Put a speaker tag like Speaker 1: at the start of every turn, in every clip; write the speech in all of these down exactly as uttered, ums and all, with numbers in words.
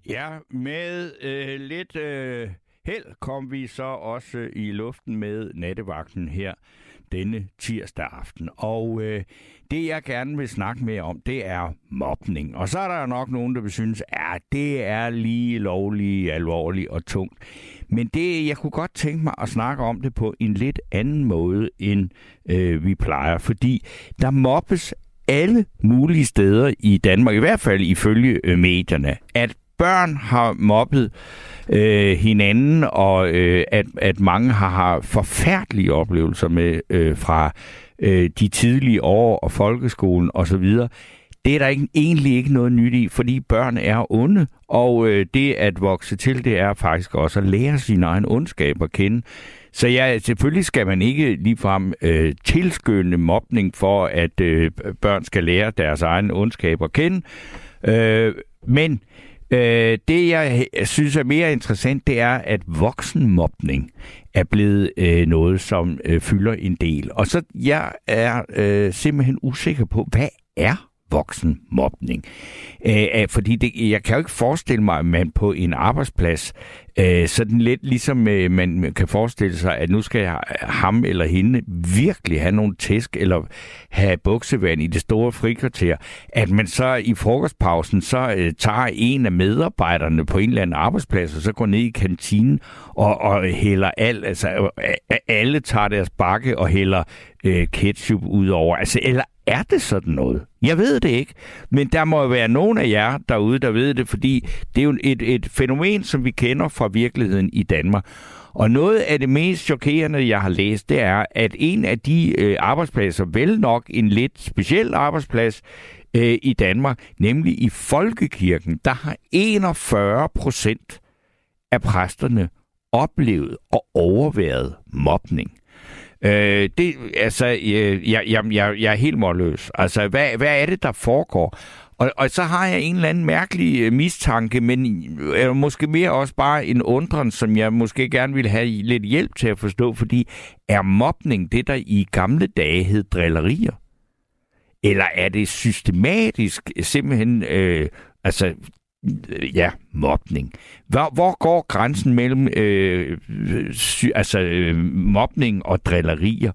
Speaker 1: Ja, med øh, lidt øh, held kom vi så også i luften med nattevagten her denne tirsdag aften. Og øh, det, jeg gerne vil snakke mere om, det er mobning. Og så er der jo nok nogen, der vil synes, at det er lige lovligt, alvorligt og tungt. Men det, jeg kunne godt tænke mig at snakke om det på en lidt anden måde, end øh, vi plejer. Fordi der mobbes alle mulige steder i Danmark, i hvert fald ifølge øh, medierne, at børn har mobbet øh, hinanden, og øh, at, at mange har, har forfærdelige oplevelser med øh, fra øh, de tidlige år og folkeskolen osv. Det er der ikke, egentlig ikke noget nyt i, fordi børn er onde, og øh, det at vokse til, det er faktisk også at lære sin egen ondskab at kende. Så ja, selvfølgelig skal man ikke ligefrem øh, tilskynde mobning for, at øh, børn skal lære deres egen ondskab at kende. Øh, men øh, det, jeg synes er mere interessant, det er, at voksenmobning er blevet øh, noget, som øh, fylder en del. Og så jeg er øh, simpelthen usikker på, hvad er voksenmobning? Øh, fordi det, jeg kan jo ikke forestille mig, at man på en arbejdsplads, øh, sådan lidt ligesom øh, man kan forestille sig, at nu skal jeg, ham eller hende virkelig have nogle tæsk, eller have buksevand i det store frikvarter, at man så i frokostpausen, så øh, tager en af medarbejderne på en eller anden arbejdsplads, og så går ned i kantinen og, og hælder alt, altså alle tager deres bakke og hælder øh, ketchup ud over. Altså, eller er det sådan noget? Jeg ved det ikke, men der må jo være nogen af jer derude, der ved det, fordi det er jo et, et fænomen, som vi kender fra virkeligheden i Danmark. Og noget af det mest chokerende, jeg har læst, det er, at en af de øh, arbejdspladser, vel nok en lidt speciel arbejdsplads øh, i Danmark, nemlig i Folkekirken, der har enogfyrre procent af præsterne oplevet og overværet mobning. Øh, det, altså, øh, jeg, jeg, jeg, jeg er helt målløs. Altså, hvad, hvad er det, der foregår? Og, og så har jeg en eller anden mærkelig øh, mistanke, men øh, måske mere også bare en undren, som jeg måske gerne vil have lidt hjælp til at forstå, fordi er mobning det, der i gamle dage hed drillerier? Eller er det systematisk simpelthen, øh, altså, ja, mobning. Hvor, hvor går grænsen mellem øh, sy, altså, øh, mobning og drillerier?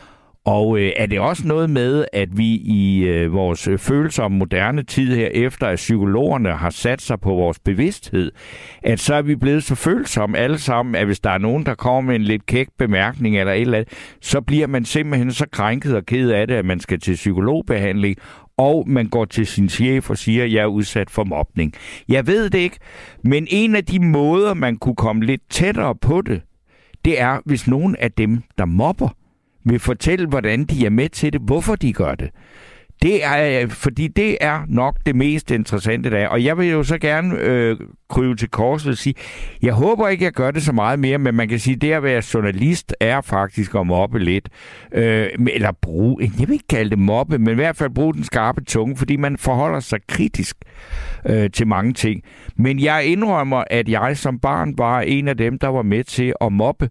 Speaker 1: Og øh, er det også noget med, at vi i øh, vores følsomme moderne tid her, efter at psykologerne har sat sig på vores bevidsthed, at så er vi blevet så følsomme alle sammen, at hvis der er nogen, der kommer med en lidt kæk bemærkning eller et eller andet, så bliver man simpelthen så krænket og ked af det, at man skal til psykologbehandling, og man går til sin chef og siger, at jeg er udsat for mobning. Jeg ved det ikke, men en af de måder, man kunne komme lidt tættere på det, det er, hvis nogen af dem, der mobber, vil fortælle, hvordan de er med til det, hvorfor de gør det. Det er, fordi det er nok det mest interessante, der er. Og jeg vil jo så gerne øh, krybe til korset og sige, jeg håber ikke, jeg gør det så meget mere, men man kan sige, at det at være journalist er faktisk at mobbe lidt. Øh, eller bruge, jeg vil ikke kalde det mobbe, men i hvert fald bruge den skarpe tunge, fordi man forholder sig kritisk øh, til mange ting. Men jeg indrømmer, at jeg som barn var en af dem, der var med til at mobbe.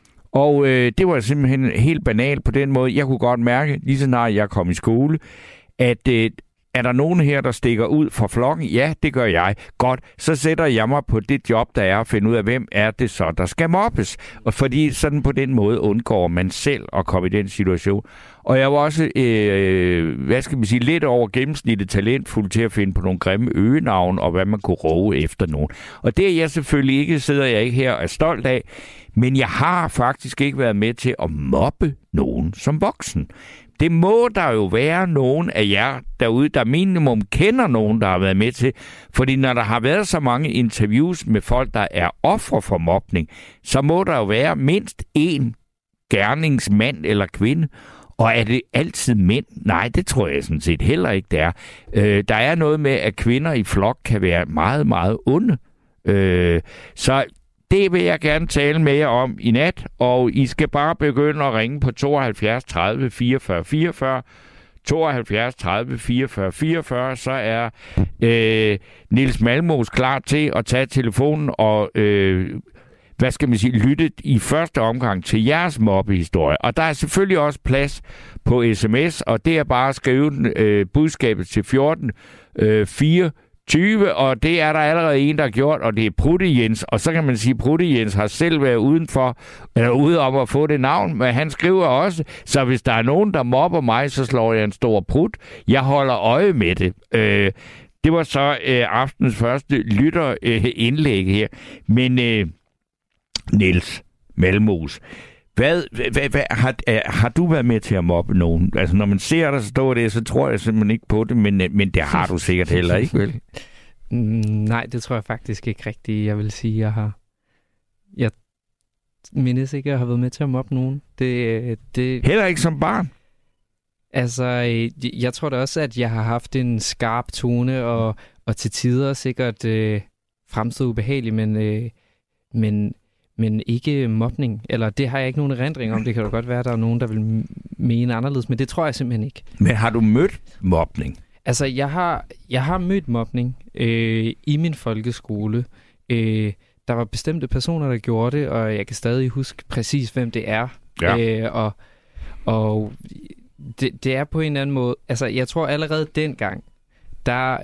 Speaker 1: Og øh, det var simpelthen helt banalt på den måde. Jeg kunne godt mærke, lige så snart jeg kom i skole, at øh, er der nogen her, der stikker ud fra flokken? Ja, det gør jeg. Godt, så sætter jeg mig på det job, der er, at finde ud af, hvem er det så, der skal mobbes. Og fordi sådan på den måde undgår man selv at komme i den situation. Og jeg var også, øh, hvad skal man sige, lidt over gennemsnittet talentfuld til at finde på nogle grimme øgenavn, og hvad man kunne råbe efter nogen. Og det er jeg selvfølgelig ikke, sidder jeg ikke her og er stolt af, men jeg har faktisk ikke været med til at mobbe nogen som voksen. Det må der jo være nogen af jer derude, der minimum kender nogen, der har været med til. Fordi når der har været så mange interviews med folk, der er ofre for mobning, så må der jo være mindst én gerningsmand eller kvinde. Og er det altid mænd? Nej, det tror jeg sådan set heller ikke, det er. Øh, der er noget med, at kvinder i flok kan være meget, meget onde. Øh, så det vil jeg gerne tale med jer om i nat, og I skal bare begynde at ringe på tooghalvfjerds tredive fireogfyrre fireogfyrre. tooghalvfjerds tredive fireogfyrre fireogfyrre, så er øh, Niels Malmos klar til at tage telefonen og øh, hvad skal man sige, lytte i første omgang til jeres mobbehistorie. Og der er selvfølgelig også plads på sms, og det er bare at skrive øh, budskabet til fjorten fire tyve, og det er der allerede en, der har gjort, og det er Prutte Jens. Og så kan man sige, at Prutte Jens har selv været udenfor, eller ude om at få det navn, men han skriver også, så hvis der er nogen, der mobber mig, så slår jeg en stor prut. Jeg holder øje med det. Øh, det var så øh, aftens første lytterindlæg øh, her. Men øh, Niels Malmos, Hvad, hvad, hvad har, har du været med til at mobbe nogen? Altså, når man ser dig stå det, så tror jeg simpelthen ikke på det, men, men det har du sikkert heller ikke, vel?
Speaker 2: Nej, det tror jeg faktisk ikke rigtigt. Jeg vil sige, jeg har... Jeg mindes ikke, at jeg har været med til at mobbe nogen. Det, det...
Speaker 1: Heller ikke som barn?
Speaker 2: Altså, jeg tror da også, at jeg har haft en skarp tone, og, og til tider sikkert øh, fremstået ubehagelig, men... Øh, men Men ikke mobning, eller det har jeg ikke nogen erindring om. Det kan jo godt være, at der er nogen, der vil mene anderledes, men det tror jeg simpelthen ikke.
Speaker 1: Men har du mødt mobning?
Speaker 2: Altså, jeg har, jeg har mødt mobning øh, i min folkeskole. Øh, der var bestemte personer, der gjorde det, og jeg kan stadig huske præcis, hvem det er.
Speaker 1: Ja.
Speaker 2: Øh, og og det, det er på en eller anden måde... Altså, jeg tror allerede dengang, der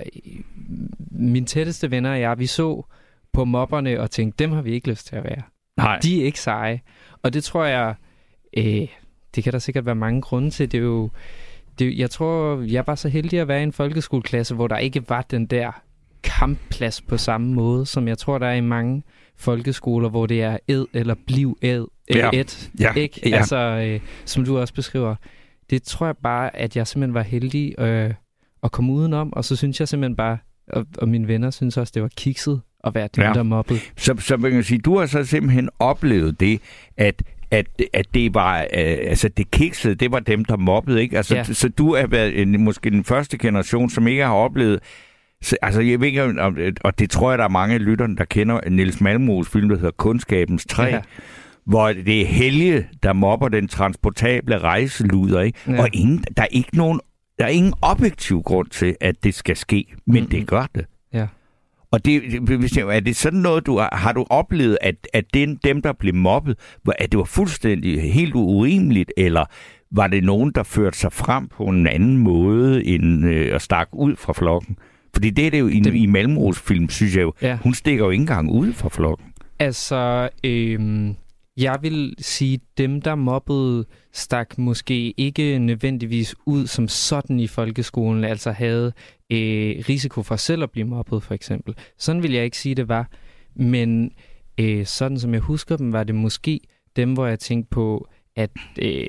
Speaker 2: mine tætteste venner og jeg, vi så på mobberne og tænkte, dem har vi ikke lyst til at være.
Speaker 1: Nej.
Speaker 2: De er ikke seje. Og det tror jeg, øh, det kan der sikkert være mange grunde til. Det er jo, det, jeg tror, jeg var så heldig at være i en folkeskoleklasse, hvor der ikke var den der kampplads på samme måde, som jeg tror, der er i mange folkeskoler, hvor det er ed eller bliv ed,
Speaker 1: ja.
Speaker 2: et,
Speaker 1: ja.
Speaker 2: ikke?
Speaker 1: Ja.
Speaker 2: Altså, øh, som du også beskriver. Det tror jeg bare, at jeg simpelthen var heldig øh, at komme udenom, og så synes jeg simpelthen bare, og, og mine venner synes også, det var kikset at være dem, ja. der mobbede.
Speaker 1: Så, så man kan sige, du har så simpelthen oplevet det, at, at, at det var, øh, altså det kiksede, det var dem, der mobbede, ikke? Altså, ja. Så du er været en, måske den første generation, som ikke har oplevet, så, altså jeg ved ikke, og det tror jeg, der er mange af lytterne, der kender Niels Malmos film, der hedder Kundskabens træ, ja. Hvor det er Helge, der mobber den transportable rejseluder, ikke? Ja. Og ingen, der er ikke nogen, der er ingen objektiv grund til, at det skal ske, men mm-hmm. det gør det.
Speaker 2: Ja.
Speaker 1: Og det, er det sådan noget, du har, har du oplevet, at, at den, dem, der blev mobbet, at det var fuldstændig helt urimeligt, eller var det nogen, der førte sig frem på en anden måde, end øh, at stak ud fra flokken? Fordi det er det jo i, det... i Malmros film, synes jeg jo. Ja. Hun stikker jo ikke engang ud fra flokken.
Speaker 2: Altså, øh, jeg vil sige, dem, der mobbede, stak måske ikke nødvendigvis ud som sådan i folkeskolen, altså havde øh, risiko for selv at blive mobbet, for eksempel. Sådan vil jeg ikke sige, det var. Men øh, sådan som jeg husker dem, var det måske dem, hvor jeg tænkte på, at øh,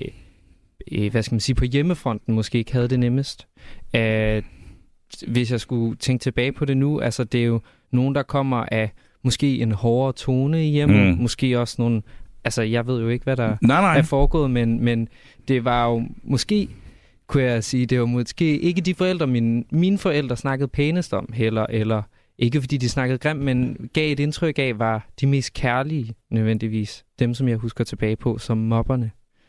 Speaker 2: øh, hvad skal man sige, på hjemmefronten måske ikke havde det nemmest. Øh, hvis jeg skulle tænke tilbage på det nu, altså det er jo nogen, der kommer af måske en hårdere tone i hjemmet, mm. måske også nogle... Altså, jeg ved jo ikke, hvad der nej, nej. er foregået, men, men det var jo måske, kunne jeg sige, det var måske ikke de forældre, mine, mine forældre snakkede pænest om heller, eller ikke fordi de snakkede grimt, men gav et indtryk af, var de mest kærlige nødvendigvis. Dem, som jeg husker tilbage på, som mobberne.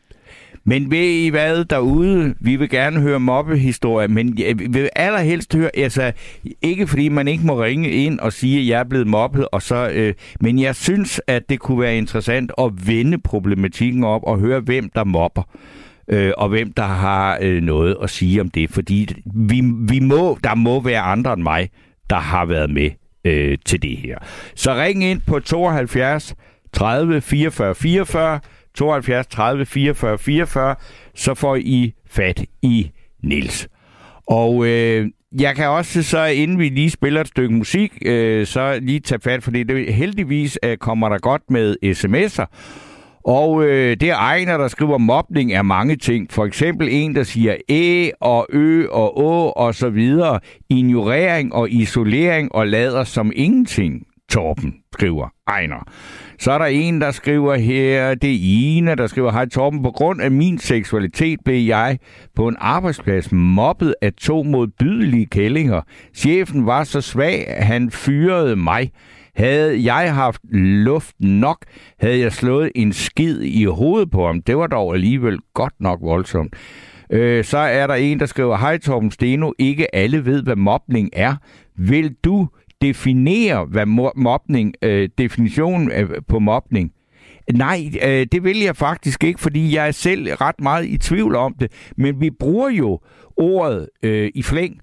Speaker 1: Men ved I hvad derude? Vi vil gerne høre mobbehistorier, men jeg vil allerhelst høre, altså ikke fordi man ikke må ringe ind og sige, at jeg er blevet mobbet, og så, øh, men jeg synes, at det kunne være interessant at vende problematikken op og høre, hvem der mobber, øh, og hvem der har øh, noget at sige om det, fordi vi, vi må, der må være andre end mig, der har været med øh, til det her. Så ring ind på tooghalvfjerds tredive fireogfyrre fireogfyrre, tooghalvfjerds tredive fireogfyrre fireogfyrre, så får I fat i Niels. Og øh, jeg kan også så, inden vi lige spiller et stykke musik, øh, så lige tage fat, fordi det, heldigvis øh, kommer der godt med sms'er. Og øh, det er Ejner, der skriver, mobning er mange ting. For eksempel en, der siger æ og ø og å og så videre. Ignorering og isolering og lader som ingenting. Torben, skriver Ejner. Så er der en, der skriver her, det er Ina, der skriver, hej Torben, på grund af min seksualitet blev jeg på en arbejdsplads mobbet af to modbydelige kællinger. Chefen var så svag, at han fyrede mig. Havde jeg haft luft nok, havde jeg slået en skid i hovedet på ham. Det var dog alligevel godt nok voldsomt. Øh, så er der en, der skriver, hej Torben Steno, ikke alle ved, hvad mobning er. Vil du definere, hvad mobning, øh, definitionen på mobning? Nej, øh, det vil jeg faktisk ikke, fordi jeg er selv ret meget i tvivl om det. Men vi bruger jo ordet øh, i flæng,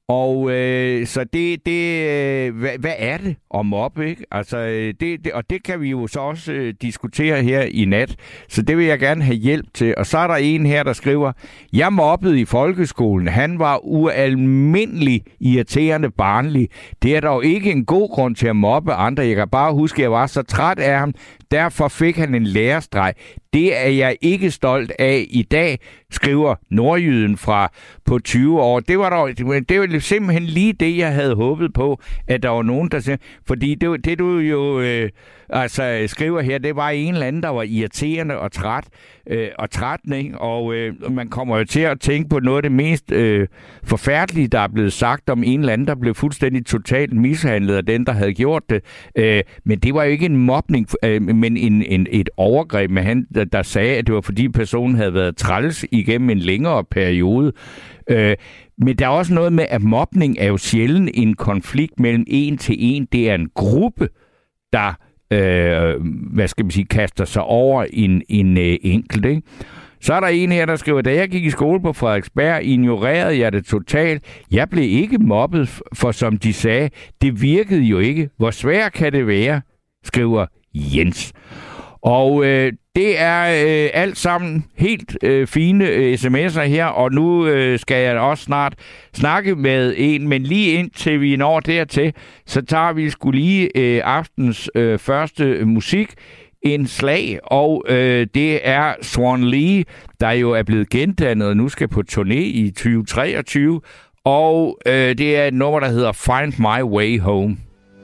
Speaker 1: Og øh, så det, det øh, hvad, hvad er det at mobbe, ikke? Altså, det, det, og det kan vi jo så også øh, diskutere her i nat. Så det vil jeg gerne have hjælp til. Og så er der en her, der skriver, jeg mobbede i folkeskolen. Han var ualmindelig irriterende barnlig. Det er dog ikke en god grund til at mobbe andre. Jeg kan bare huske, at jeg var så træt af ham. Derfor fik han en lærestreg. Det er jeg ikke stolt af i dag, skriver nordjyden fra på tyve år. Det var dog, det var simpelthen lige det, jeg havde håbet på, at der var nogen, der siger, fordi det, det du jo øh, altså, skriver her, det var en eller anden, der var irriterende og træt, øh, og trættende, ikke? Og øh, man kommer jo til at tænke på noget af det mest øh, forfærdelige, der er blevet sagt om en eller anden, der blev fuldstændig totalt mishandlet af den, der havde gjort det. Øh, men det var jo ikke en mobning, øh, men en, en, et overgreb med han, der, der sagde, at det var fordi personen havde været træls igennem en længere periode. Øh, men der er også noget med, at mobning er jo sjældent en konflikt mellem en til en. Det er en gruppe, der øh, hvad skal man sige, kaster sig over en, en øh, enkelt, ikke? Så er der en her, der skriver, da jeg gik i skole på Frederiksberg, ignorerede jeg det totalt. Jeg blev ikke mobbet, for som de sagde, det virkede jo ikke. Hvor svært kan det være, skriver Jens. Og øh, det er øh, alt sammen helt øh, fine øh, sms'er her, og nu øh, skal jeg også snart snakke med en, men lige indtil vi når dertil, så tager vi sgu lige øh, aftens øh, første musik, en slag, og øh, det er Swan Lee, der jo er blevet gendannet og nu skal på turné i tyve treogtyve, og øh, det er et nummer, der hedder Find My Way Home.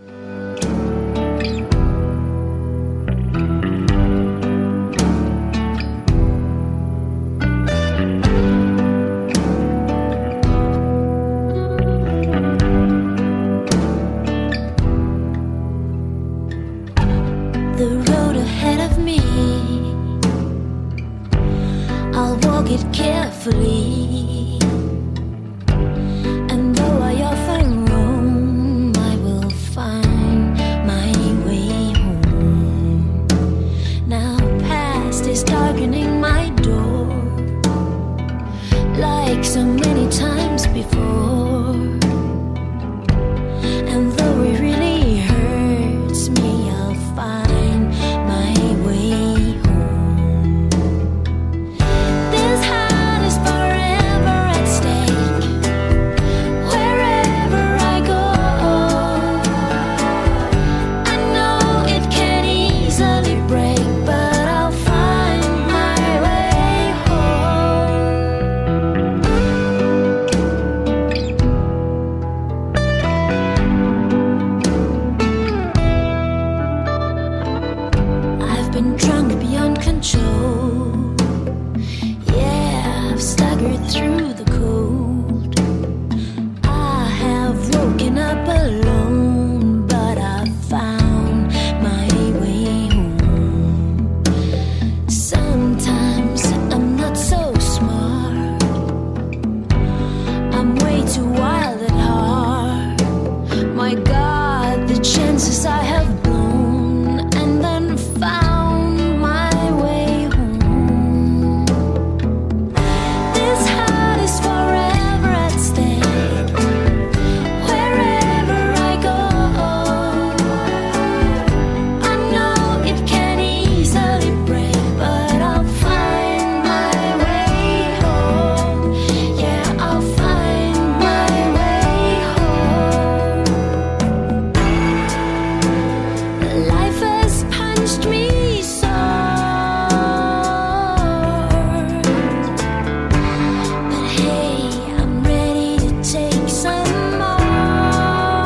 Speaker 3: Carefully, and though I often roam, I will find my way home. Now past is darkening my door, like so many times before, and though it really hurts me, I'll find my way home. This heart is forever at stake, wherever I go. I know it can easily break, but I'll find my way home. I've been drunk beyond control. Yeah, I've staggered through the cold. I have woken up alone, but I've found my way home. Sometimes I'm not so smart. I'm way too wild at heart. My God, the chances I have blown and then found my way home. This heart is forever at stake, wherever I go. I know it can easily break, but I'll find my way home. Yeah, I'll find my way home. Life has punched me so, but hey, I'm ready to take some more.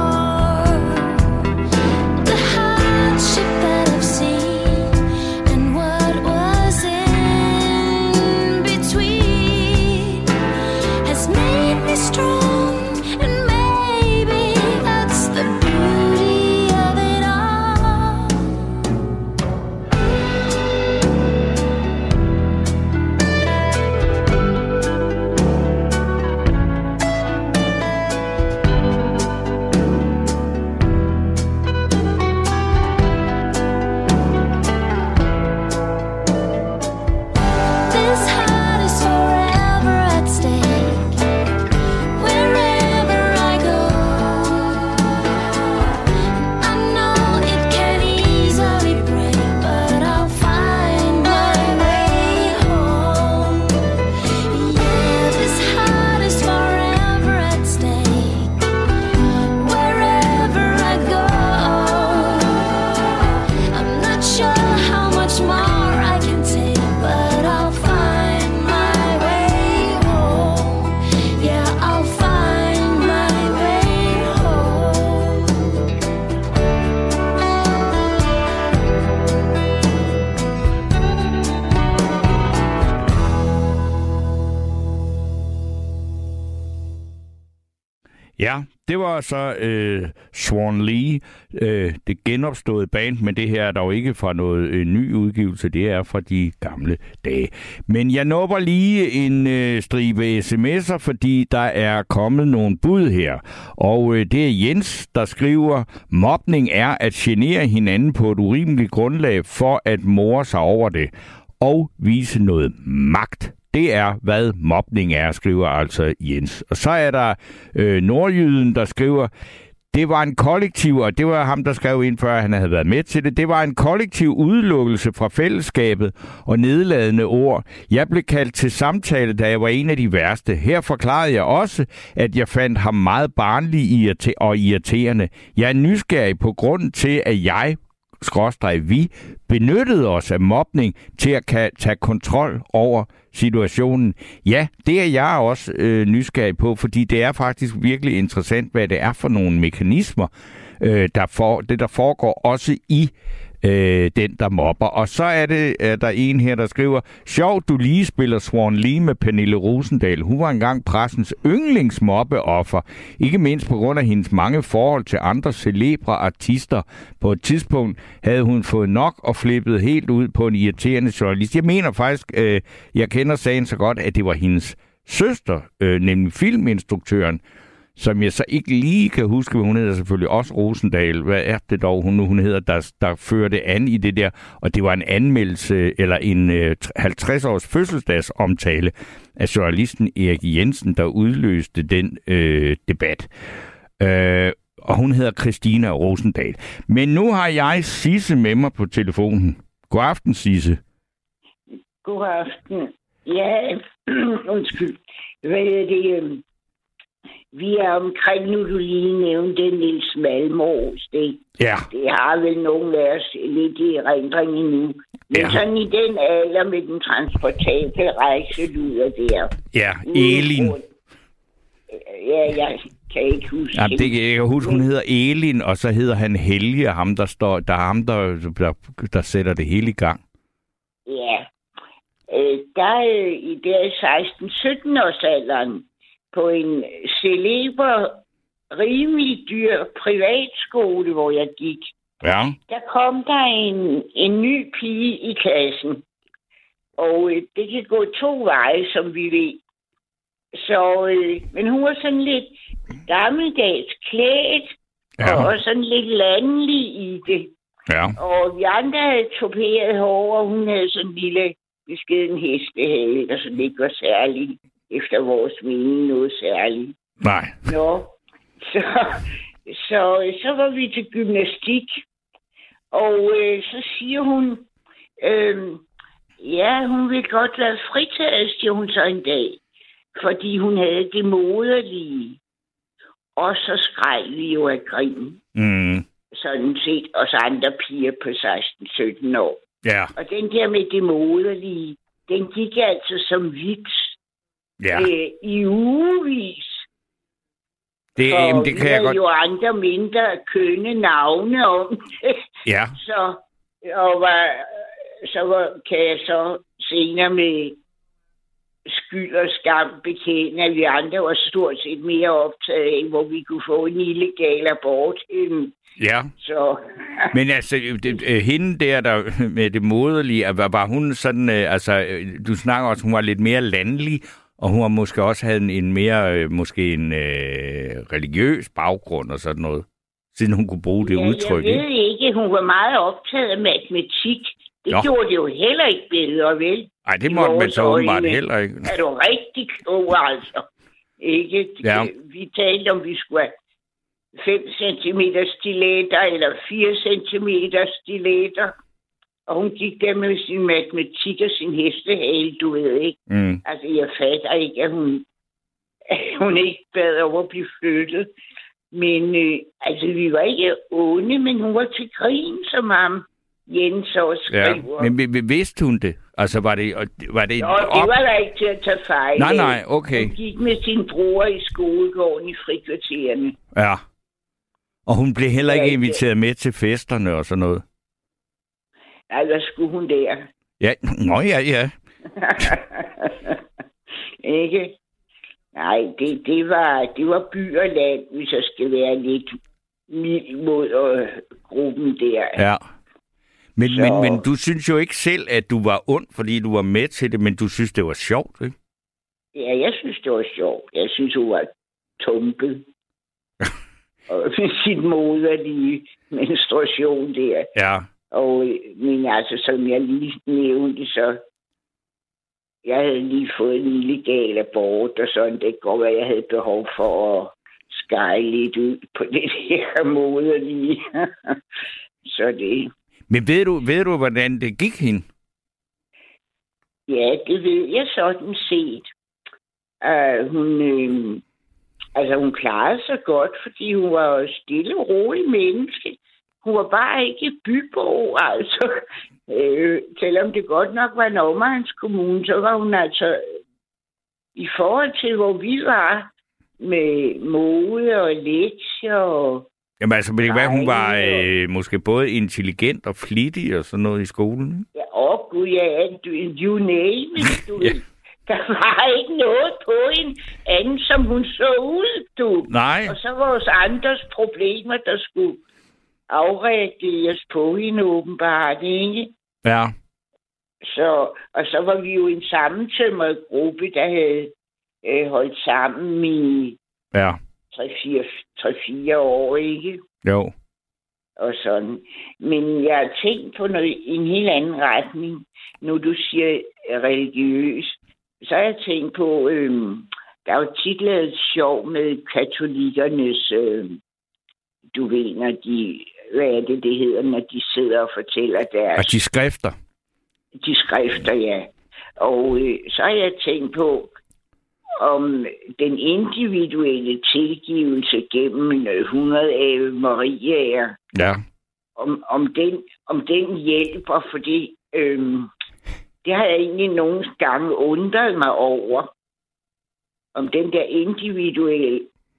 Speaker 3: The hardship that I've seen and what was in between has made me strong, and maybe that's the beauty of it all. This heart is forever at stake, wherever
Speaker 1: Ja, det var så øh, Swan Lee, øh, det genopståede band, men det her er dog ikke fra noget øh, ny udgivelse, det er fra de gamle dage. Men jeg nupper lige en øh, stribe sms'er, fordi der er kommet nogle bud her. Og øh, det er Jens, der skriver, mobning er at genere hinanden på et urimeligt grundlag for at more sig over det og vise noget magt. Det er, hvad mobning er, skriver altså Jens. Og så er der øh, nordjyden, der skriver, det var en kollektiv, og det var ham, der skrev ind, før han havde været med til det. Det var en kollektiv udelukkelse fra fællesskabet og nedladende ord. Jeg blev kaldt til samtale, da jeg var en af de værste. Her forklarede jeg også, at jeg fandt ham meget barnlig og irriterende. Jeg er nysgerrig på grunden til, at jeg, skråstreg vi, benyttede os af mobning til at kan tage kontrol over situationen. Ja, det er jeg også øh, nysgerrig på, fordi det er faktisk virkelig interessant, hvad det er for nogle mekanismer, øh, der for, det der foregår også i øh, den, der mobber. Og så er det er der en her, der skriver, sjovt, du lige spiller Swan Lee med Pernille Rosendahl. Hun var engang pressens yndlingsmobbeoffer, ikke mindst på grund af hendes mange forhold til andre celebre artister. På et tidspunkt havde hun fået nok og flippet helt ud på en irriterende journalist. Jeg mener faktisk, øh, jeg kender sagen så godt, at det var hendes søster, øh, nemlig filminstruktøren, som jeg så ikke lige kan huske, hun hedder selvfølgelig også Rosendahl. Hvad er det dog, hun nu hun hedder, der, der førte an i det der? Og det var en anmeldelse, eller en øh, halvtreds-års fødselsdagsomtale af journalisten Erik Jensen, der udløste den øh, debat. Øh, og hun hedder Christina Rosendahl. Men nu har jeg Sisse med mig på telefonen. God aften, Sisse.
Speaker 4: God aften. Ja, undskyld. Hvad er det? Øh... Vi er omkring, nu du lige nævnte Niels Malmros. Det,
Speaker 1: ja.
Speaker 4: det har vel nogle af os lidt i erindring endnu. Men ja. Sådan i den alder med den transportable rejseluder der.
Speaker 1: Ja, Elin.
Speaker 4: Ja, jeg kan ikke huske.
Speaker 1: Ja, det, jeg kan huske, hun hedder Elin, og så hedder han Helge, ham der står, der er ham, der, der, der sætter det hele i gang.
Speaker 4: Ja. Øh, der i der seksten sytten års alderen, på en celeber, rimelig dyr privatskole, hvor jeg gik.
Speaker 1: Ja.
Speaker 4: Der kom der en, en ny pige i klassen. Og øh, det kan gå to veje, som vi ved. Så, øh, men hun var sådan lidt gammeldags klædt, ja. Og sådan lidt landlig i det.
Speaker 1: Ja.
Speaker 4: Og vi andre havde toperet hår, og hun havde sådan en lille beskeden hestehale, der sådan ikke var særlig efter vores mening noget særligt.
Speaker 1: Nej.
Speaker 4: Nå, så, så, så var vi til gymnastik, og øh, så siger hun, øh, ja, hun ville godt være fritaget, siger hun så en dag, fordi hun havde det moderlige. Og så skreg vi jo af grin.
Speaker 1: Mm.
Speaker 4: Sådan set os andre piger på seksten sytten år.
Speaker 1: Ja.
Speaker 4: Og den der med det moderlige, den gik altså som vits.
Speaker 1: Ja.
Speaker 4: Øh, i ugevis.
Speaker 1: Det,
Speaker 4: og
Speaker 1: jamen, det kan jeg godt...
Speaker 4: jo andre mindre kønne navne om det.
Speaker 1: Ja.
Speaker 4: Så, og var, så var, kan jeg så senere med skyld og skam bekende, at vi andre var stort set mere optaget af, hvor vi kunne få en illegal abort.
Speaker 1: Ja.
Speaker 4: Så.
Speaker 1: Men altså, det, hende der, der med det moderlige, var, var hun sådan, altså, du snakker også, hun var lidt mere landlig, og hun har måske også havde en, en mere, måske en øh, religiøs baggrund og sådan noget, siden hun kunne bruge det
Speaker 4: ja,
Speaker 1: udtryk.
Speaker 4: Jeg ved ikke, hun var meget optaget af matematik. Det Nå. gjorde det jo heller ikke bedre, vel?
Speaker 1: Nej, det måtte man så åbenbart heller ikke.
Speaker 4: Er du rigtig klog, altså? Ikke?
Speaker 1: Ja.
Speaker 4: Vi talte om, vi skulle have fem centimeter stiletter eller fire centimeter stiletter. Og hun gik der med sin matematik og sin hestehale, du ved ikke.
Speaker 1: Mm.
Speaker 4: Altså, jeg fatter ikke, at hun, at hun ikke bad over at blive flyttet. Men øh, altså, vi var ikke onde, men hun var til grin, som ham Jens også skriver.
Speaker 1: Ja, men vidste hun det? Altså, var det... Var det
Speaker 4: Nå, op... det var der ikke til at tage fejl.
Speaker 1: Nej, nej, okay.
Speaker 4: Hun gik med sin bror i skolegården i frikvartererne.
Speaker 1: Ja. Og hun blev heller ikke ja, inviteret med til festerne og sådan noget?
Speaker 4: Nej, hvad skulle hun der?
Speaker 1: Ja, nå ja, ja.
Speaker 4: Ikke? Nej, det, det, var, det var by og land, hvis jeg skal være lidt mild mod øh, gruppen der.
Speaker 1: Ja. Men,
Speaker 4: Så...
Speaker 1: men, men du synes jo ikke selv, at du var ond, fordi du var med til det, men du synes, det var sjovt, ikke?
Speaker 4: Ja, jeg synes, det var sjovt. Jeg synes, hun var tumpet. Og med sit moderlige menstruation der.
Speaker 1: Ja.
Speaker 4: Og, men altså, som jeg lige nævnte, så jeg havde lige fået en illegal abort, og sådan, det går, at jeg havde behov for at skære lidt ud på det her moderlige. Så det...
Speaker 1: Men ved du, ved du, hvordan det gik hende?
Speaker 4: Ja, det ved jeg sådan set. Uh, hun, øh, altså, hun klarede sig godt, fordi hun var et stille og rolig menneske. Hun var bare ikke bybo, altså. Øh, selvom det godt nok var en omegnskommune, så var hun altså i forhold til, hvor vi var med mode og lektier og...
Speaker 1: Jamen altså, det kan være, hun var øh, måske både intelligent og flittig og sådan noget i skolen.
Speaker 4: Ja, åh gud, ja, you name it, du. Ja. Der var ikke noget på hende andet, som hun så ud, du.
Speaker 1: Nej.
Speaker 4: Og så var vores andres problemer, der skulle afreageres på hende åbenbart, ikke?
Speaker 1: Ja.
Speaker 4: Så, og så var vi jo en sammentømret gruppe, der havde øh, holdt sammen i
Speaker 1: ja.
Speaker 4: tre fire år, ikke?
Speaker 1: Jo.
Speaker 4: Og sådan. Men jeg har tænkt på noget, en helt anden retning. Nu du siger religiøs, så har jeg tænkt på, øh, der er jo tit lavet sjov med katolikernes, øh, du ved, når de, hvad er det, det hedder, når de sidder og fortæller deres...
Speaker 1: Og de skrifter. De
Speaker 4: skrifter, ja. Og øh, så har jeg tænkt på, om den individuelle tilgivelse gennem hundrede Ave Mariaer,
Speaker 1: ja.
Speaker 4: om, om, den, om den hjælper, fordi øh, det har jeg egentlig nogle gange undret mig over, om den der individuelle,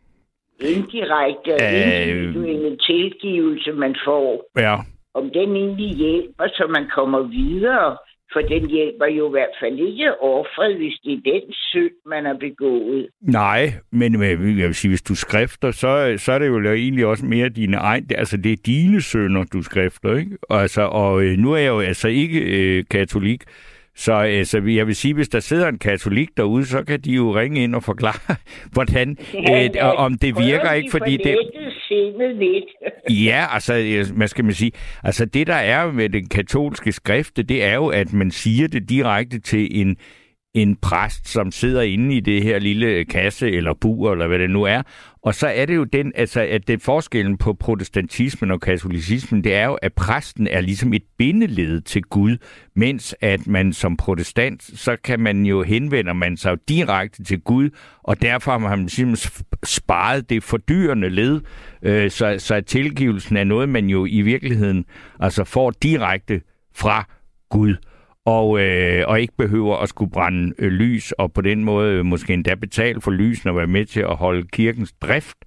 Speaker 4: indirekte og
Speaker 1: øh...
Speaker 4: individuelle tilgivelse, man får,
Speaker 1: ja.
Speaker 4: om den egentlig hjælper, så man kommer videre. For den hjælper jo i hvert fald ikke offret, hvis det er den synd, man har begået.
Speaker 1: Nej, men jeg vil sige, hvis du skrifter, så, så er det jo egentlig også mere dine egne... Altså, det er dine synder, du skrifter, ikke? Altså, og nu er jeg jo altså ikke øh, katolik, så altså, jeg vil sige, hvis der sidder en katolik derude, så kan de jo ringe ind og forklare, hvordan, ja, øh, ja, om det virker ikke, fordi det...
Speaker 4: lidt.
Speaker 1: Ja, altså, hvad skal man sige? Altså, det der er med den katolske skrifte, det er jo, at man siger det direkte til en, en præst, som sidder inde i det her lille kasse eller bur, eller hvad det nu er. Og så er det jo den, altså, at det forskellen på protestantismen og katolicismen, det er jo, at præsten er ligesom et bindeled til Gud, mens at man som protestant, så kan man jo henvende man sig direkte til Gud, og derfor har man simpelthen sparet det fordyrende led, øh, så, så tilgivelsen er noget, man jo i virkeligheden altså får direkte fra Gud. Og, øh, og ikke behøver at skulle brænde øh, lys, og på den måde øh, måske endda betale for lysene og være med til at holde kirkens drift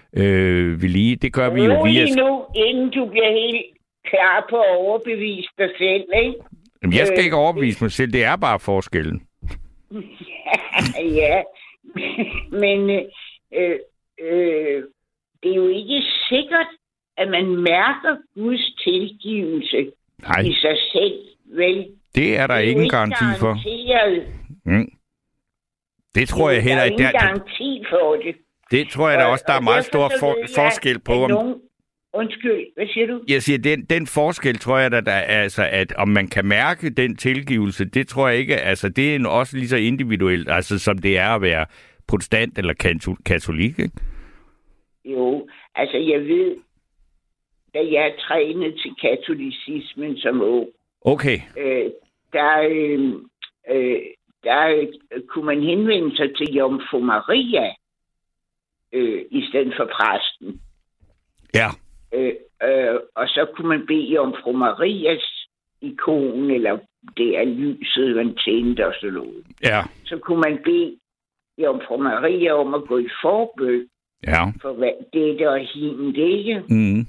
Speaker 1: øh, ved lige. Det gør vi jo via...
Speaker 4: nu, inden du bliver helt klar på at overbevise dig selv, ikke?
Speaker 1: Jamen, jeg skal ikke overbevise mig selv, det er bare forskellen.
Speaker 4: ja, ja. Men øh, øh, det er jo ikke sikkert, at man mærker Guds tilgivelse
Speaker 1: Nej.
Speaker 4: i sig selv, vel?
Speaker 1: Det er der det er ingen garanti for. Mm. Det tror det, jeg heller ikke.
Speaker 4: Der er ingen garanti for det.
Speaker 1: Det tror jeg da også, der er meget stor for, forskel på. Om...
Speaker 4: Nogen... Undskyld, hvad siger du?
Speaker 1: Jeg siger, den, den forskel tror jeg, der, der er, altså, at om man kan mærke den tilgivelse, det tror jeg ikke, altså det er også lige så individuelt, altså som det er at være protestant eller katolik, ikke?
Speaker 4: Jo, altså jeg ved, da jeg er trænet til katolicismen som ung,
Speaker 1: okay.
Speaker 4: Øh, der, øh, øh, der øh, kunne man henvende sig til Jomfru Maria øh, i stedet for præsten.
Speaker 1: Ja.
Speaker 4: Øh, øh, og så kunne man bede Jomfru Marias ikon, eller det er lyset, man tændte og sådan noget.
Speaker 1: Ja.
Speaker 4: Så kunne man bede Jomfru Maria om at gå i forbøn
Speaker 1: ja.
Speaker 4: for dette og hende, ikke?
Speaker 1: Mm.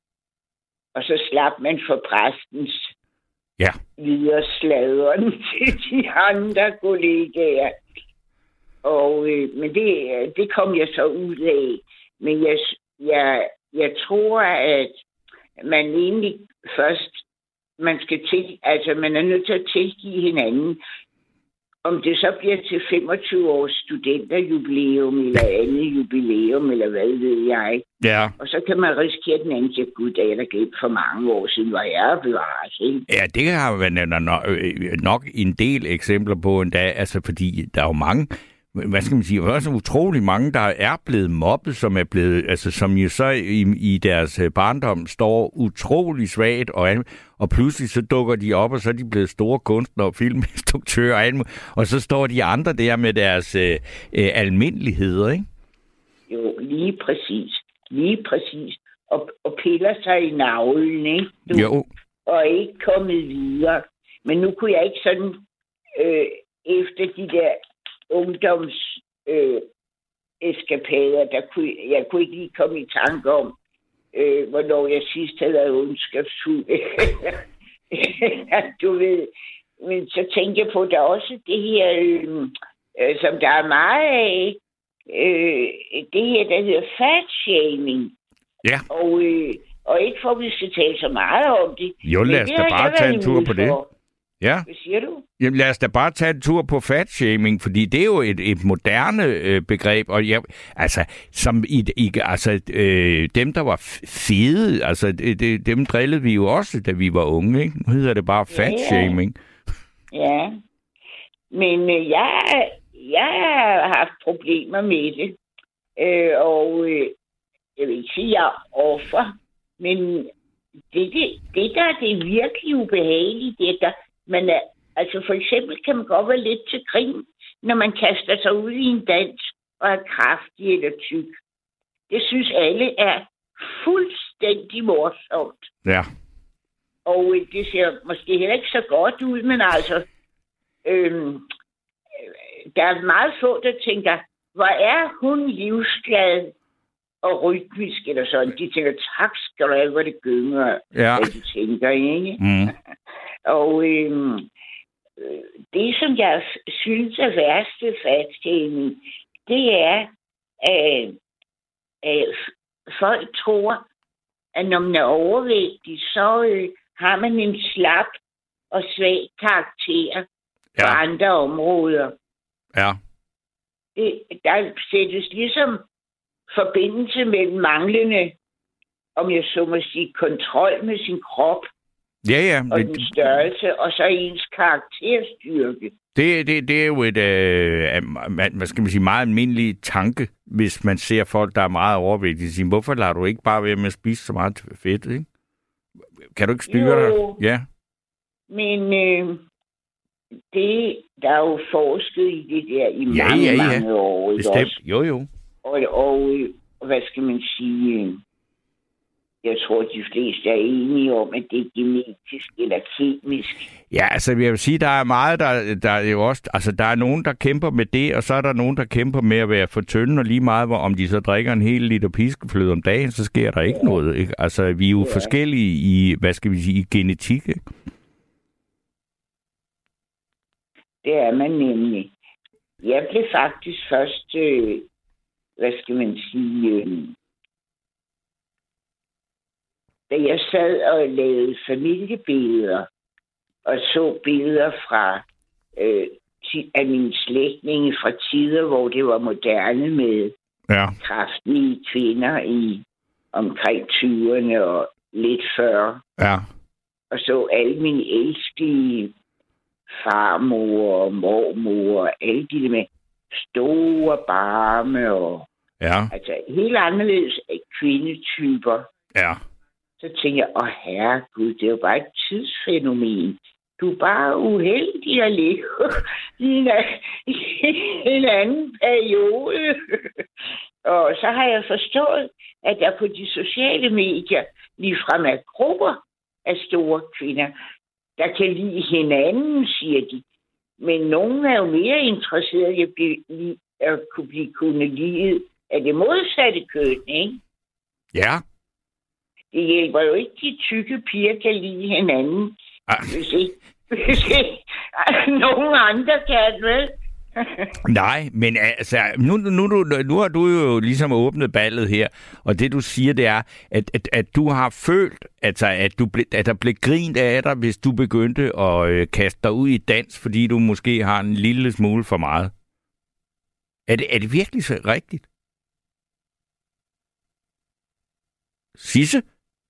Speaker 4: Og så slap man for præstens
Speaker 1: ja.
Speaker 4: videre sladeren til de andre kollegaer. Og, øh, men det, det kom jeg så ud af. Men jeg, jeg, jeg tror, at man egentlig først, man skal til, altså man er nødt til at tilgive hinanden. Om det så bliver til femogtyve års studenterjubilæum, eller andet jubilæum, eller hvad ved jeg.
Speaker 1: Ja.
Speaker 4: Og så kan man risikere den anden til, gud, da jeg der gik for mange år siden, hvor jeg er bevaret. Ikke?
Speaker 1: Ja, det har man nok en del eksempler på endda, altså fordi der er jo mange, hvad skal man sige, der er så utrolig mange, der er blevet mobbet, som er blevet, altså som jo så i, i deres barndom står utrolig svagt, og, og pludselig så dukker de op, og så er de blevet store kunstnere og filminstruktører, og, og så står de andre der med deres øh, øh, almindeligheder, ikke?
Speaker 4: Jo, lige præcis. Lige præcis. Og, og piller sig i navlen, ikke? Du,
Speaker 1: jo.
Speaker 4: Og ikke kommet videre. Men nu kunne jeg ikke sådan, øh, efter de der ungdoms øh, eskapader, der kunne, jeg kunne ikke lige komme i tanke om, øh, hvornår jeg sidst havde været ondskabsfuld. Du ved. Men så tænker jeg på, der er også det her, øh, øh, som der er meget af, øh, det her, der hedder fat-shaming.
Speaker 1: Ja.
Speaker 4: Og, øh, og ikke for, at vi skal tale så meget om det.
Speaker 1: Jo, lad os da bare tage en tur på det. Ja.
Speaker 4: Hvad siger du?
Speaker 1: Jamen lad os da bare tage en tur på fatshaming, fordi det er jo et, et moderne øh, begreb, og jeg, altså, som i, i, altså øh, dem, der var fede, altså det, det, dem drillede vi jo også, da vi var unge, ikke? Nu hedder det bare fatshaming.
Speaker 4: Ja, ja. Men øh, jeg, jeg har haft problemer med det, øh, og øh, jeg vil ikke sige, at jeg er offer, men det, det, det der det er virkelig ubehageligt, det der man er, altså for eksempel kan man godt være lidt til grin, når man kaster sig ud i en dans og er kraftig eller tyk. Det synes alle er fuldstændig morsomt.
Speaker 1: Ja.
Speaker 4: Og det ser måske heller ikke så godt ud, men altså, øhm, der er meget få, der tænker, hvor er hun livsglad og rytmisk eller sådan. De tænker, tak skal du have, hvor det gynger,
Speaker 1: ja.
Speaker 4: hvad de tænker, ikke?
Speaker 1: Mm.
Speaker 4: Og øhm, det, som jeg synes er værste fatshaming, det er, at, at folk tror, at når man er overvægtig, så øh, har man en slap og svag karakter på
Speaker 1: ja.
Speaker 4: andre områder.
Speaker 1: Ja.
Speaker 4: Det, der sættes ligesom forbindelse mellem manglende, om jeg så må sige, kontrol med sin krop,
Speaker 1: ja, ja.
Speaker 4: og den størrelse, og så ens karakterstyrke.
Speaker 1: Det, det, det er jo et, øh, hvad skal man sige, meget almindelig tanke, hvis man ser folk, der er meget overvægtige. Siger, hvorfor lader du ikke bare være med at spise så meget fedt, ikke? Kan du ikke styre dig? Ja.
Speaker 4: Men øh, det, der er jo forsket i det der i
Speaker 1: ja,
Speaker 4: mange,
Speaker 1: ja, ja.
Speaker 4: mange år.
Speaker 1: Bestemt. Jo, jo.
Speaker 4: Og, og hvad skal man sige... Jeg tror, de fleste er enige om, at det er genetisk eller kemisk.
Speaker 1: Ja, altså jeg vil sige, der er meget, der, der er jo også... Altså, der er nogen, der kæmper med det, og så er der nogen, der kæmper med at være for tynde, og lige meget, hvor om de så drikker en hel liter piskefløde om dagen, så sker der ikke ja. noget. Ikke? Altså, vi er jo ja. forskellige i, hvad skal vi sige, i genetik, ikke?
Speaker 4: Det er man nemlig. Jeg blev faktisk først, øh, hvad skal man sige... Øh, da jeg sad og lavede familiebilleder, og så billeder fra øh, af mine slægtninge fra tider, hvor det var moderne med
Speaker 1: ja.
Speaker 4: kraftige kvinder i omkring tyverne og lidt før.
Speaker 1: Ja.
Speaker 4: Og så alle mine elskelige farmor og mormor og alle de der med store barme og
Speaker 1: ja.
Speaker 4: altså helt anderledes kvindetyper.
Speaker 1: Ja.
Speaker 4: Så tænker jeg, åh herregud, det er jo bare et tidsfænomen. Du er bare uheldig at leve i en, i en anden periode. Og så har jeg forstået, at der på de sociale medier ligefrem er grupper af store kvinder, der kan lide hinanden, siger de. Men nogen er jo mere interesserede i at, blive, at kunne blive kunne lide af det modsatte køn, ikke?
Speaker 1: Ja.
Speaker 4: Det hjælper jo ikke, de tykke piger kan lide hinanden. Ah. Hvis ikke, hvis ikke nogen andre kan, vel?
Speaker 1: Nej, men altså, nu, nu, nu, nu har du jo ligesom åbnet ballet her, og det du siger, det er, at, at, at du har følt, altså, at, du ble, at der blev grint af dig, hvis du begyndte at øh, kaste dig ud i dans, fordi du måske har en lille smule for meget. Er det, er det virkelig så rigtigt? Sisse?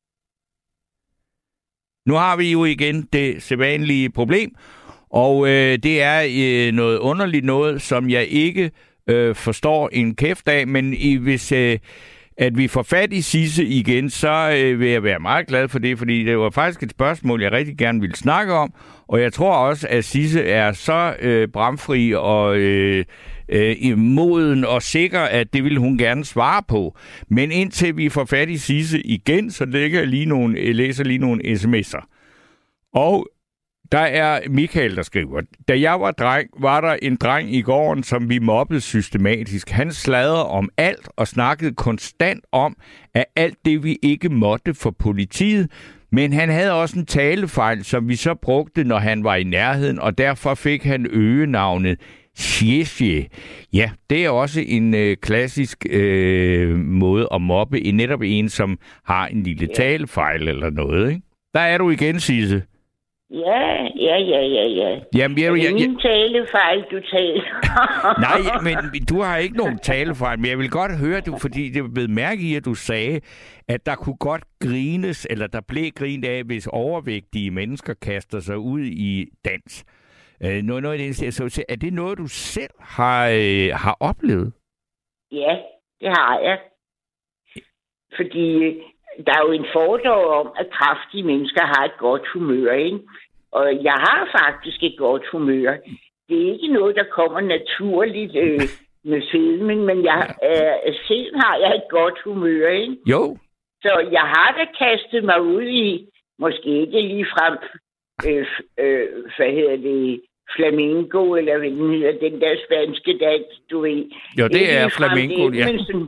Speaker 1: Nu har vi jo igen det sædvanlige problem, og øh, det er øh, noget underligt noget, som jeg ikke øh, forstår en kæft af, men i, hvis øh, at vi får fat i Sisse igen, så øh, vil jeg være meget glad for det, fordi det var faktisk et spørgsmål, jeg rigtig gerne ville snakke om, og jeg tror også, at Sisse er så øh, bramfri og øh, øh, moden og sikker, at det vil hun gerne svare på. Men indtil vi får fat i Sisse igen, så lægger jeg lige nogle, jeg læser lige nogle sms'er. Og der er Michael, der skriver, da jeg var dreng, var der en dreng i gården, som vi mobbede systematisk. Han sladrede om alt og snakkede konstant om, at alt det, vi ikke måtte for politiet. Men han havde også en talefejl, som vi så brugte, når han var i nærheden, og derfor fik han øgenavnet Sheshe. Ja, det er også en øh, klassisk øh, måde at mobbe. En netop en, som har en lille talefejl eller noget, ikke? Der er du igen, Sisse.
Speaker 4: Ja, ja, ja, ja, ja.
Speaker 1: Jamen, jeg,
Speaker 4: det er
Speaker 1: jeg,
Speaker 4: min
Speaker 1: jeg,
Speaker 4: talefejl, du taler.
Speaker 1: Nej, men du har ikke nogen talefejl, men jeg vil godt høre, du, fordi det blev mærke i, at du sagde, at der kunne godt grines, eller der blev grint af, hvis overvægtige mennesker kaster sig ud i dans. Øh, noget, noget af det, så er det noget, du selv har, øh, har oplevet?
Speaker 4: Ja, det har jeg. Fordi der er jo en fordom om, at kraftige mennesker har et godt humør, ikke? Og jeg har faktisk et godt humør. Det er ikke noget, der kommer naturligt øh, med filmen, men jeg, øh, selv har jeg et godt humør, ikke?
Speaker 1: Jo.
Speaker 4: Så jeg har da kastet mig ud i, måske ikke ligefrem, øh, øh, hvad hedder det, flamenco, eller hvad den hedder, den der spanske dans, du ved.
Speaker 1: Jo, det er flamenco, det, ja.
Speaker 4: Men sådan,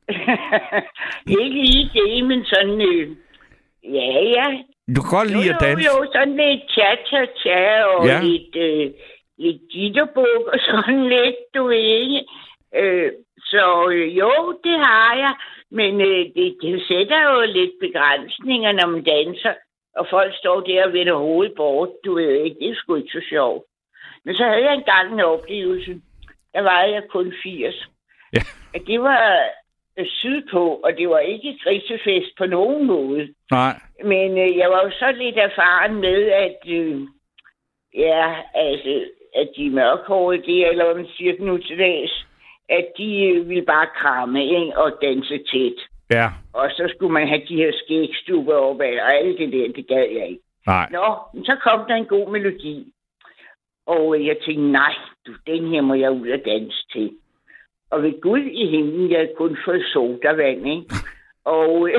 Speaker 4: ikke lige det, men sådan, øh, ja, ja.
Speaker 1: Du kan godt lide at danse.
Speaker 4: Jo, jo, sådan lidt cha-cha-cha og
Speaker 1: ja.
Speaker 4: lidt, øh, lidt jitterbug og sådan lidt, du ved ikke. Øh, så øh, jo, det har jeg, men øh, det, det sætter jo lidt begrænsninger, når man danser, og folk står der og vender hovedet bort, du ved ikke, det er sgu ikke så sjovt. Men så havde jeg engang en oplevelse, der var jeg kun firs.
Speaker 1: Ja.
Speaker 4: At det var sydpå, og det var ikke grisefest på nogen måde.
Speaker 1: Nej.
Speaker 4: Men øh, jeg var jo så lidt erfaren med, at øh, ja, altså, at de mørkhårede der, eller hvad man siger det nu til dags, at de øh, ville bare kramme, ikke, og danse tæt.
Speaker 1: Ja.
Speaker 4: Og så skulle man have de her skægstubber op af, og alt det der, det gad jeg ikke.
Speaker 1: Nej.
Speaker 4: Nå, så kom der en god melodi. Og jeg tænkte, nej, du, den her må jeg ud og danse til. Og ved Gud i himlen, jeg havde kun fået sodavand, ikke? Og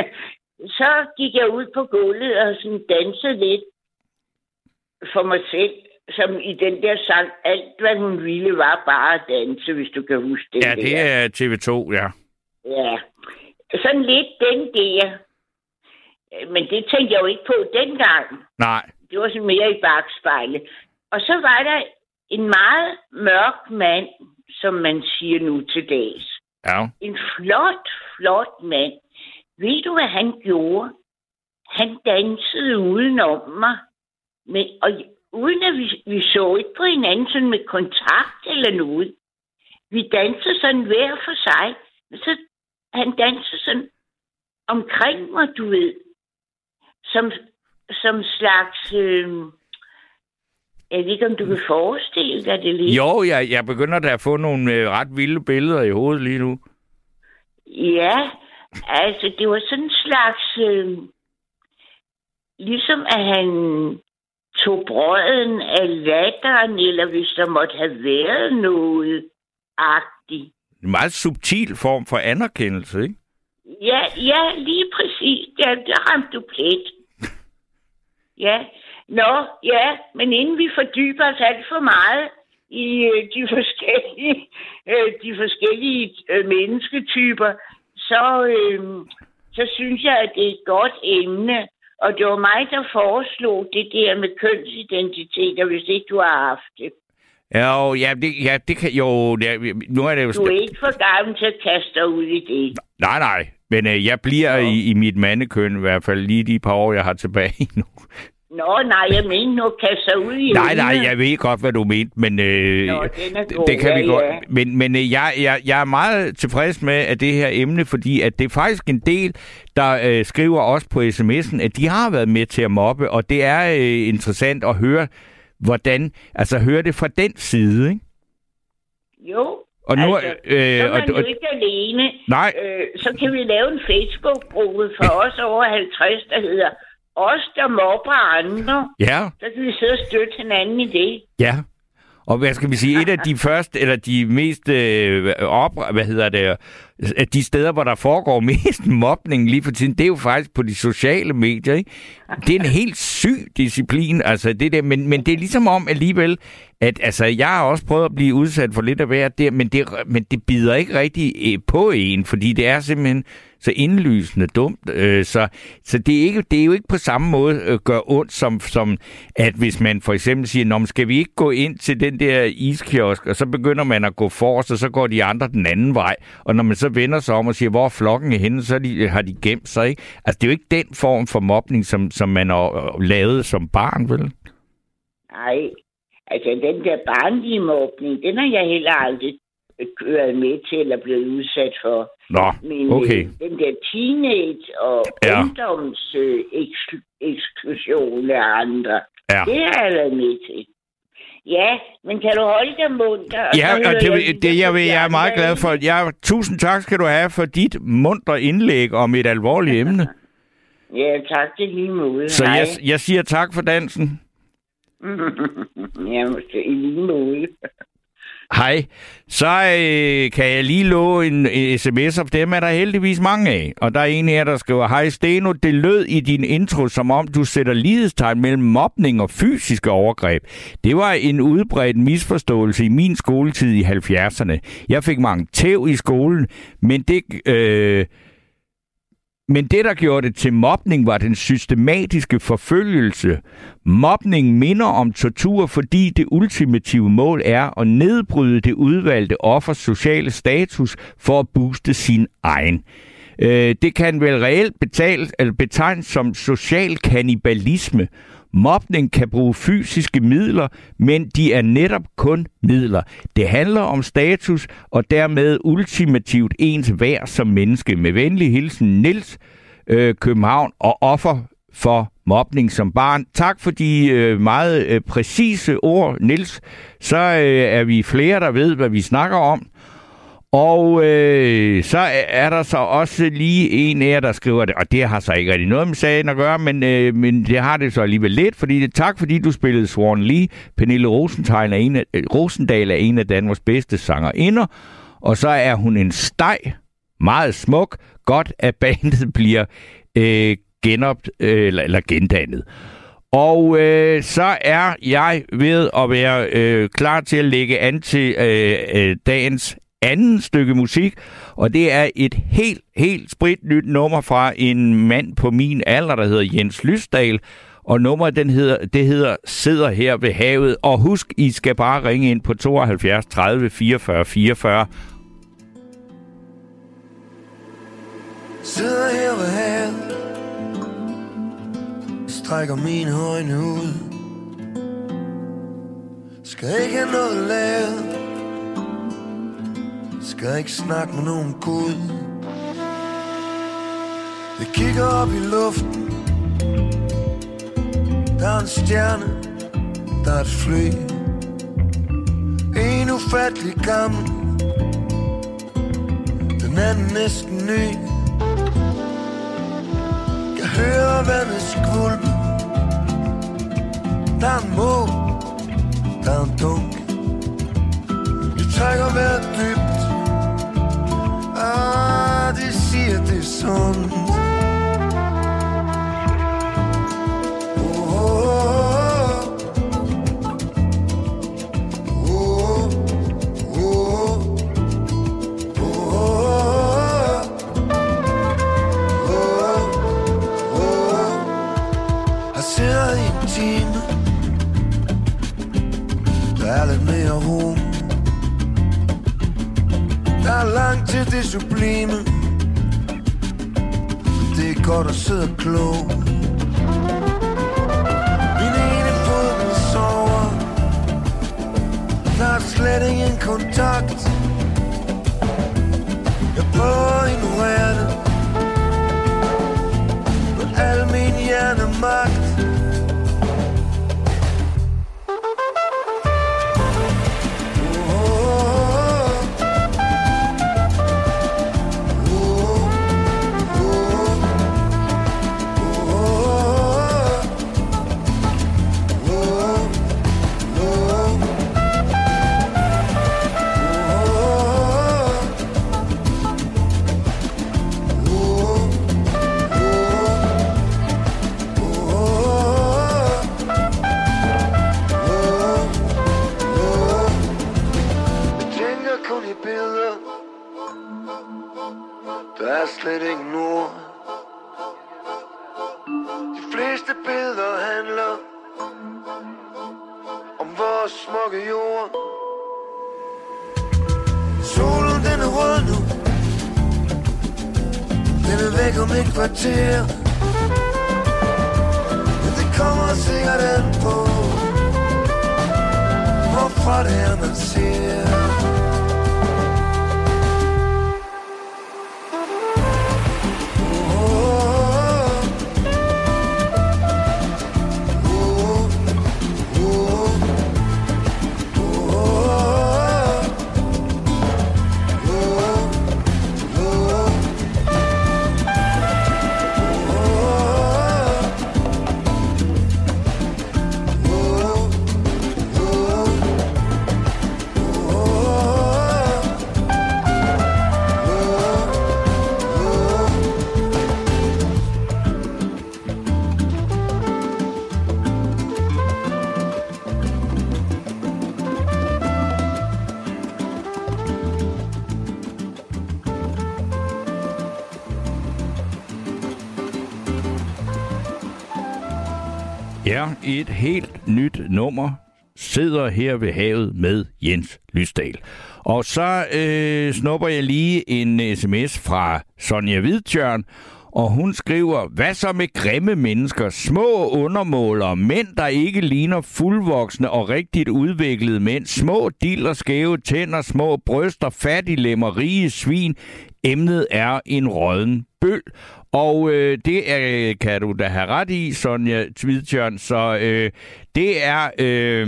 Speaker 4: så gik jeg ud på gulvet og sådan dansede lidt for mig selv, som i den der sang, alt hvad hun ville var bare at danse, hvis du kan huske det.
Speaker 1: Ja, det
Speaker 4: der.
Speaker 1: er T V to, ja.
Speaker 4: Ja, sådan lidt den der. Men det tænkte jeg jo ikke på dengang.
Speaker 1: Nej.
Speaker 4: Det var sådan mere i bagspejlet. Og så var der en meget mørk mand, som man siger nu til dags.
Speaker 1: Ja.
Speaker 4: En flot, flot mand. Ved du, hvad han gjorde? Han dansede udenom mig. Men, og uden at vi, vi så ikke på hinanden sådan med kontakt eller noget. Vi dansede sådan hver for sig. Så han dansede sådan omkring mig, du ved. Som, som slags... Øh, jeg ved ikke, om du kan forestille dig det lige.
Speaker 1: Jo, jeg, jeg begynder da at få nogle øh, ret vilde billeder i hovedet lige nu.
Speaker 4: Ja, altså det var sådan en slags... Øh, ligesom at han tog brøden af latteren, eller hvis der måtte have været noget agtigt.
Speaker 1: En meget subtil form for anerkendelse, ikke?
Speaker 4: Ja, ja, lige præcis. Ja, der ramte du plet. Ja, nå, ja, men inden vi fordyber os alt for meget i øh, de forskellige, øh, de forskellige øh, mennesketyper, så, øh, så synes jeg, at det er et godt emne. Og det var mig, der foreslog det der med kønsidentiteter, hvis ikke du har haft det.
Speaker 1: Jo, ja, det, ja, det kan jo... Det, nu er det jo...
Speaker 4: Du er ikke for gammel til at kaste dig ud i det.
Speaker 1: Nej, nej. Men øh, jeg bliver i, i mit mandekøn i hvert fald lige de par år, jeg har tilbage nu.
Speaker 4: Nå, nej, jeg mener nu kaste sig ud i...
Speaker 1: Nej, nej, jeg ved godt, hvad du mente, men øh,
Speaker 4: Nå, god,
Speaker 1: det kan
Speaker 4: ja,
Speaker 1: vi godt.
Speaker 4: Ja.
Speaker 1: Men, men øh, jeg, jeg, jeg er meget tilfreds med at det her emne, fordi at det er faktisk en del, der øh, skriver også på sms'en, at de har været med til at mobbe, og det er øh, interessant at høre, hvordan, altså høre det fra den side, ikke?
Speaker 4: Jo,
Speaker 1: og nu,
Speaker 4: altså,
Speaker 1: øh,
Speaker 4: så er man
Speaker 1: og,
Speaker 4: jo ikke alene.
Speaker 1: Nej.
Speaker 4: Øh, så kan vi lave en Facebook-gruppe for os over halvtreds, der hedder Os, der mobber andre.
Speaker 1: Ja.
Speaker 4: Så kan vi sidde og støtte hinanden i det.
Speaker 1: Ja. Og hvad skal vi sige, et af de første, eller de mest øh, op, hvad hedder det, de steder, hvor der foregår mest mobning lige for tiden, det er jo faktisk på de sociale medier, ikke? Det er en helt syg disciplin, altså det der, men, men det er ligesom om alligevel, at altså, jeg har også prøvet at blive udsat for lidt af hvert der, men det, men det bider ikke rigtig på en, fordi det er simpelthen så indlysende dumt. Øh, så så det, er ikke, det er jo ikke på samme måde øh, gør ondt, som, som at hvis man for eksempel siger, nå, skal vi ikke gå ind til den der iskiosk, og så begynder man at gå forrest, og så går de andre den anden vej. Og når man så vender sig om og siger, hvor er flokken er henne, så de, har de gemt sig, ikke? Altså, det er jo ikke den form for mobning, som, som man har lavet som barn, vel?
Speaker 4: Nej, altså den der barnlige mobning, den har jeg heller aldrig kørt med til, eller blevet udsat for.
Speaker 1: Nå,
Speaker 4: Men
Speaker 1: okay.
Speaker 4: den der teenage- og
Speaker 1: ja.
Speaker 4: ungdomseksklusion af andre,
Speaker 1: ja.
Speaker 4: det har jeg været med til. Ja, men kan du holde dig munter?
Speaker 1: Ja, og det, det, det jeg, jeg er meget glad for. Jeg, tusind tak skal du have for dit muntre indlæg om et alvorligt emne.
Speaker 4: Ja, tak til lige måde.
Speaker 1: Så jeg, jeg siger tak for dansen.
Speaker 4: Ja, måske i lige måde.
Speaker 1: Hej. Så øh, kan jeg lige love en, en sms, og dem er der heldigvis mange af. Og der er en her, der skriver, hej Steno, det lød i din intro, som om du sætter lighedstegn mellem mobning og fysiske overgreb. Det var en udbredt misforståelse i min skoletid i halvfjerdserne. Jeg fik mange tæv i skolen, men det... Øh, Men det, der gjorde det til mobning, var den systematiske forfølgelse. Mobning minder om tortur, fordi det ultimative mål er at nedbryde det udvalgte offers sociale status for at booste sin egen. Det kan vel reelt betales, eller betegnes som social kannibalisme. Mobning kan bruge fysiske midler, men de er netop kun midler. Det handler om status og dermed ultimativt ens værd som menneske. Med venlig hilsen Niels, øh, København og offer for mobning som barn. Tak for de øh, meget øh, præcise ord, Niels. Så øh, er vi flere, der ved, hvad vi snakker om. Og øh, så er der så også lige en af jer, der skriver det, og det har så ikke rigtig noget med sagen at gøre, men, øh, men det har det så alligevel lidt, fordi det, tak fordi du spillede Swan Lee. Pernille Rosenthal er en af, øh, Rosendal er en af Danmarks bedste sangerinder, og så er hun en steg, meget smuk, godt at bandet bliver øh, genop, øh, eller, eller gendannet. Og øh, så er jeg ved at være øh, klar til at lægge an til øh, øh, dagens anden stykke musik, og det er et helt, helt spritnyt nummer fra en mand på min alder, der hedder Jens Lysdal, og nummeret den hedder, det hedder Sidder her ved havet, og husk, I skal bare ringe ind på tooghalvfjerds tredive fireogfyrre fireogfyrre.
Speaker 5: Sidder her ved havet, strækker mine øjne ud, skal ikke have noget lavet, skal ikke snakke med nogen Gud. Jeg kigger op i luften, der er en stjerne, der er et fly, en ufattelig gammel, den anden næsten ny. Jeg hører vandet skvulpe, der er en må, der er en dunk. Jeg trækker vejret dybt, ah, de siger det er sundt. Oh, oh, oh, oh, oh, oh. Har siddet i en time, der er lidt mere ro. det sublime. Det er godt at sidde klog. Min ene fod den sover. Der er slet ingen kontakt. Jeg prøver at ignorere det, men al min hjernemagt. Der er slet ikke nord. De fleste billeder handler om vores smukke jord. Solen den er rød nu. Den er væk om et kvarter. Men det kommer sikkert an på, hvorfor det er man ser.
Speaker 1: Ja, et helt nyt nummer sidder her ved havet med Jens Lysdal. Og så øh, snupper jeg lige en sms fra Sonja Hvidtjørn, og hun skriver, hvad så med grimme mennesker, små undermålere, mænd, der ikke ligner fuldvoksne og rigtigt udviklede mænd, små diller, skæve tænder, små bryster, fattiglemmer, rige svin. Emnet er en rådden bøl. Og øh, det er, kan du da have ret i, Sonja Hvidtjørn, så øh, det er øh,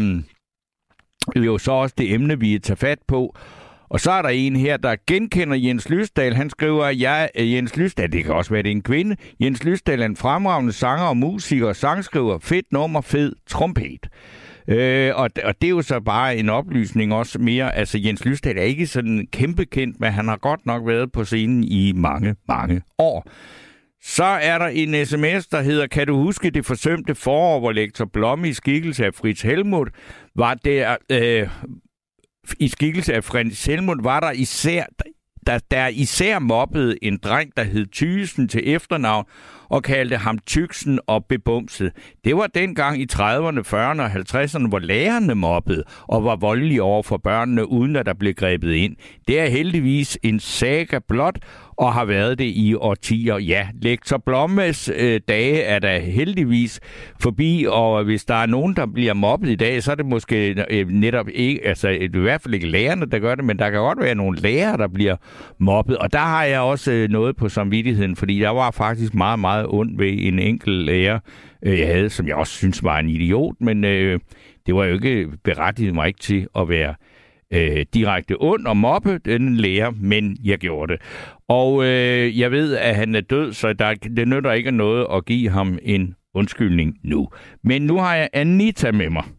Speaker 1: jo så også det emne, vi tager fat på. Og så er der en her, der genkender Jens Lysdal. Han skriver, at jeg er Jens Lysdal. Det kan også være, det er en kvinde. Jens Lysdal er en fremragende sanger og musiker og sangskriver. Fedt nummer, fed trompet. Øh, og, og det er jo så bare en oplysning også mere. Altså, Jens Lysdal er ikke sådan kæmpekendt, men han har godt nok været på scenen i mange, mange år. Så er der en sms, der hedder, kan du huske det forsømte forår, hvor lektor Blomme i skikkelse af Fritz Helmuth var der... Øh, I skikkelse af Frans Helmuth var der især, der, der især mobbede en dreng, der hed Thysen til efternavn, og kaldte ham Tyksen og Bebumset. Det var dengang i trediverne, fyrrerne og halvtredserne, hvor lærerne mobbede og var voldelige over for børnene, uden at der blev grebet ind. Det er heldigvis en saga blot, og har været det i årtier. Ja, lektor Blommes øh, dage er der heldigvis forbi, og hvis der er nogen, der bliver mobbet i dag, så er det måske øh, netop ikke, altså i hvert fald ikke lærerne, der gør det, men der kan godt være nogle lærere, der bliver mobbet, og der har jeg også øh, noget på samvittigheden, fordi der var faktisk meget, meget ondt ved en enkelt lærer, øh, jeg havde, som jeg også synes var en idiot, men øh, det var jo ikke berettiget mig ikke til at være øh, direkte ond og mobbe den lærer, men jeg gjorde det. Og øh, jeg ved, at han er død, så der, det nytter ikke noget at give ham en undskyldning nu. Men nu har jeg Anita med mig.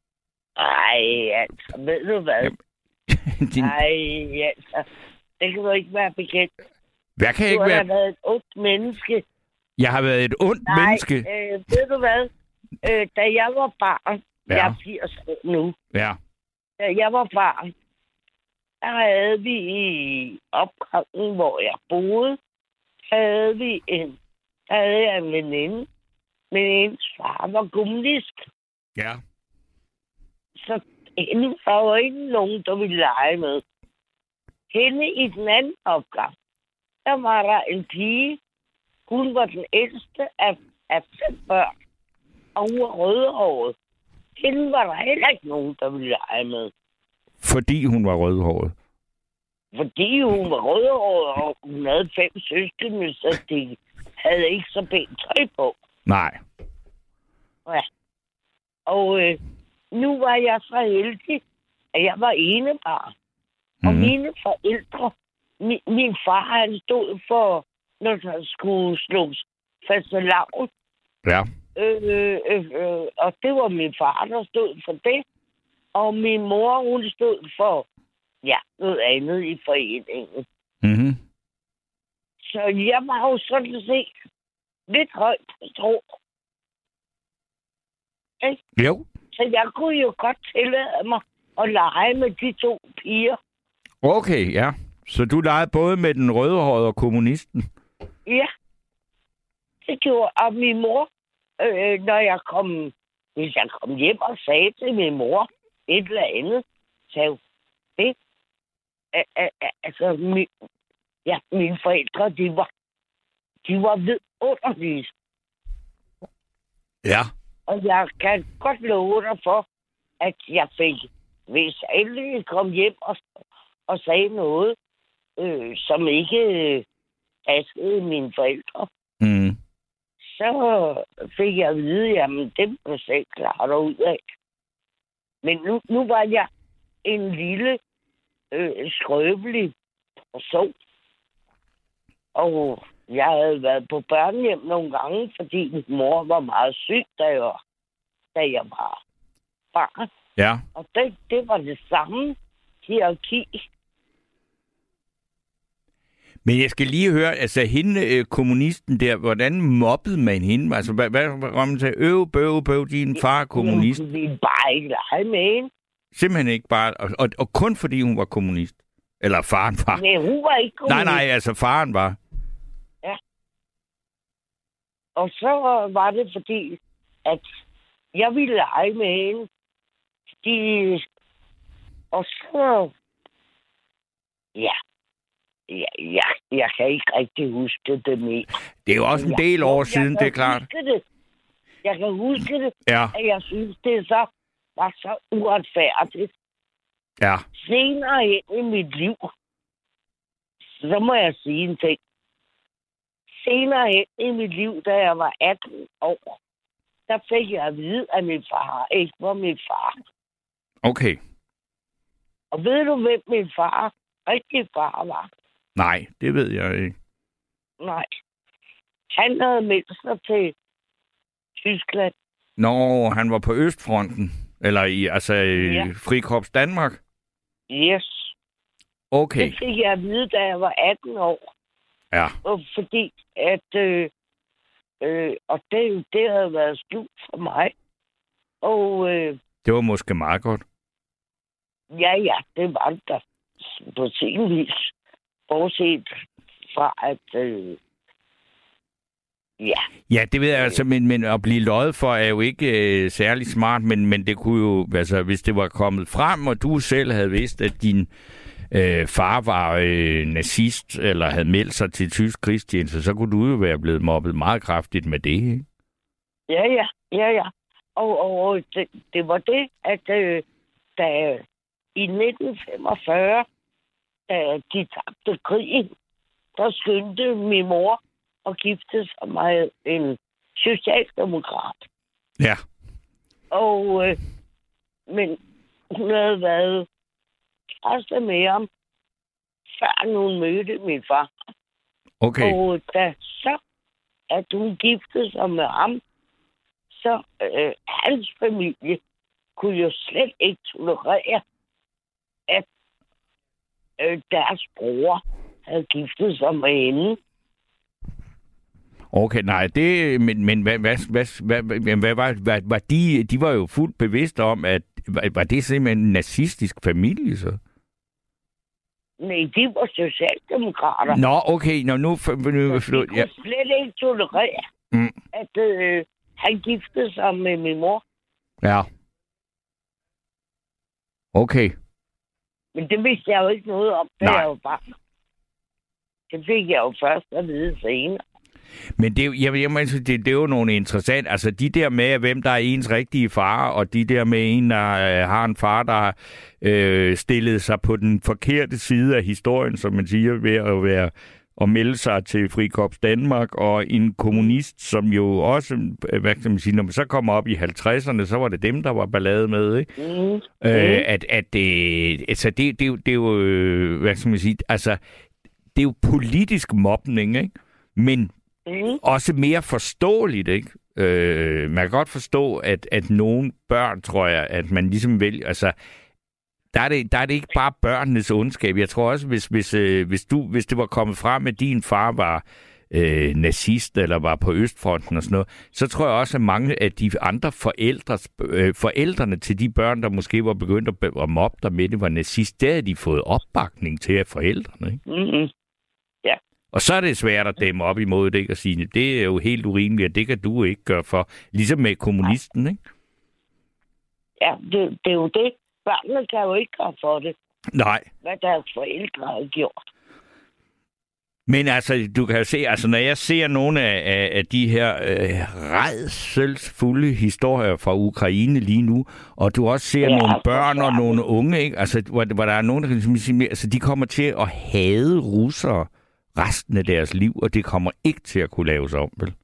Speaker 6: Ej, altså, ved du hvad?
Speaker 1: Ja. Din...
Speaker 6: Ej, altså, det kan du ikke være bekendt.
Speaker 1: Hvad kan jeg ikke
Speaker 6: du
Speaker 1: være?
Speaker 6: Du har været et ondt menneske.
Speaker 1: Jeg har været et ondt
Speaker 6: Nej,
Speaker 1: menneske?
Speaker 6: Øh, ved du hvad? Øh, da jeg var barn, ja. Jeg er firs år nu.
Speaker 1: Ja.
Speaker 6: Da jeg var barn, der havde vi i opgangen, hvor jeg boede, havde vi en, havde jeg en veninde. Men hendes far var kommunist.
Speaker 1: Ja.
Speaker 6: Så hende var jo ikke nogen, der ville lege med. Hende i den anden opgang, der var der en pige. Hun var den ældste af, af fem børn, og hun var rødhåret. Hende var der heller ikke nogen, der ville lege med.
Speaker 1: Fordi hun var rødhåret?
Speaker 6: Fordi hun var rødhåret, og hun havde fem søskende, så de havde ikke så pænt tøj på.
Speaker 1: Nej.
Speaker 6: Ja. Og øh, nu var jeg så heldig, at jeg var enebarn. Mm. Og mine forældre, min, min far, han stod for, når der skulle slås fastelavn.
Speaker 1: Ja.
Speaker 6: Øh, øh, øh, og det var min far, der stod for det. Og min mor, hun stod for, ja, noget andet i foreningen.
Speaker 1: Mhm.
Speaker 6: Så jeg var jo sådan set lidt højt på strå. Okay?
Speaker 1: Jo.
Speaker 6: Så jeg kunne jo godt tillade mig at lege med de to piger.
Speaker 1: Okay, ja. Så du legede både med den rødhårede og kommunisten?
Speaker 6: Ja, det gjorde. Og min mor, øh, når jeg kom, hvis jeg kom hjem og sagde til min mor et eller andet, sagde hun, det, altså, min, ja, mine forældre, de var, de var vidunderlige.
Speaker 1: Ja.
Speaker 6: Og jeg kan godt love dig for, at jeg fik, hvis alle kom hjem og, og sagde noget, øh, som ikke øh, passede mine forældre,
Speaker 1: Mm.
Speaker 6: så fik jeg at vide, jamen det må du selv klare dig ud af. Men nu, nu var jeg en lille, øh, skrøbelig person. Og jeg havde været på børnehjem nogle gange, fordi min mor var meget syg, da jeg var, da jeg var barn.
Speaker 1: Ja.
Speaker 6: Og det, det var det samme hierarki.
Speaker 1: Men jeg skal lige høre, altså hende, øh, kommunisten der, hvordan mobbede man hende? Altså, hvad, hvad var man sagde? Øv, bøv, bøv, din far er kommunist.
Speaker 6: Vi ville bare ikke lege med hende.
Speaker 1: Simpelthen ikke bare, og, og, og kun fordi hun var kommunist. Eller faren var.
Speaker 6: Men hun var ikke kommunist.
Speaker 1: Nej, nej, altså faren var.
Speaker 6: Ja. Og så var det fordi, at jeg ville lege med hende. Fordi... Og så... Ja. Ja, ja, jeg kan ikke rigtig huske det mere.
Speaker 1: Det er jo også en del år
Speaker 6: jeg,
Speaker 1: siden,
Speaker 6: jeg
Speaker 1: det er klart.
Speaker 6: Det. Jeg kan huske det,
Speaker 1: Ja.
Speaker 6: at jeg synes, det så var så uretfærdigt.
Speaker 1: Ja.
Speaker 6: Senere hen i mit liv, så må jeg sige en ting. Senere hen i mit liv, da jeg var atten år, der fik jeg at vide, at min far ikke var min far.
Speaker 1: Okay.
Speaker 6: Og ved du, hvem min far, rigtig far var?
Speaker 1: Nej, det ved jeg ikke.
Speaker 6: Nej. Han havde meldt sig til Tyskland.
Speaker 1: Nå, han var på Østfronten. Eller i, altså i
Speaker 6: Ja.
Speaker 1: Frikorps Danmark.
Speaker 6: Yes.
Speaker 1: Okay.
Speaker 6: Det fik jeg at vide, da jeg var atten år.
Speaker 1: Ja.
Speaker 6: Og fordi, at... Øh, øh, og det, det havde været slut for mig. Og øh,
Speaker 1: Det var måske meget godt.
Speaker 6: ja, ja, det var det der på sin vis. Bortset fra, at... Øh, ja.
Speaker 1: Ja, det ved jeg altså, men, men at blive løjet for er jo ikke øh, særlig smart, men, men det kunne jo, altså hvis det var kommet frem, og du selv havde vidst, at din øh, far var øh, nazist, eller havde meldt sig til tysk krigstjeneste, så kunne du jo være blevet mobbet meget kraftigt med det, ikke?
Speaker 6: Ja, ja, ja, ja. Og, og, og det, det var det, at øh, da i nitten femogfyrre, da de tabte krigen, der skyndte min mor at gifte sig med en socialdemokrat.
Speaker 1: Ja.
Speaker 6: Og, øh, men hun havde været kæreste med ham, før hun mødte min far.
Speaker 1: Okay.
Speaker 6: Og da så, at hun giftede sig med ham, så øh, hans familie kunne jo slet ikke tolerere, at øh, deres bror havde giftet sig med hende.
Speaker 1: Okay, nej, det, men, men hvad, hvad, hvad, hvad, hvad, hvad var, hvad, var de, de var jo fuldt bevidste om, at var, var det simpelthen en nazistisk familie, så?
Speaker 6: Nej, de var socialdemokrater.
Speaker 1: Nå, okay, nå, nu... nu
Speaker 6: Så de kunne
Speaker 1: ja.
Speaker 6: slet ikke tolerere,
Speaker 1: Mm.
Speaker 6: at øh, han giftede sig med min mor.
Speaker 1: Ja. Okay.
Speaker 6: Men det vidste jeg jo ikke noget om, da
Speaker 1: Nej.
Speaker 6: jeg var barn. Det fik jeg jo først at vide senere.
Speaker 1: Men det, jeg, jeg mener, det, det er jo nogle interessant. Altså de der med, hvem der er ens rigtige far, og de der med en, der øh, har en far, der har øh, stillet sig på den forkerte side af historien, som man siger, ved at være og melde sig til Frikorps Danmark, og en kommunist, som jo også, hvad kan man sige, når man så kommer op i halvtredserne, så var det dem, der var ballade med, ikke?
Speaker 6: Mm.
Speaker 1: Øh, at, at det, altså det, det, det er jo, øh, hvad skal man sige, altså, det er jo politisk mobning, ikke? Men
Speaker 6: Mm.
Speaker 1: også mere forståeligt, ikke? Øh, man kan godt forstå, at, at nogle børn, tror jeg, at man ligesom vælger, altså, der er, det, der er det ikke bare børnenes ondskab. Jeg tror også, hvis, hvis, øh, hvis, du, hvis det var kommet frem, at din far var øh, nazist, eller var på Østfronten og sådan noget, så tror jeg også, at mange af de andre forældres, øh, forældrene til de børn, der måske var begyndt at, at mobbe dig med, det var nazist, der havde de fået opbakning til af forældrene, ikke?
Speaker 6: Mm-hmm. Ja.
Speaker 1: Og så er det svært at dæmme op imod det, ikke? At sige, det er jo helt urimeligt, og det kan du ikke gøre for. Ligesom med kommunisten, ikke?
Speaker 6: Ja, det, det er jo det. Børnene kan jo ikke gøre for det,
Speaker 1: Nej.
Speaker 6: hvad deres forældre har gjort.
Speaker 1: Men altså, du kan jo se, altså når jeg ser nogle af, af, af de her øh, rædselsfulde historier fra Ukraine lige nu, og du også ser
Speaker 6: Ja,
Speaker 1: nogle
Speaker 6: altså,
Speaker 1: børn og
Speaker 6: ja.
Speaker 1: nogle unge, ikke? Altså, hvor, hvor der er nogen, der kan ligesom sige, altså de kommer til at hade russere resten af deres liv, og det kommer ikke til at kunne laves om, vel?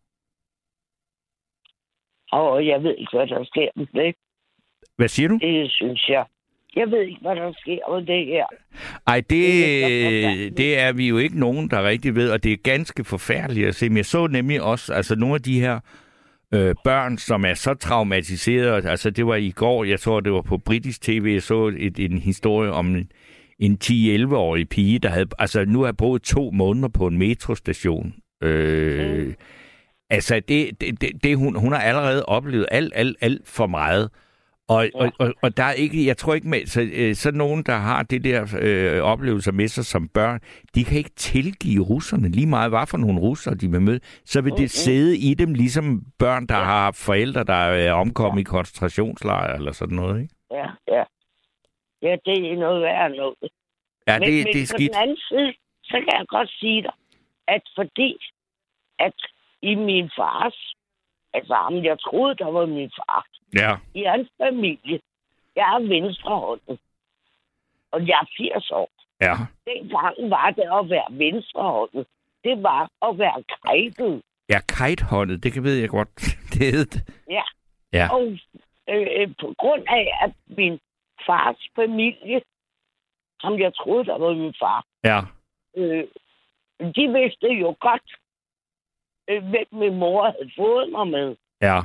Speaker 6: Og jeg ved ikke, hvad der sker med det.
Speaker 1: Hvad siger du?
Speaker 6: Det synes jeg. Jeg ved ikke, hvad der sker med det her.
Speaker 1: Ej, det,
Speaker 6: Det er så forfærdeligt.
Speaker 1: det er vi jo ikke nogen, der rigtig ved, og det er ganske forfærdeligt at se. Men jeg så nemlig også, altså nogle af de her øh, børn, som er så traumatiseret. Altså det var i går, jeg tror, det var på britisk tv, jeg så et, en historie om en, en ti-elleve-årig pige, der havde, altså nu har boet to måneder på en metrostation. Øh, mm. Altså det, det, det, det hun, hun har allerede oplevet alt, alt, alt for meget. Og, ja. og, og, og der er ikke, jeg tror ikke med, så, øh, så nogen, der har det der øh, oplevelser med sig som børn, de kan ikke tilgive russerne lige meget, hvad for nogle russere de vil møde. Så vil det mm-hmm. sidde i dem, ligesom børn, der ja. har forældre, der er omkommet ja. i koncentrationslejre eller sådan noget, ikke?
Speaker 6: Ja, ja. Ja, det er noget værd noget.
Speaker 1: Ja,
Speaker 6: men,
Speaker 1: det,
Speaker 6: men
Speaker 1: det er
Speaker 6: på
Speaker 1: skidt.
Speaker 6: den anden side, så kan jeg godt sige dig, at fordi, at i min fars, altså ham, jeg troede, der var min far,
Speaker 1: Ja.
Speaker 6: i hans familie, jeg er venstrehåndet, og jeg er firs år.
Speaker 1: Ja.
Speaker 6: Dengang var det at være venstrehåndet. Det var at være kajtet.
Speaker 1: Ja, kajthåndet, det kan ved jeg godt. Det hed det.
Speaker 6: Ja.
Speaker 1: Ja.
Speaker 6: Og øh, på grund af, at min fars familie, som jeg troede, der var min far,
Speaker 1: Ja.
Speaker 6: øh, de vidste jo godt, øh, hvem min mor havde fået mig med.
Speaker 1: Ja.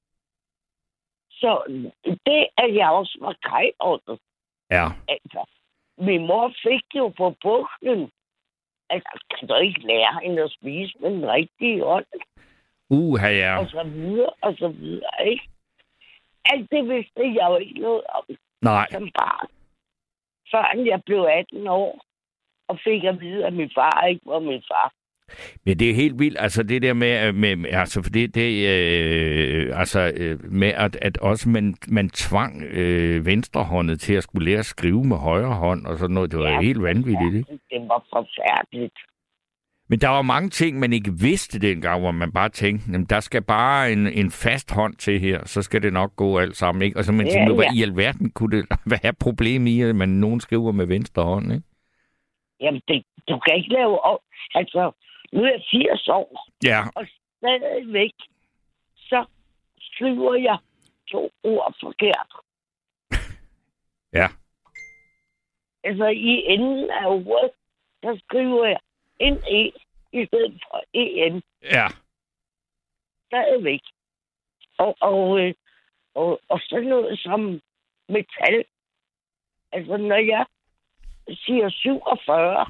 Speaker 6: Så det, at jeg også var kajthåndet,
Speaker 1: Ja.
Speaker 6: altså, min mor fik jo på bukken. Altså, kan du ikke lære hende at spise med den rigtige hånd?
Speaker 1: Uha, ja.
Speaker 6: Og så videre, og så videre, ikke? Alt det vidste jeg jo ikke noget om
Speaker 1: Nej.
Speaker 6: som barn. Før jeg blev atten år, og fik at vide, at min far ikke var min far.
Speaker 1: Men det er helt vildt, altså det der med, med, med altså for det, det øh, altså øh, med at, at også man, man tvang øh, venstrehåndet til at skulle lære at skrive med højre hånd og sådan noget. Det var ja, helt vanvittigt, ikke?
Speaker 6: Det var forfærdeligt.
Speaker 1: Men der var mange ting, man ikke vidste dengang, hvor man bare tænkte, jamen, der skal bare en, en fast hånd til her, så skal det nok gå alt sammen, ikke? Og så man
Speaker 6: Ja,
Speaker 1: tænkte, hvad
Speaker 6: ja.
Speaker 1: i alverden kunne det være problem i, at man nogen skriver med venstre hånd, ikke?
Speaker 6: Jamen, det, du kan ikke lave om. Altså, nu er jeg firs år,
Speaker 1: Ja,
Speaker 6: og stadigvæk, så skriver jeg to ord forkert.
Speaker 1: ja,
Speaker 6: Altså, i enden af ordet, så skriver jeg en E i stedet for en.
Speaker 1: ja,
Speaker 6: Stadigvæk. Og, og, øh, og, og sådan noget som metal. Altså, når jeg siger syvogfyrre,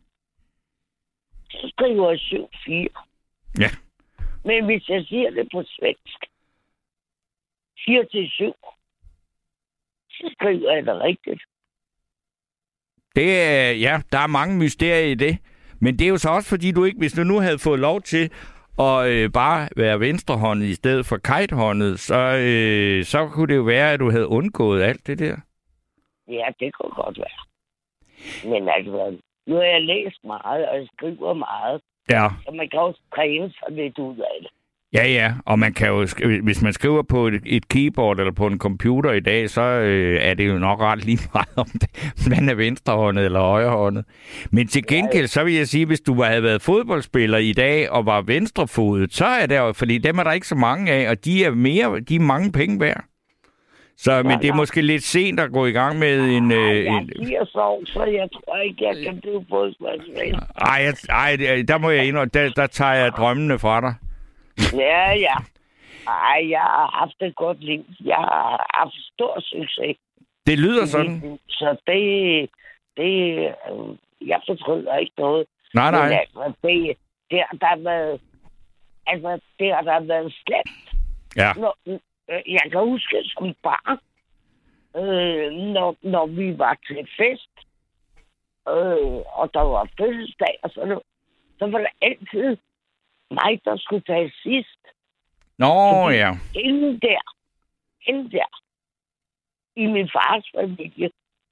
Speaker 6: så skriver jeg syv fire.
Speaker 1: ja.
Speaker 6: Men hvis jeg siger det på svensk, fire til syv, så skriver jeg det rigtigt.
Speaker 1: Det er, ja, der er mange mysterier i det. Men det er jo så også, fordi du ikke, hvis du nu havde fået lov til at øh, bare være venstrehåndet i stedet for kajthåndet, så, øh, så kunne det jo være, at du havde undgået alt det der.
Speaker 6: Ja, det kunne godt være. Men altså, nu har jeg læst meget, og jeg skriver meget.
Speaker 1: Ja.
Speaker 6: Så man kan også træne sig lidt ud af det.
Speaker 1: Ja, ja, og man kan jo, hvis man skriver på et, et keyboard eller på en computer i dag, så øh, er det jo nok ret lige meget, om det, man er venstrehåndet eller højrehåndet. Men til gengæld, så vil jeg sige, hvis du havde været fodboldspiller i dag og var venstrefodet, så er det jo, fordi dem er der ikke så mange af, og de er mere, de er mange penge værd. Så, ja, men det er måske lidt sent at gå i gang med en...
Speaker 6: Øh,
Speaker 1: øh,
Speaker 6: jeg
Speaker 1: en
Speaker 6: giver sov, så jeg tror ikke, jeg kan blive fodboldspiller.
Speaker 1: Ej, ej, der må jeg indrømme, der, der tager jeg drømmene fra dig.
Speaker 6: Ja, ja. Ej, jeg har haft et godt liv. Jeg har haft stor succes.
Speaker 1: Det lyder sådan.
Speaker 6: Så det... det jeg fortryder ikke noget.
Speaker 1: Nej, nej.
Speaker 6: Men altså, det, det har der været... Altså, det har der været slemt.
Speaker 1: Ja.
Speaker 6: Når, jeg kan huske som barn, øh, når, når vi var til fest, øh, og der var fødselsdag og sådan noget, så var der altid mig, der skulle tage sidst.
Speaker 1: Nå,
Speaker 6: fordi
Speaker 1: ja.
Speaker 6: Inden der, inden der, i min fars familie,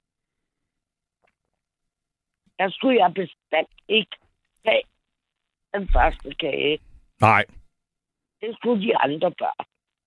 Speaker 6: der skulle jeg bestemt ikke tage den første kage.
Speaker 1: Nej.
Speaker 6: Det skulle de andre børn.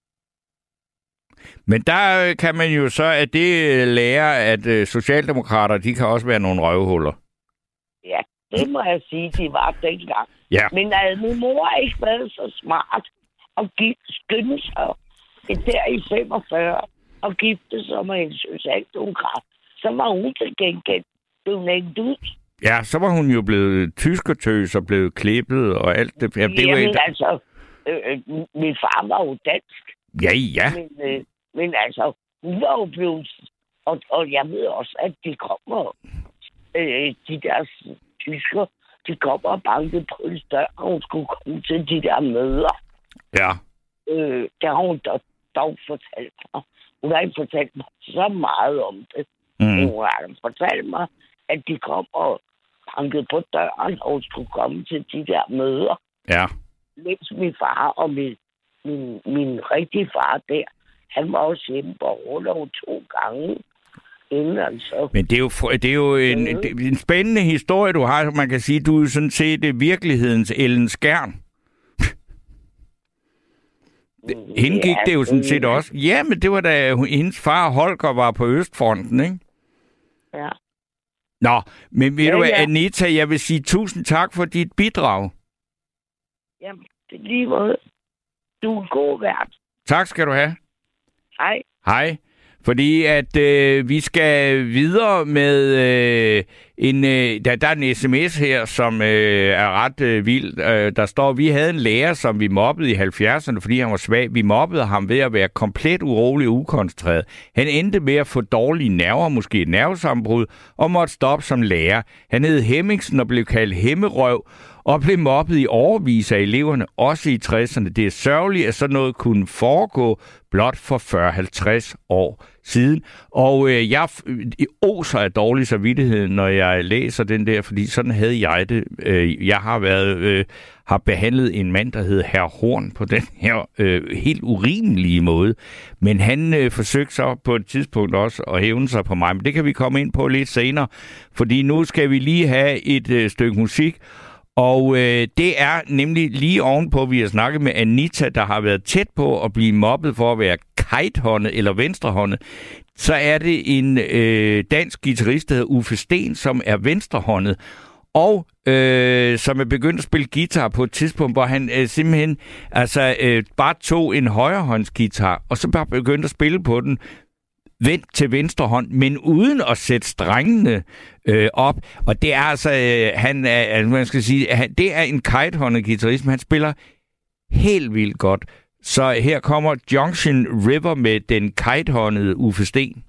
Speaker 1: Men der kan man jo så, at det lære, at øh, socialdemokrater, de kan også være nogle røvhuller.
Speaker 6: Ja, det må jeg sige, de var dengang.
Speaker 1: Ja.
Speaker 6: Men altså, min mor har ikke været så smart at give, skynde sig der i femogfyrre og gifte sig med en socialdemokrat. Så var hun til gengæld blevet nægget ud.
Speaker 1: Ja, så var hun jo blevet tyskertøs og blevet klippet og alt det. Ja, det
Speaker 6: Jamen
Speaker 1: var et...
Speaker 6: altså, øh, min far var jo dansk.
Speaker 1: Ja, ja.
Speaker 6: Men, øh, men altså, hun var jo blevet... Og, og jeg ved også, at de kommer... Øh, de der tysker, de kommer og bankede på en dør, og hun skulle komme til de der møder.
Speaker 1: Ja.
Speaker 6: Øh, der har hun dog, dog fortalt mig. Hun har ikke fortalt mig så meget om det.
Speaker 1: Mm.
Speaker 6: Men hun har fortalt mig, at de kom og bankede på døren, og hun skulle komme til de der møder.
Speaker 1: Ja.
Speaker 6: Mens min far og min, min, min rigtige far der, han var også hjemme på Orlov to gange. Inden, altså.
Speaker 1: Men det er jo, det er jo en, det er en spændende historie, du har. Man kan sige, du er sådan set virkelighedens Ellen Skjern. Hende gik det jo sådan set også. Ja, men det var da hendes far Holger var på Østfronten, ikke?
Speaker 6: Ja.
Speaker 1: Nå, men ved
Speaker 6: ja,
Speaker 1: du hvad,
Speaker 6: ja.
Speaker 1: Anita, jeg vil sige tusind tak for dit bidrag.
Speaker 6: Jamen, det er lige måde. Du er en god vært.
Speaker 1: Tak skal du have.
Speaker 6: Hej.
Speaker 1: Hej. Fordi at øh, vi skal videre med øh, en... Øh, der, der er en sms her, som øh, er ret øh, vild. Øh, der står, vi havde en lærer, som vi mobbede i halvfjerdserne, fordi han var svag. Vi mobbede ham ved at være komplet urolig og ukoncentreret. Han endte med at få dårlige nerver, måske et nervesammenbrud, og måtte stoppe som lærer. Han hed Hemmingsen og blev kaldt Hemmerøv, og blev mobbet i årevis af eleverne, også i tresserne. Det er sørgeligt, at sådan noget kunne foregå blot for fyrre til halvtreds år siden. Og øh, jeg oser af dårlig samvittighed, når jeg læser den der, fordi sådan havde jeg det. Øh, jeg har været øh, har behandlet en mand, der hed Herr Horn, på den her øh, helt urimelige måde. Men han øh, forsøgte så på et tidspunkt også at hævne sig på mig. Men det kan vi komme ind på lidt senere, fordi nu skal vi lige have et øh, stykke musik. Og øh, det er nemlig lige ovenpå, vi har snakket med Anita, der har været tæt på at blive mobbet for at være kitehåndet eller venstrehåndet. Så er det en øh, dansk guitarist, der hedder Uffe Sten, som er venstrehåndet. Og øh, som er begyndt at spille guitar på et tidspunkt, hvor han øh, simpelthen altså, øh, bare tog en højrehåndsguitar, og så bare begyndte at spille på den, vendt til venstre hånd, men uden at sætte strengene øh, op. Og det er altså, øh, han er, altså, man skal sige, han, det er en kitehåndet guitarist, men han spiller helt vildt godt. Så her kommer Junction River med den kitehåndede Uffe Sten.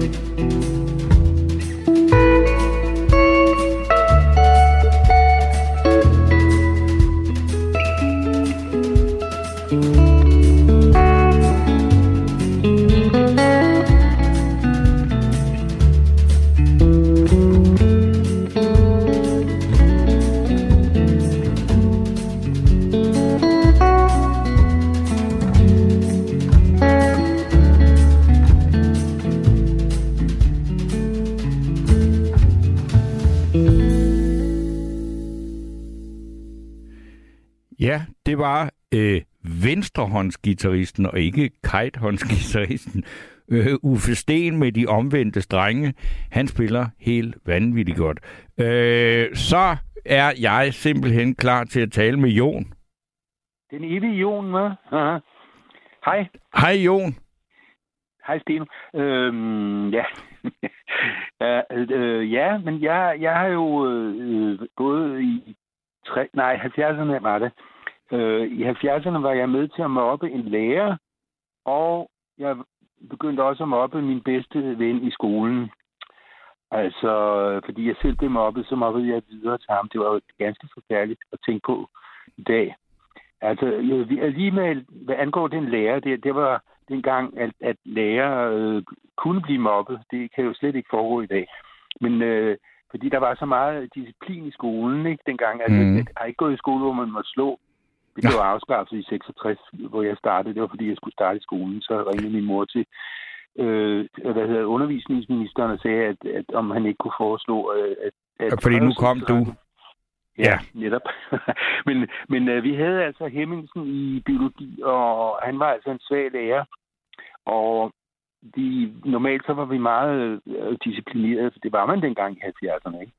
Speaker 1: Ja, det var øh, venstrehåndsgitarristen og ikke kajthåndsgitarristen øh, Uffe Sten med de omvendte strenge. Han spiller helt vanvittigt godt. Øh, så er jeg simpelthen klar til at tale med Jon.
Speaker 7: Den evige Jon, hva'? Aha. Hej.
Speaker 1: Hej Jon.
Speaker 7: Hej Steno. Øhm, ja. ja, øh, ja, men jeg, jeg har jo øh, gået i tre, nej, halvfjerdserne var det. Øh, I halvfjerdserne var jeg med til at mobbe en lærer, og jeg begyndte også at mobbe min bedste ven i skolen. Altså, fordi jeg selv blev mobbet, så mobbede jeg videre til ham. Det var jo ganske forfærdeligt at tænke på i dag. Altså, lige med, hvad angår den lærer, det, det var dengang, at, at lærer øh, kunne blive mobbet. Det kan jo slet ikke foregå i dag. Men øh, fordi der var så meget disciplin i skolen, ikke, dengang. Altså, mm. jeg har ikke gået i skole, hvor man måtte slå. Det blev afskaffet i seksogtres, hvor jeg startede. Det var, fordi jeg skulle starte i skolen. Så ringede min mor til øh, hvad hedder, undervisningsministeren og sagde, at, at om han ikke kunne foreslå... Øh, at, at
Speaker 1: fordi nu kom du...
Speaker 7: Ja, netop. men men øh, vi havde altså Hemmingsen i biologi, og han var altså en svag lærer. Og de, normalt så var vi meget øh, disciplinerede, for det var man dengang i halvfjerdserne, ikke?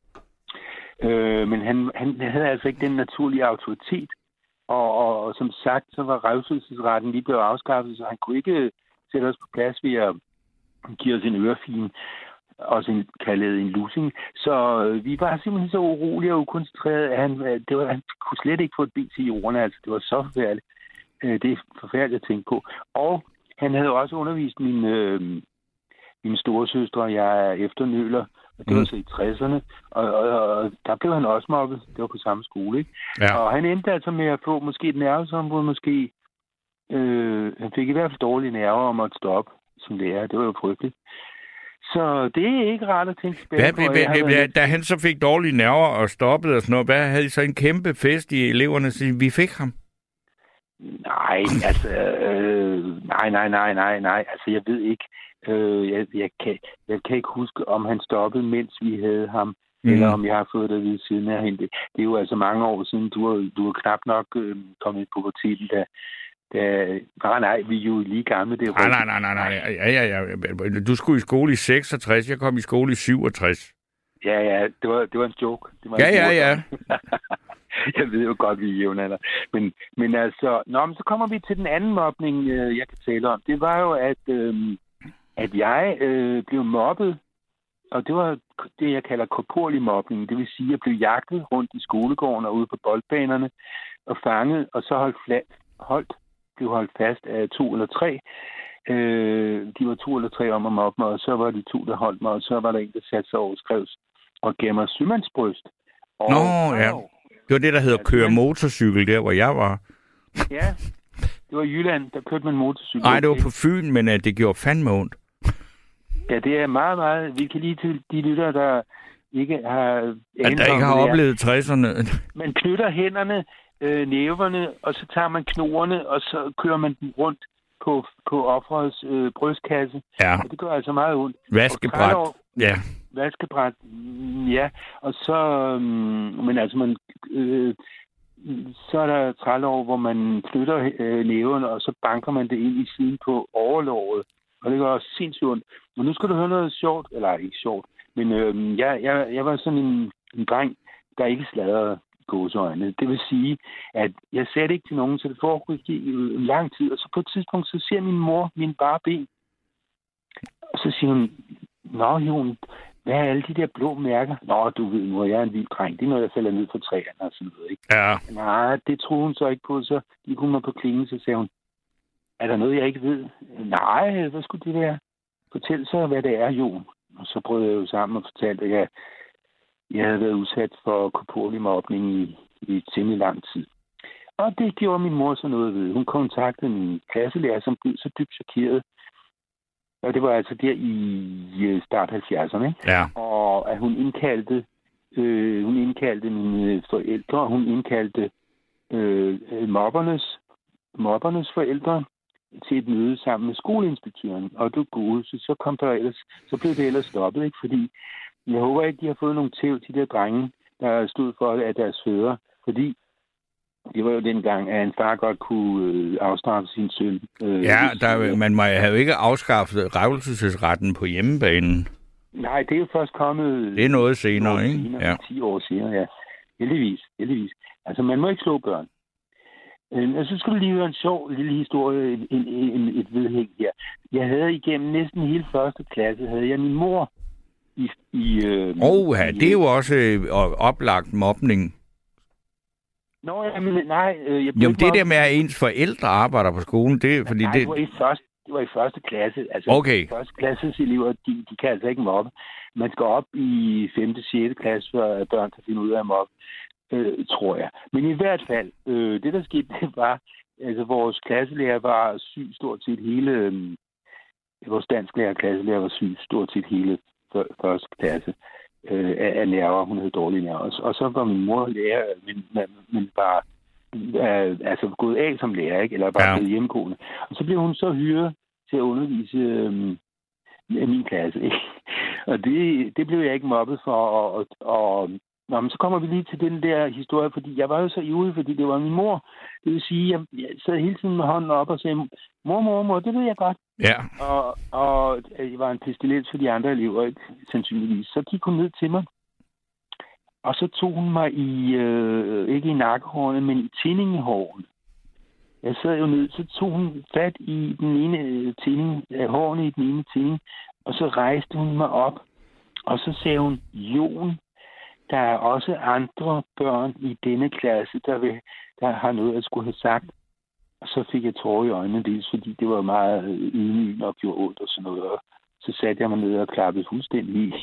Speaker 7: Øh, men han, han havde altså ikke den naturlige autoritet. Og, og, og som sagt, så var revselsesretten lige blevet afskaffet, så han kunne ikke sætte os på plads ved at give os en ørefin. Også en, kaldet en lussing. Så øh, vi var simpelthen så urolige og ukoncentrerede. Han, det var, han kunne slet ikke få et ben til jorden. Altså, det var så forfærdeligt. Øh, det er forfærdeligt at tænke på. Og han havde også undervist min, øh, min storesøstre, jeg er efternøler. Og det mm. var så i tresserne. Og, og, og der blev han også mobbet. Det var på samme skole, ikke? Ja. Og han endte altså med at få måske et nervesombrud, måske. Øh, han fik i hvert fald dårlige nerver om at stoppe som lærer. Det var jo frygteligt. Så det er ikke rart at tænke tilbage på.
Speaker 1: Hvad, hvad, hvad, da han så fik dårlige nerver og stoppede og sådan noget, hvad havde I så en kæmpe fest i eleverne, så vi fik ham?
Speaker 7: Nej, altså, øh, nej, nej, nej, nej, nej, altså jeg ved ikke, øh, jeg, jeg, kan, jeg kan ikke huske, om han stoppede, mens vi havde ham, mm. eller om jeg har fået det ved siden af hende. Det er jo altså mange år siden, du har, du har knap nok øh, kommet i puberteten, da Da, nej, nej, vi er jo lige gamle. Det er
Speaker 1: nej, nej, nej, nej, nej. Ja, ja, ja. Du skulle i skole i seksogtres, jeg kom i skole i syvogtres.
Speaker 7: Ja, ja, det var, det var en joke. Det var
Speaker 1: ja,
Speaker 7: en
Speaker 1: ja,
Speaker 7: joke.
Speaker 1: ja.
Speaker 7: Jeg ved jo godt, vi er jævnaldrende. Men, men altså, nå, men så kommer vi til den anden mobning, øh, jeg kan tale om. Det var jo, at, øh, at jeg øh, blev mobbet, og det var det, jeg kalder korporlig mobning. Det vil sige, at jeg blev jagtet rundt i skolegården og ude på boldbanerne og fanget, og så holdt flat, holdt blev holdt fast af to eller tre. Øh, de var to eller tre om at mobbe mig, og så var de to, der holdt mig, og så var der en, der satte sig over skrevs og gav mig sømandsbryst. Og,
Speaker 1: Nå, ja. Det var det, der hedder køre motorcykel, der hvor jeg var.
Speaker 7: Ja, det var i Jylland, der kørte man motorcykel.
Speaker 1: Nej, det var på Fyn, men uh, det gjorde fandme ondt.
Speaker 7: Ja, det er meget, meget... Vi kan lige til de lytter, der ikke har...
Speaker 1: At der ikke har oplevet tresserne.
Speaker 7: Man knytter hænderne, øh, næverne, og så tager man knoerne, og så kører man den rundt på, på offerets øh, brystkasse.
Speaker 1: Ja.
Speaker 7: Og det gør altså meget ondt.
Speaker 1: Vaskebræt.
Speaker 7: Og
Speaker 1: ja.
Speaker 7: Vaskebræt, ja. Og så... Øh, men altså, man... Øh, så er der trælår, hvor man flytter øh, næverne, og så banker man det ind i siden på overlåret. Og det gør også sindssygt ondt. Men nu skal du høre noget sjovt. Eller ikke sjovt. Men øh, jeg, jeg, jeg var sådan en, en dreng, der ikke sladrede gåseøjne. Det vil sige, at jeg sagde det ikke til nogen, så det foregik i en lang tid. Og så på et tidspunkt, så ser min mor min bare ben. Og så siger hun, nå Jon, hvad er alle de der blå mærker? Nå, du ved nu, jeg er en vild dreng. Det er noget, jeg falder ned fra træerne og sådan noget, ikke?
Speaker 1: Ja.
Speaker 7: Nej, det troede hun så ikke på. Så gik hun mig på klingen, så sagde hun, er der noget, jeg ikke ved? Nej, hvad skulle det være? fortæl så, hvad det er, Jon. Og så brød jeg jo sammen og fortalte, at jeg, jeg havde været udsat for korporlig mobning i, i temmelig lang tid. Og det gjorde min mor så noget ved. Hun kontaktede min klasselærer, som blev så dybt chokeret. Og det var altså der i start halvfjerdserne.
Speaker 1: Ja.
Speaker 7: Og at hun indkaldte, øh, hun indkaldte mine forældre, og hun indkaldte øh, mobbernes, mobbernes forældre til et møde sammen med skoleinspektøren. Og du gode, så, så kom der ellers, så blev det ellers stoppet, ikke? Fordi jeg håber ikke, de har fået nogle tæv til de der drenge, der stod for af deres fødder. Fordi det var jo dengang, at en far godt kunne øh, afstraffe sin søn. Øh,
Speaker 1: ja, der, man må have jo ikke afskaffet revselsesretten på hjemmebanen.
Speaker 7: Nej, det er jo først kommet...
Speaker 1: Det er noget senere, ikke?
Speaker 7: Senere,
Speaker 1: ja.
Speaker 7: ti år senere, ja. Heldigvis, heldigvis. Altså, man må ikke slå børn. Øh, og så skulle du lige høre en sjov lille historie, en, en, en, et vedhæng her. Jeg havde igennem næsten hele første klasse, havde jeg min mor i... i øh,
Speaker 1: oh, ja, det er jo også øh, oplagt mobning.
Speaker 7: Nå, jamen, nej. Øh, jeg
Speaker 1: Jamen, det der med, at ens forældre arbejder på skolen, det er fordi...
Speaker 7: Nej,
Speaker 1: det...
Speaker 7: det var i første, det var i første klasse. Altså,
Speaker 1: okay.
Speaker 7: Første klasses elever, de, de kan altså ikke mobbe. Man skal op i femte sjette klasse, før børn kan finde ud af at mobbe, øh, tror jeg. Men i hvert fald, øh, det der skete, det var, altså vores klasselærer var syg stort set hele... Øh, vores dansklærer og klasselærer var syg stort set hele første klasse. Øh, af, af nerver. Hun havde dårlige nerver. Og så var min mor lærer, men, men bare øh, altså gået af som lærer, ikke? Eller bare ja. hjemmegående. Og så blev hun så hyret til at undervise øh, min klasse, ikke? Og det, det blev jeg ikke mobbet for. Og, og, og nå, men så kommer vi lige til den der historie, fordi jeg var jo så ivrig, fordi det var min mor. Det vil sige, jeg, jeg sad hele tiden med hånden op og sagde, mor, mor, mor, det ved jeg godt.
Speaker 1: Ja.
Speaker 7: Og, og jeg var en pestilens for de andre elever, ikke, sandsynligvis. Så gik hun ned til mig, og så tog hun mig i, øh, ikke i nakkehårene, men i tindingehårene. Jeg sad jo ned, så tog hun fat i den ene tinding, hårene i den ene tinding, og så rejste hun mig op, og så sagde hun, Jon, der er også andre børn i denne klasse, der, vil, der har noget at skulle have sagt. Og så fik jeg tårer i øjnene, dels fordi det var meget ydmygende og gjorde ondt og sådan noget. Og så satte jeg mig ned og klappede fuldstændig i.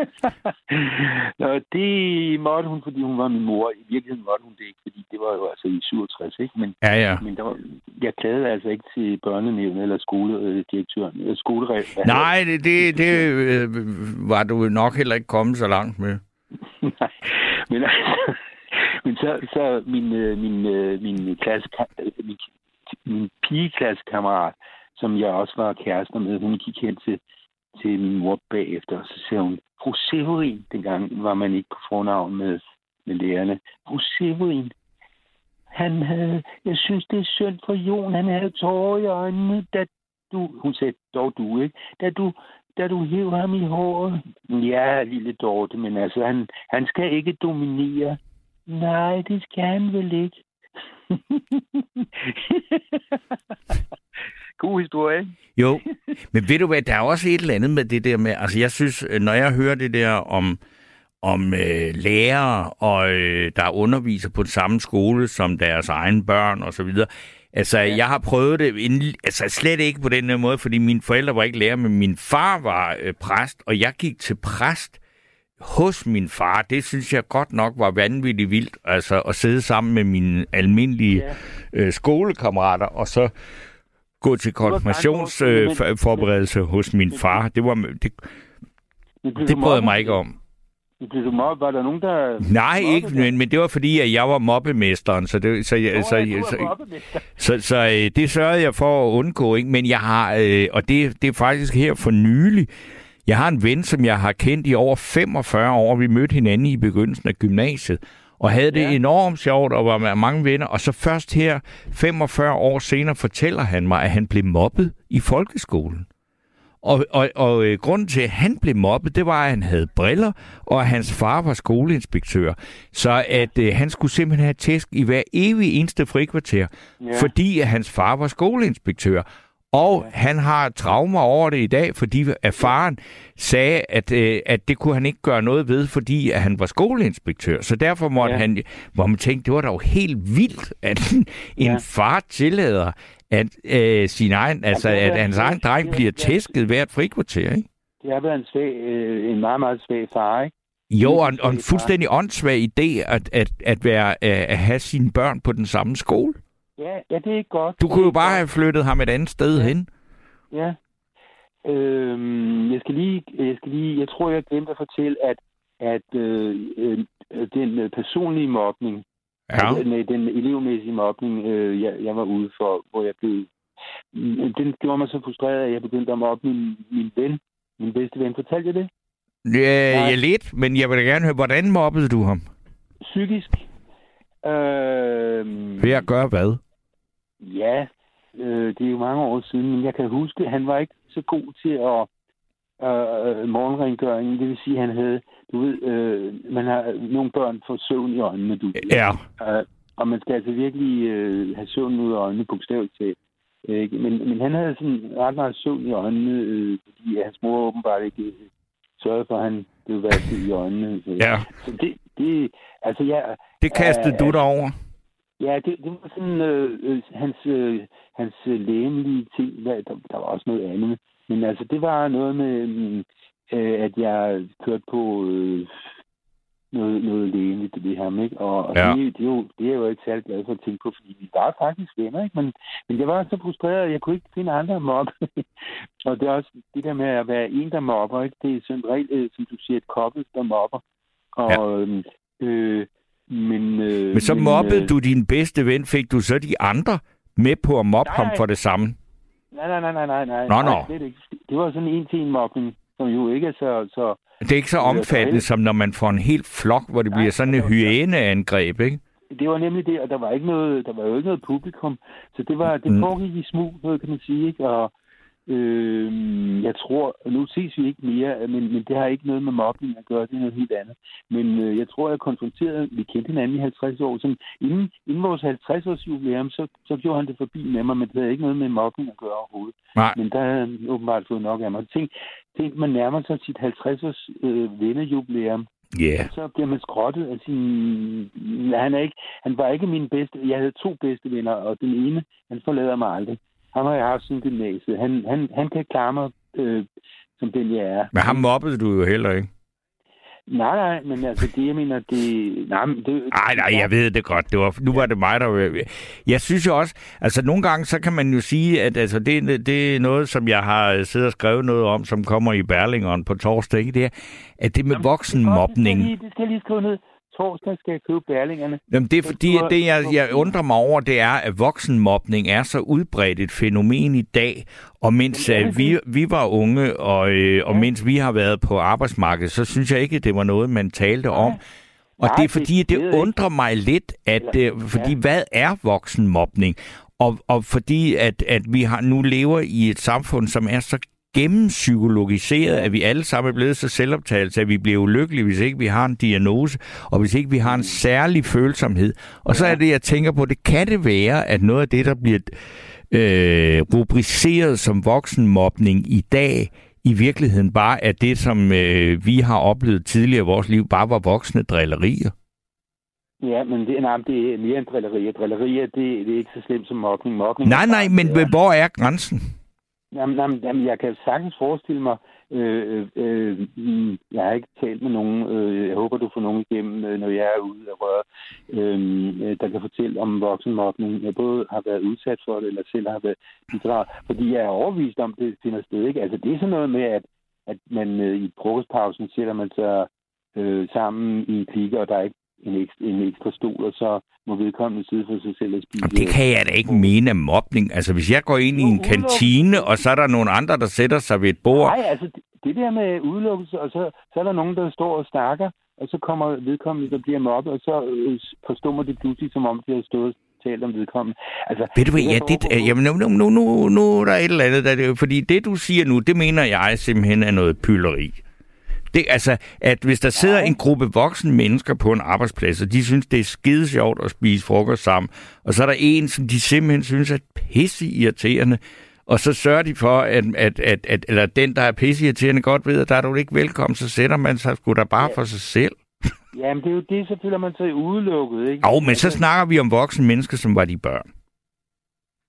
Speaker 7: Og det måtte hun, fordi hun var min mor. I virkeligheden måtte hun det ikke, fordi det var jo altså i syvogtres, ikke? Men,
Speaker 1: ja, ja.
Speaker 7: men der var, jeg klagede altså ikke til børnenævnet eller skoledirektøren. Eller skoleregler.
Speaker 1: Nej, det, det, det øh, var du nok heller ikke kommet så langt med.
Speaker 7: Nej, men altså... Men så, så min, min, min, klasse, min, min pigeklassekammerat, som jeg også var kærester med, hun gik hen til, til min mor bagefter, og så siger hun, fru Severin, dengang var man ikke på fornavn med, med lærerne. Fru Severin, han havde, jeg synes, det er synd for Jon, han havde tårer i øjnene, da du, hun sagde, dog du, ikke? Da du, da du hæv ham i håret. Ja, lille Dorte, men altså, han, han skal ikke dominere. Nej, det skal han vel ikke. God historie, ikke?
Speaker 1: Jo, men ved du hvad, der er også et eller andet med det der med, altså jeg synes, når jeg hører det der om, om øh, lærere, og øh, der underviser på den samme skole som deres egne børn og så videre, altså ja. Jeg har prøvet det, altså slet ikke på den her måde, fordi mine forældre var ikke lærer, men min far var øh, præst, og jeg gik til præst hos min far. Det synes jeg godt nok var vanvittigt vildt, altså at sidde sammen med mine almindelige ja. øh, skolekammerater, og så gå til konfirmationsforberedelse øh, hos min far. Det var det, det brød jeg mig ikke om.
Speaker 7: Blev du mobbet? Var der nogen, der...
Speaker 1: Nej, ikke, men, men det var fordi, at jeg var mobbemesteren, så det, så, jeg, så, jeg, så, så, så øh, det sørgede jeg for at undgå, ikke? Men jeg har, øh, og det, det er faktisk her for nylig, jeg har en ven, som jeg har kendt i over femogfyrre år. Vi mødte hinanden i begyndelsen af gymnasiet, og havde det ja. enormt sjovt, og var med mange venner. Og så først her, femogfyrre år senere, fortæller han mig, at han blev mobbet i folkeskolen. Og, og, og øh, grunden til, at han blev mobbet, det var, at han havde briller, og at hans far var skoleinspektør. Så at øh, han skulle simpelthen have tæsk i hver evig eneste frikvarter, ja. fordi at hans far var skoleinspektør. Og ja. han har traumer over det i dag, fordi at faren sagde, at, øh, at det kunne han ikke gøre noget ved, fordi at han var skoleinspektør. Så derfor måtte ja. han, hvor man tænkte, det var da jo helt vildt, at en ja. far tillader, at øh, sin egen, altså at hans egen dreng bliver tæsket hvert frikvarter, ikke?
Speaker 7: Det har været en, svag, øh, en meget, meget svag far, ikke?
Speaker 1: Jo, og, og en fuldstændig åndssvag idé at, at, at, være, at have sine børn på den samme skole.
Speaker 7: Ja, ja, det er ikke godt.
Speaker 1: Du kunne jo bare have flyttet ham et andet sted
Speaker 7: ja.
Speaker 1: hen.
Speaker 7: Ja. Øhm, jeg skal lige, jeg skal lige, jeg tror, jeg glemte at fortælle, at, at øh, øh, den personlige mobning,
Speaker 1: ja.
Speaker 7: den, den elevmæssige mobning, øh, jeg, jeg var ude for, hvor jeg blev, den gjorde mig så frustreret, at jeg begyndte at mobbe min, min ven, min bedste ven. Fortalte jeg det?
Speaker 1: Ja, ja, lidt, men jeg vil da gerne høre, hvordan mobbede du ham?
Speaker 7: Psykisk. Øh,
Speaker 1: Ved at gøre hvad?
Speaker 7: Ja, øh, det er jo mange år siden, men jeg kan huske, at han var ikke så god til at øh, morgenrengøring. Det vil sige, at han havde, du ved, øh, man har nogle børn får søvn i øjnene, du.
Speaker 1: Ja.
Speaker 7: Øh, og man skal altså virkelig øh, have søvn ud af øjnene, bogstaveligt til. Øh, men, men han havde sådan ret meget søvn i øjnene, øh, fordi hans mor åbenbart ikke øh, sørgede for, at han blev vasket i øjnene. Så,
Speaker 1: ja.
Speaker 7: Så det, det, altså jeg...
Speaker 1: Det kastede øh, du derover?
Speaker 7: Ja, det, det var sådan øh, øh, hans, øh, hans lægelige ting. Der, der var også noget andet. Men altså, det var noget med, øh, at jeg kørte på øh, noget, noget lægeligt ved ham, ikke? Og, og ja. det, det, er jo, det er jeg jo ikke særlig glad for at tænke på, fordi vi var faktisk venner, ikke? Men, men jeg var så frustreret, at jeg kunne ikke finde andre mobbe. Og det er også det der med at være en, der mobber, ikke? Det er sådan regel, som du siger, et kobbel, der mobber. Og... Ja. Øh, Men, øh,
Speaker 1: men så mobbede men, øh, du din bedste ven. Fik du så de andre med på at mobbe nej, ham for det samme?
Speaker 7: Nej, nej, nej, nej, nej.
Speaker 1: Nå,
Speaker 7: nej det, det, det var sådan en til en mobning, som jo ikke er så... så
Speaker 1: det er ikke så omfattende, som når man får en helt flok, hvor det nej, bliver sådan en hyæneangreb, ikke?
Speaker 7: Det var nemlig det, og der var ikke noget, der var jo ikke noget publikum. Så det var det mm. foregik i smug, kan man sige, ikke? Og Øh, jeg tror, nu ses vi ikke mere, men, men det har ikke noget med mobning at gøre, det er noget helt andet. Men øh, jeg tror, jeg konfronterede, vi kendte hinanden i halvtreds år, så inden, inden vores halvtreds års jubilæum, så, så gjorde han det forbi med mig, men det havde ikke noget med mobning at gøre overhovedet.
Speaker 1: Nej.
Speaker 7: Men der havde han åbenbart fået nok af mig. Tænk, tænk man nærmer sig sit halvtreds års øh, vennejubilæum,
Speaker 1: yeah.
Speaker 7: så bliver man skrottet af sin... Han, er ikke, han var ikke min bedste, jeg havde to bedste venner, og den ene, han forlader mig aldrig. Han har jeg haft sådan gymnasiet. Han, han, han kan klare mig, øh, som den jeg er.
Speaker 1: Men ham mobbede du jo heller ikke.
Speaker 7: Nej, nej, men altså det, jeg mener, det... Nej, det,
Speaker 1: Ej, nej, jeg ved det godt. Det var, nu var det mig, der... Jeg synes jo også... Altså, nogle gange, så kan man jo sige, at altså, det, det er noget, som jeg har siddet og skrevet noget om, som kommer i Berlingeren på torsdag, ikke? Det er, at det med jamen, voksenmobning...
Speaker 7: Det skal, lige, det skal jeg lige skrive ned. Torsdag skal jeg købe Berlingerne.
Speaker 1: Jamen, det er fordi, at det, jeg, jeg undrer mig over, det er, at voksenmobning er så udbredt et fænomen i dag, og mens uh, vi, vi var unge, og, øh, og mens vi har været på arbejdsmarkedet, så synes jeg ikke, det var noget, man talte om. Og Nej, det er fordi, det, det undrer mig lidt, at, øh, fordi hvad er voksenmobning? Og, og fordi, at, at vi har nu lever i et samfund, som er så gennempsykologiseret, at vi alle sammen er blevet så selvoptagelse, at vi bliver ulykkelige, hvis ikke vi har en diagnose, og hvis ikke vi har en særlig følsomhed. Og så er det, jeg tænker på, det kan det være, at noget af det, der bliver øh, rubriceret som voksenmobning i dag, i virkeligheden bare er det, som øh, vi har oplevet tidligere i vores liv, bare var voksne drillerier.
Speaker 7: Ja, men det, nej, det er mere end drillerier. Drillerier, det, det er ikke så slemt som mobning. mobning
Speaker 1: nej, nej, men er... hvor er grænsen?
Speaker 7: Jamen, jamen, jamen, jeg kan sagtens forestille mig, øh, øh, øh, jeg har ikke talt med nogen, øh, jeg håber, du får nogen igennem, øh, når jeg er ude og røre, øh, der kan fortælle om voksenmobning. Jeg både har været udsat for det, eller selv har været bidraget, fordi jeg er overbevist om, det finder sted, ikke? Altså, det er sådan noget med, at, at man øh, i frokostpausen sætter man sig øh, sammen i en klikke, og der er ikke en ekstra, en ekstra stol, og så må vedkommende sidde for sig selv og spise.
Speaker 1: Det kan jeg da ikke mene af mobning. Altså, hvis jeg går ind i en kantine, og så er der nogle andre, der sætter sig ved et bord...
Speaker 7: Nej, altså, det der med udelukkelse, og så, så er der nogen, der står og snakker, og så kommer vedkommende, der bliver mobbet, og så øh, forstummer det pludselig, som om de har stået og talt om vedkommende. Altså,
Speaker 1: ved du hvad, ja, det, på... jamen, nu, nu, nu, nu er der et eller andet, der, fordi det, du siger nu, det mener jeg simpelthen er noget pylleri. Det, altså, at hvis der sidder en gruppe voksne mennesker på en arbejdsplads, og de synes, det er skide sjovt at spise frokost sammen, og så er der en, som de simpelthen synes er pisse irriterende, og så sørger de for, at, at, at, at eller den, der er pisse irriterende, godt ved, at der er du ikke velkommen, så sætter man sig sgu da bare ja. for sig selv.
Speaker 7: Jamen, det er jo det, så føler man sig udelukket, ikke?
Speaker 1: Jo, men så snakker vi om voksne mennesker, som var de børn.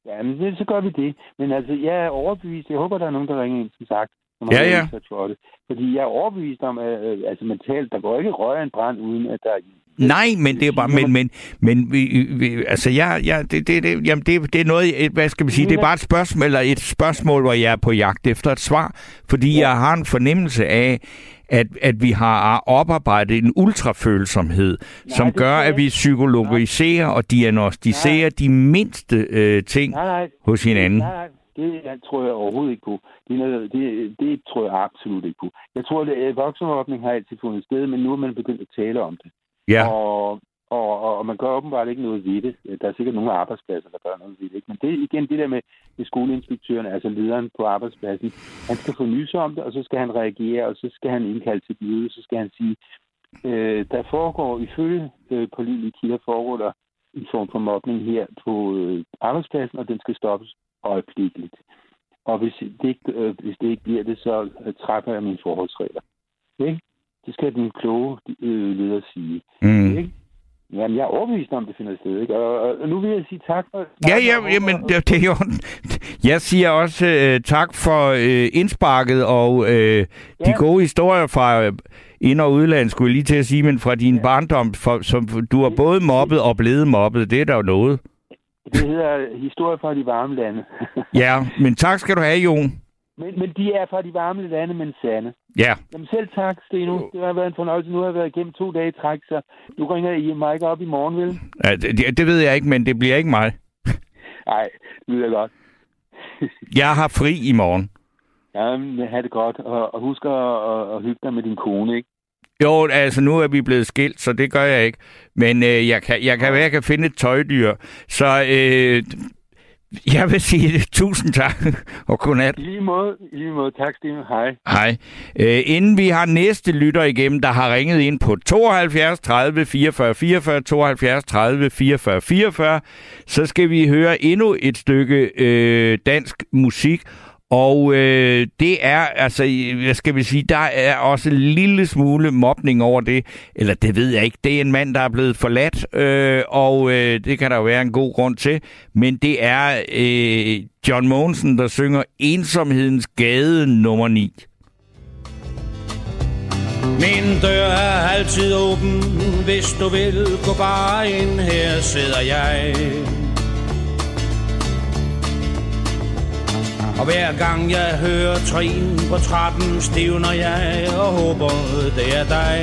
Speaker 7: Ja, men det, så gør vi det. Men altså, jeg er overbevist. Jeg håber, der er nogen, der ringer ind, som sagt. Som
Speaker 1: ja, ja.
Speaker 7: For det. Fordi jeg er overbevist om, at øh, altså mentalt, der går ikke røg en brand, uden at der er...
Speaker 1: Nej, men det er bare, men, men, men vi, vi, altså, ja, ja, det, det, det, jamen, det, det er noget, hvad skal man sige, det er bare et spørgsmål, eller et spørgsmål, hvor jeg er på jagt efter et svar, fordi ja. jeg har en fornemmelse af, at, at vi har oparbejdet en ultrafølsomhed, nej, som gør, at vi psykologiserer nej. og diagnostiserer nej. de mindste øh, ting nej, nej. hos hinanden.
Speaker 7: Nej, nej. Det jeg tror jeg overhovedet ikke på. Det, noget, det, det tror jeg absolut ikke på. Jeg tror, at voksenmobning har altid fundet sted, men nu er man begyndt at tale om det.
Speaker 1: Ja.
Speaker 7: Og, og, og man gør åbenbart ikke noget ved det. Der er sikkert nogle arbejdspladser, der gør noget ved det. Men det er igen det der med, med skoleinspektøren, altså lederen på arbejdspladsen. Han skal få nys om det, og så skal han reagere, og så skal han indkalde til møde, så skal han sige, øh, der foregår ifølge øh, pålidelige kilder, foregår der en form for mobning her på øh, arbejdspladsen, og den skal stoppes øjeblikkeligt. Og hvis det ikke, øh, hvis det ikke bliver det, så øh, træffer jeg mine forholdsregler. Ikke? Det skal den kloge øh, leder sige.
Speaker 1: Mm.
Speaker 7: Ikke? Jamen, jeg er overbevist om, det finder sted. Ikke? Og, og nu vil jeg sige tak for...
Speaker 1: Ja, ja, jamen, det, det er jo... Jeg siger også øh, tak for øh, indsparket og øh, ja. de gode historier fra øh, ind- og udland, skulle jeg lige til at sige, men fra din ja. barndom, for, som du har både mobbet og blevet mobbet. Det er der jo noget.
Speaker 7: Det hedder historie fra de varme lande.
Speaker 1: Ja, men tak skal du have, Jon.
Speaker 7: Men, men de er fra de varme lande, men sande.
Speaker 1: Ja.
Speaker 7: Jamen selv tak, Steno. Det har været en fornøjelse. Nu har jeg været igennem to dage i træk, så nu ringer I mig ikke op i morgen, vel?
Speaker 1: Ja, det, det ved jeg ikke, men det bliver ikke mig.
Speaker 7: Nej, det ved jeg godt.
Speaker 1: Jeg har fri i morgen.
Speaker 7: Jamen, have det godt. Og, og husk at, at, at hygge dig med din kone, ikke?
Speaker 1: Jo, altså nu er vi blevet skilt, så det gør jeg ikke. Men øh, jeg kan, jeg kan være, jeg kan finde et tøjdyr. Så øh, jeg vil sige tusind tak og godnat.
Speaker 7: I lige måde, i lige måde. Tak, Stine. Hej.
Speaker 1: Hej. Øh, inden vi har næste lytter igennem, der har ringet ind på tooghalvfjerds tredive fireogfyrre fireogfyrre, tooghalvfjerds tredive fireogfyrre fireogfyrre, så skal vi høre endnu et stykke øh, dansk musik. Og øh, det er, altså, hvad skal vi sige, der er også en lille smule mobning over det. Eller det ved jeg ikke. Det er en mand, der er blevet forladt, øh, og øh, det kan der jo være en god grund til. Men det er øh, John Mogensen, der synger Ensomhedens Gade nummer ni.
Speaker 8: Min dør er altid åben, hvis du vil gå bare ind, her sidder jeg. Og hver gang jeg hører trin på trappen, stivner jeg og håber, det er dig.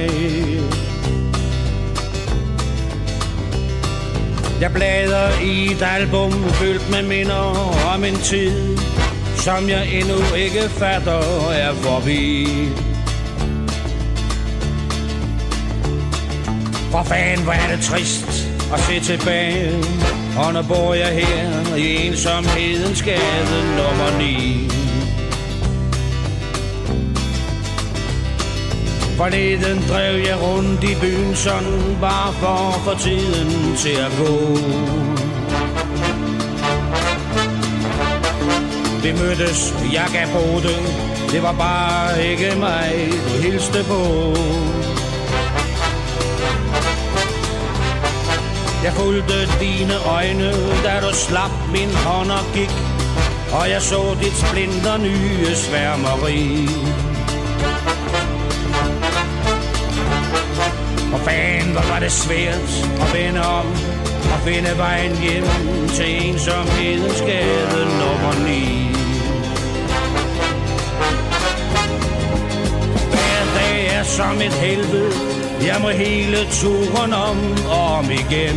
Speaker 8: Jeg bladrer i et album fyldt med minder om en tid, som jeg endnu ikke fatter er forbi. For fanden, hvor er det trist at se tilbage, og nu bor jeg her i ensomhedens gade nummer ni. Forleden drev jeg rundt i byen sådan, bare for at få tiden til at gå. Vi mødtes, jeg gav på det, det var bare ikke mig, du hilste på. Jeg fulgte dine øjne, da du slap min hånd og gik, og jeg så dit splinter nye sværmeri. Og fanden, hvor var det svært at vende om og finde vejen hjem til ensomhedens gade nummer ni. Hver dag er som et helvede, jeg må hele turen om og om igen.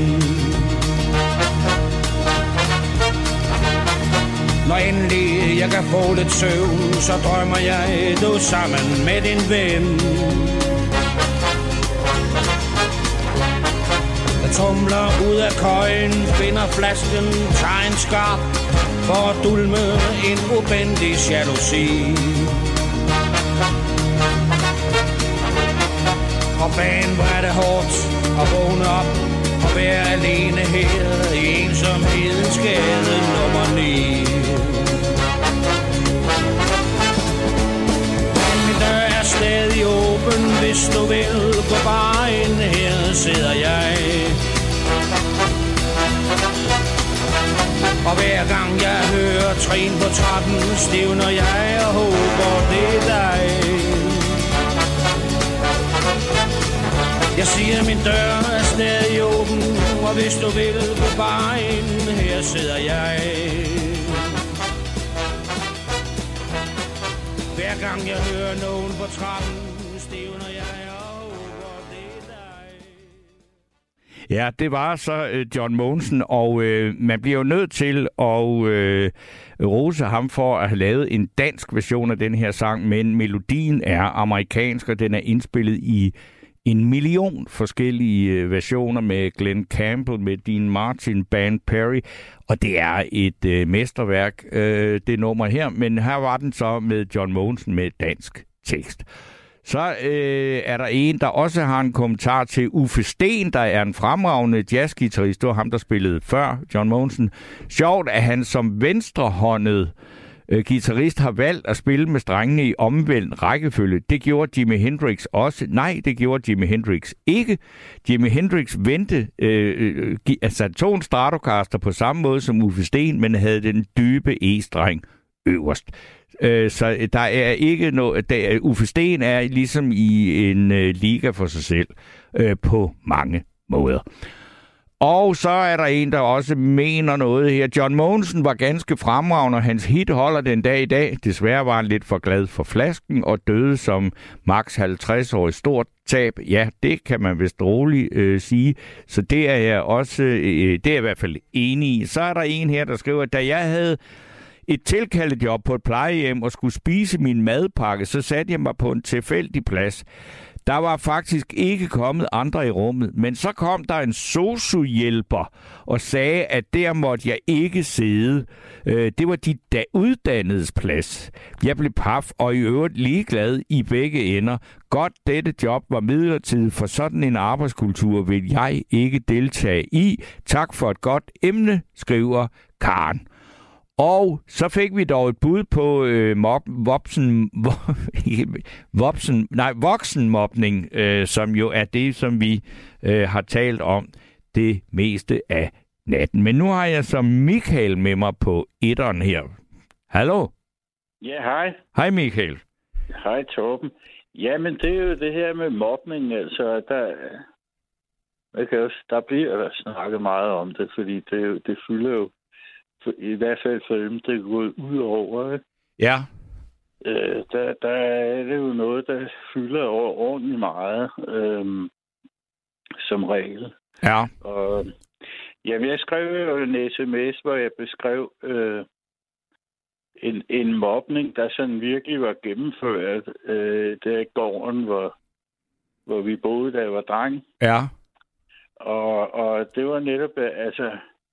Speaker 8: Når endelig jeg kan få lidt søvn, så drømmer jeg, du sammen med din ven. Jeg tumler ud af køjen, finder flasken, tager en skarp for at dulme en ubendig jalousi. Og fanden, hvor er det hårdt at vågne op og være alene her i ensomhedens gade nummer ni. Men min dør er stadig åben, hvis du vil gå bare ind, her sidder jeg. Og hver gang jeg hører trin på trappen, stivner jeg og håber, det er dig. Jeg siger, min dør er stadig åben, og hvis du vil gå bare ind, her sidder jeg. Hver gang jeg hører nogen på trappen, stivner jeg og håber, det er dig.
Speaker 1: Ja, det var så øh, John Mogensen, og øh, man bliver jo nødt til at øh, rose ham for at have lavet en dansk version af den her sang, men melodien er amerikansk, og den er indspillet i en million forskellige versioner med Glenn Campbell, med Dean Martin, Band Perry, og det er et øh, mesterværk, øh, det nummer her, men her var den så med John Mogensen med dansk tekst. Så øh, er der en, der også har en kommentar til Uffe Sten, der er en fremragende jazzguitarist. Det var ham, der spillede før John Mogensen. Sjovt, at han som venstrehåndet øh, guitarist har valgt at spille med strengene i omvendt rækkefølge. Det gjorde Jimi Hendrix også. Nej, det gjorde Jimi Hendrix ikke. Jimi Hendrix vendte øh, øh, altså tog en Stratocaster på samme måde som Uffe Sten, men havde den dybe E-streng øverst. Så der er ikke noget... Der, Uffe Sten er ligesom i en øh, liga for sig selv øh, på mange måder. Og så er der en, der også mener noget her. John Mogensen var ganske fremragende, og hans hit holder den dag i dag. Desværre var han lidt for glad for flasken og døde som maks halvtreds-årig stort tab. Ja, det kan man vist roligt øh, sige. Så det er jeg også... Øh, det er jeg i hvert fald enig i. Så er der en her, der skriver, da jeg havde et tilkaldejob på et plejehjem og skulle spise min madpakke, så satte jeg mig på en tilfældig plads. Der var faktisk ikke kommet andre i rummet, men så kom der en sosu-hjælper og sagde, at der måtte jeg ikke sidde. Det var de da uddannedes plads. Jeg blev paf og i øvrigt ligeglad i begge ender. Godt dette job var midlertidigt, for sådan en arbejdskultur vil jeg ikke deltage i. Tak for et godt emne, skriver Karen. Og så fik vi dog et bud på øh, mob- voksen, voksen, nej, voksenmobning, øh, som jo er det, som vi øh, har talt om det meste af natten. Men nu har jeg så Michael med mig på etteren her. Hallo?
Speaker 9: Ja, hej.
Speaker 1: Hej Michael.
Speaker 9: Hej Torben. Jamen, det er jo det her med mobning, altså, der, okay, der bliver der snakket meget om det, fordi det, det fylder jo i hvert fald for dem, det er gået ud over. Ikke?
Speaker 1: Ja.
Speaker 9: Øh, der, der er det jo noget, der fylder over ordentligt meget, øh, som regel.
Speaker 1: Ja.
Speaker 9: Og, jamen, jeg skrev jo en sms, hvor jeg beskrev øh, en, en mobning, der sådan virkelig var gennemført øh, der i gården, hvor, hvor vi boede, da jeg var dreng.
Speaker 1: Ja.
Speaker 9: Og, og det var netop, altså...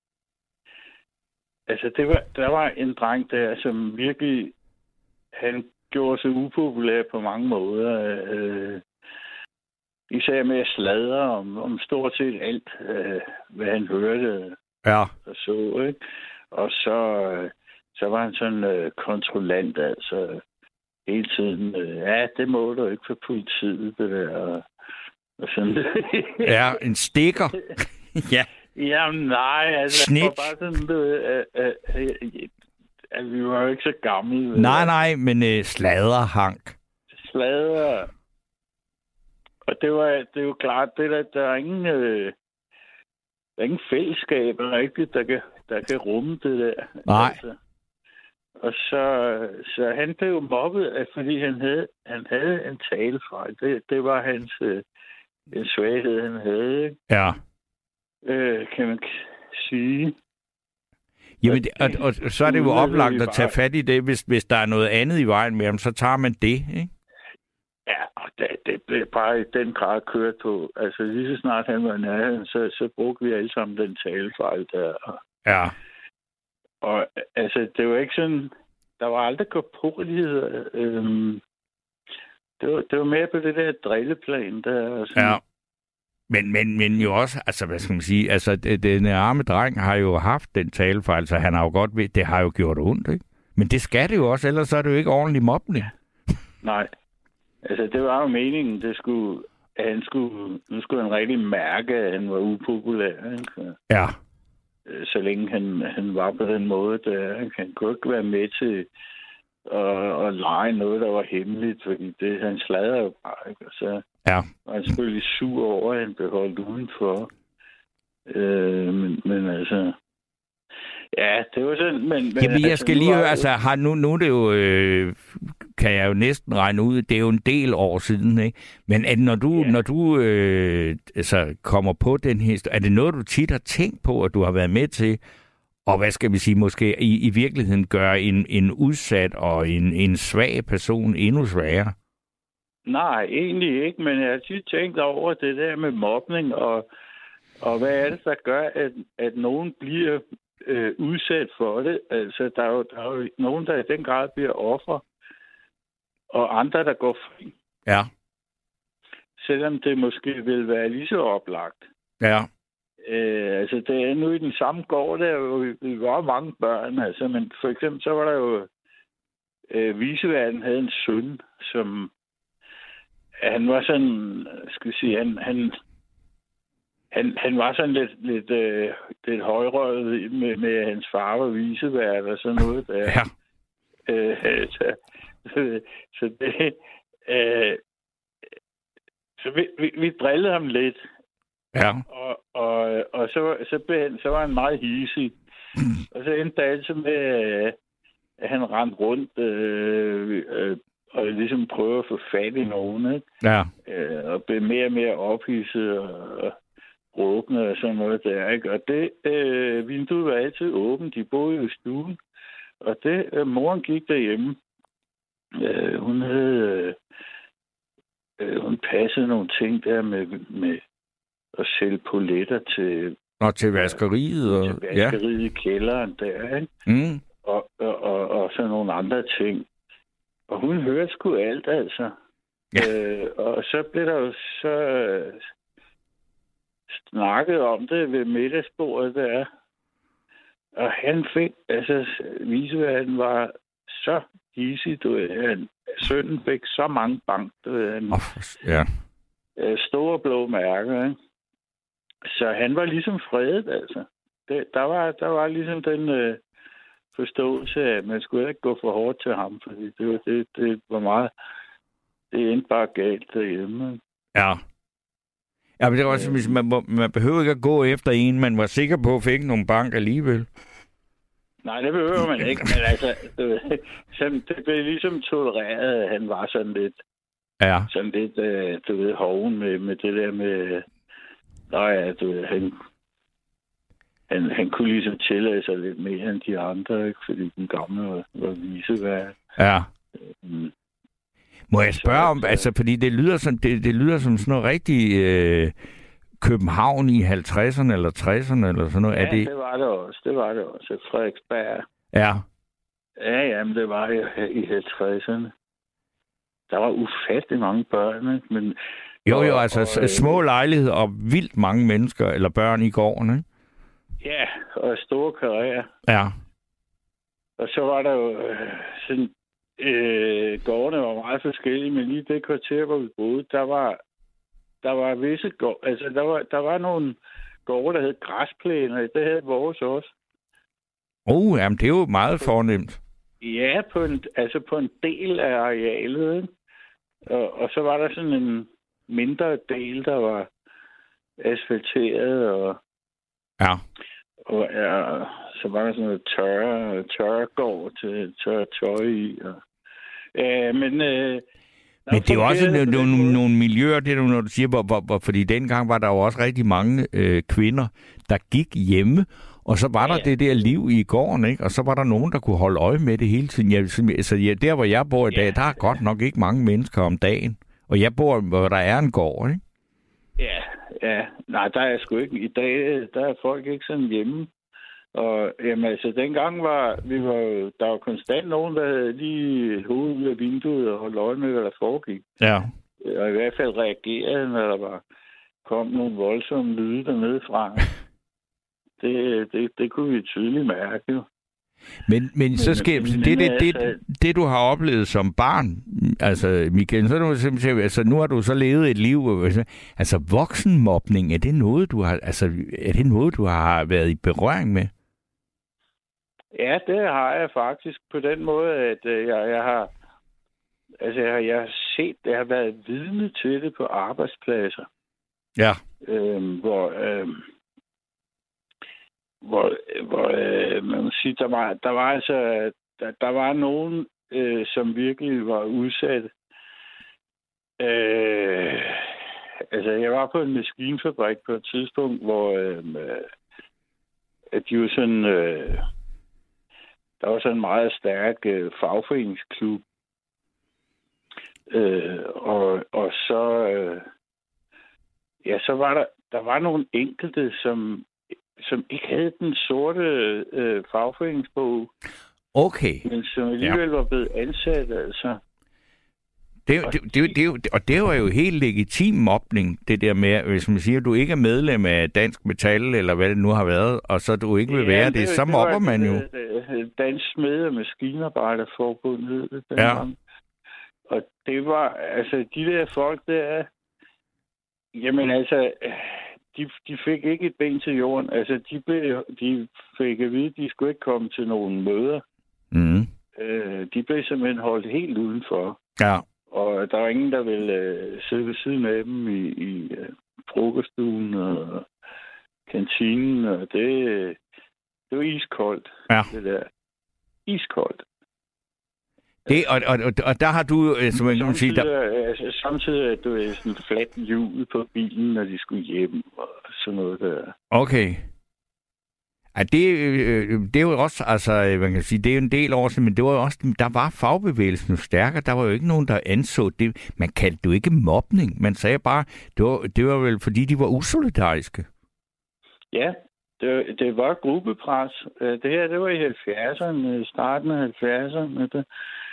Speaker 9: Altså, det var, der var en dreng der, som virkelig, han gjorde sig upopulær på mange måder. Øh, især med at sladre om, om stort set alt, øh, hvad han hørte
Speaker 1: ja.
Speaker 9: og så, ikke? Og så, øh, så var han sådan øh, kontrollant, altså hele tiden. Øh, ja, det må du ikke for politiet, det der. Og, og sådan.
Speaker 1: Ja, en stikker. Ja.
Speaker 9: Jamen nej, altså det var bare sådan, du, øh, øh, øh, øh, vi var jo ikke så gamle.
Speaker 1: Nej, nej, men øh, sladerhank.
Speaker 9: Slader. Og det var det er jo klart, det der, der er ingen, øh, der er ingen fællesskab rigtigt, der kan, der kan rumme det der.
Speaker 1: Nej.
Speaker 9: Altså. Og så, så han blev mobbet, fordi han havde, han havde en talefejl. Det, det var hans øh, en svaghed, han havde, ikke?
Speaker 1: Ja.
Speaker 9: Øh, kan man sige.
Speaker 1: Jamen, og, og, og så er det jo oplagt at tage fat i det, hvis, hvis der er noget andet i vejen med ham, så tager man det, ikke?
Speaker 9: Ja, og det, det blev bare i den grad kørt på. Altså lige så snart han var nærheden, så, så brugte vi alle sammen den talefejl der.
Speaker 1: Ja.
Speaker 9: Og altså, det var ikke sådan, der var aldrig korporlighed. Øhm, det, var, det var mere på det der drilleplan der. Og sådan.
Speaker 1: Ja. Men, men, men jo også, altså hvad skal man sige, altså den arme dreng har jo haft den talefejl, så han har jo godt ved, det har jo gjort ondt, ikke? Men det skal det jo også, ellers så er det jo ikke ordentlig mobning.
Speaker 9: Nej. Altså det var jo meningen, det skulle, at han skulle, nu skulle han rigtig mærke, at han var upopulær, ikke?
Speaker 1: Ja.
Speaker 9: så længe han, han var på den måde, der han kunne ikke være med til at, at lege noget, der var hemmeligt, fordi det, han sladrer jo bare, ikke? Og så
Speaker 1: ja.
Speaker 9: var han selvfølgelig sur over, at han blev holdt udenfor. Øh, men, men altså... Ja, det var sådan, men... men
Speaker 1: Jamen, jeg
Speaker 9: altså,
Speaker 1: skal lige høre,
Speaker 9: var...
Speaker 1: altså, har, nu, nu er det jo, øh, kan jeg jo næsten regne ud, det er jo en del år siden, ikke? Men at når du, ja. når du øh, altså, kommer på den historie, er det noget, du tit har tænkt på, at du har været med til, og hvad skal vi sige, måske i, i virkeligheden gøre en, en udsat og en, en svag person endnu sværere?
Speaker 9: Nej, egentlig ikke, men jeg har tit tænkt over det der med mobning, og, og hvad er det, der gør, at, at nogen bliver øh, udsat for det? Altså, der er, jo, der er jo nogen, der i den grad bliver offer, og andre, der går fri.
Speaker 1: Ja.
Speaker 9: Selvom det måske vil være lige så oplagt.
Speaker 1: Ja.
Speaker 9: Øh, altså, det er nu i den samme gård, der jo, vi var mange børn, altså, men for eksempel, så var der jo øh, Viseverden havde en søn, som han var sådan, skal vi sige, han, han, han, han var sådan lidt, lidt, øh, lidt højrøget med, med hans far var visevært og sådan noget der.
Speaker 1: Ja.
Speaker 9: Øh, så, så, så det... Øh, så vi, vi, vi drillede ham lidt.
Speaker 1: Ja.
Speaker 9: Og, og, og så, så, blev han, så var han meget hidsig. Og så endte det altid med, at han rendte rundt øh, øh, og ligesom prøvede at få fat i nogen, ikke?
Speaker 1: Ja.
Speaker 9: Øh, og blev mere og mere ophidset og råbende og sådan noget der, ikke? Og det, øh, vinduet var altid åbent. De boede jo i stuen. Og det, øh, moren gik derhjemme. Øh, hun havde... Øh, hun passede nogle ting der med, med at sælge poletter til...
Speaker 1: Nå, til vaskeriet. Og,
Speaker 9: til vaskeriet ja. I kælderen der, ikke?
Speaker 1: Mm.
Speaker 9: Og, og, og, og så nogle andre ting. Og hun hørte sgu alt, altså. Ja. Øh, og så blev der jo så øh, snakket om det ved middagsbordet der. Og han fik, altså, viseverden var så hissig, du ved, han, sønnen fik så mange bank, du ved, han,
Speaker 1: oh, ja.
Speaker 9: øh, store blå mærker, ikke? Så han var ligesom fredet, altså. Det, der, var, der var ligesom den øh, forståelse af, at man skulle ikke gå for hårdt til ham, fordi det var, det, det var meget... Det endte bare galt derhjemme.
Speaker 1: Ja. Ja, men det var også, man, man behøver ikke at gå efter en, man var sikker på at fik nogle bank alligevel.
Speaker 9: Nej, det behøver man ikke, men altså, det, det blev ligesom tolereret, at han var sådan lidt,
Speaker 1: ja.
Speaker 9: sådan lidt, du ved, hoven med, med det der med, nej, ja, du ved, han, han, han kunne ligesom tillade sig lidt mere end de andre, ikke? Fordi den gamle var, var viseværd.
Speaker 1: Ja.
Speaker 9: Mm.
Speaker 1: Må jeg spørge om, altså, fordi det lyder som, det, det lyder som sådan noget rigtig øh, København i halvtredserne eller tresserne eller sådan noget.
Speaker 9: Ja,
Speaker 1: er det...
Speaker 9: det var det også. Det var det også. Frederiksberg.
Speaker 1: Ja.
Speaker 9: Ja, jamen, det var jo i halvtredserne. Der var ufattelig mange børn, ikke? Men,
Speaker 1: jo, jo,
Speaker 9: og,
Speaker 1: altså
Speaker 9: og,
Speaker 1: små lejligheder og vildt mange mennesker eller børn i gården, ikke?
Speaker 9: Ja, og store karrierer.
Speaker 1: Ja.
Speaker 9: Og så var der jo øh, sådan... Øh, gårdene var meget forskellige, men lige det kvarter, hvor vi boede, der var der var visse gårde, altså der var, der var nogle gårde, der hed græsplæner, det havde vores også.
Speaker 1: Oh, jamen det er jo meget fornemt.
Speaker 9: Ja, på en, altså på en del af arealet, ikke? Og, og så var der sådan en mindre del, der var asfalteret, og
Speaker 1: ja.
Speaker 9: Og ja, så var der sådan noget tørre, tørre gård til tørre tøj i. Og, øh, men øh,
Speaker 1: men det er jo også nogle, nogle, nogle miljøer, det er når du siger, hvor, hvor, hvor, fordi dengang var der jo også rigtig mange øh, kvinder, der gik hjemme, og så var ja, der det der liv i gården, ikke? Og så var der nogen, der kunne holde øje med det hele tiden. Jeg, så ja, der, hvor jeg bor i dag, ja, der er godt nok ikke mange mennesker om dagen. Og jeg bor, hvor der er en gård, ikke?
Speaker 9: Ja, ja. Nej, der er sgu ikke. I dag, der er folk ikke sådan hjemme. Og jamen, altså, dengang var vi var der var konstant nogen, der havde lige hovedet ud af vinduet og holdt øje med, hvad der foregik.
Speaker 1: Ja.
Speaker 9: Og i hvert fald reagerede, når der var kom nogle voldsomme lyde dernede fra. det, det, det kunne vi tydeligt mærke, jo.
Speaker 1: Men, men så skal
Speaker 9: men,
Speaker 1: det, det,
Speaker 9: altså,
Speaker 1: det, det, du har oplevet som barn, altså Michael, så er du simpelthen, altså nu har du så levet et liv, altså voksenmobning, er det noget, du har, altså er det noget, du har været i berøring med?
Speaker 9: Ja, det har jeg faktisk på den måde, at øh, jeg, jeg har, altså jeg, har- jeg har set, jeg har været vidne til det på arbejdspladser,
Speaker 1: Ja.
Speaker 9: øh, hvor, øh, hvor, hvor øh, man må sige, der var, der var altså, der, der var nogen, øh, som virkelig var udsatte. Øh, altså, jeg var på en maskinfabrik på et tidspunkt, hvor øh, øh, at de var sådan, øh, der var sådan en meget stærk øh, fagforeningsklub. Øh, og, og så, øh, ja, så var der, der var nogle enkelte, som, som ikke havde den sorte øh, fagforeningsbog,
Speaker 1: Okay.
Speaker 9: men som alligevel ja. var blevet ansat, altså.
Speaker 1: Det, det, det, det, det, og det var jo helt legitim mobning, det der med, hvis man siger, at du ikke er medlem af Dansk Metal, eller hvad det nu har været, og så du ikke vil være det, det så
Speaker 9: det
Speaker 1: mobber
Speaker 9: var
Speaker 1: man jo.
Speaker 9: det, det, Dansk Smed- og Maskinarbejderforbund hed det
Speaker 1: Ja.
Speaker 9: dengang. Og det var, altså, de der folk der, jamen altså, de, de fik ikke et ben til jorden. Altså, de, blev, de fik at vide, at de skulle ikke komme til nogen møder.
Speaker 1: Mm.
Speaker 9: Øh, de blev simpelthen holdt helt udenfor.
Speaker 1: Ja.
Speaker 9: Og der var ingen, der ville øh, sidde ved siden af dem i, i øh, frokoststuen og kantinen. Og det, det var iskoldt,
Speaker 1: Ja.
Speaker 9: det der. Iskoldt.
Speaker 1: Det, og, og, og, og der har du, øh, som man kan sige, der,
Speaker 9: Samtidig, altså, samtidig at du er sådan fladt hjul på bilen, når de skulle hjem og sådan noget der.
Speaker 1: okay. Ja, det, øh, det er jo også, altså, øh, man kan sige, det er jo en del år siden, men det var jo også, der var fagbevægelsen stærkere. Der var jo ikke nogen, der anså det. Man kaldte det jo ikke mobning. Man sagde bare, det var, det var vel, fordi de var usolidariske.
Speaker 9: Ja, det, det var gruppepres. Øh, Det her, det var i halvfjerdserne, starten af halvfjerdserne. Det,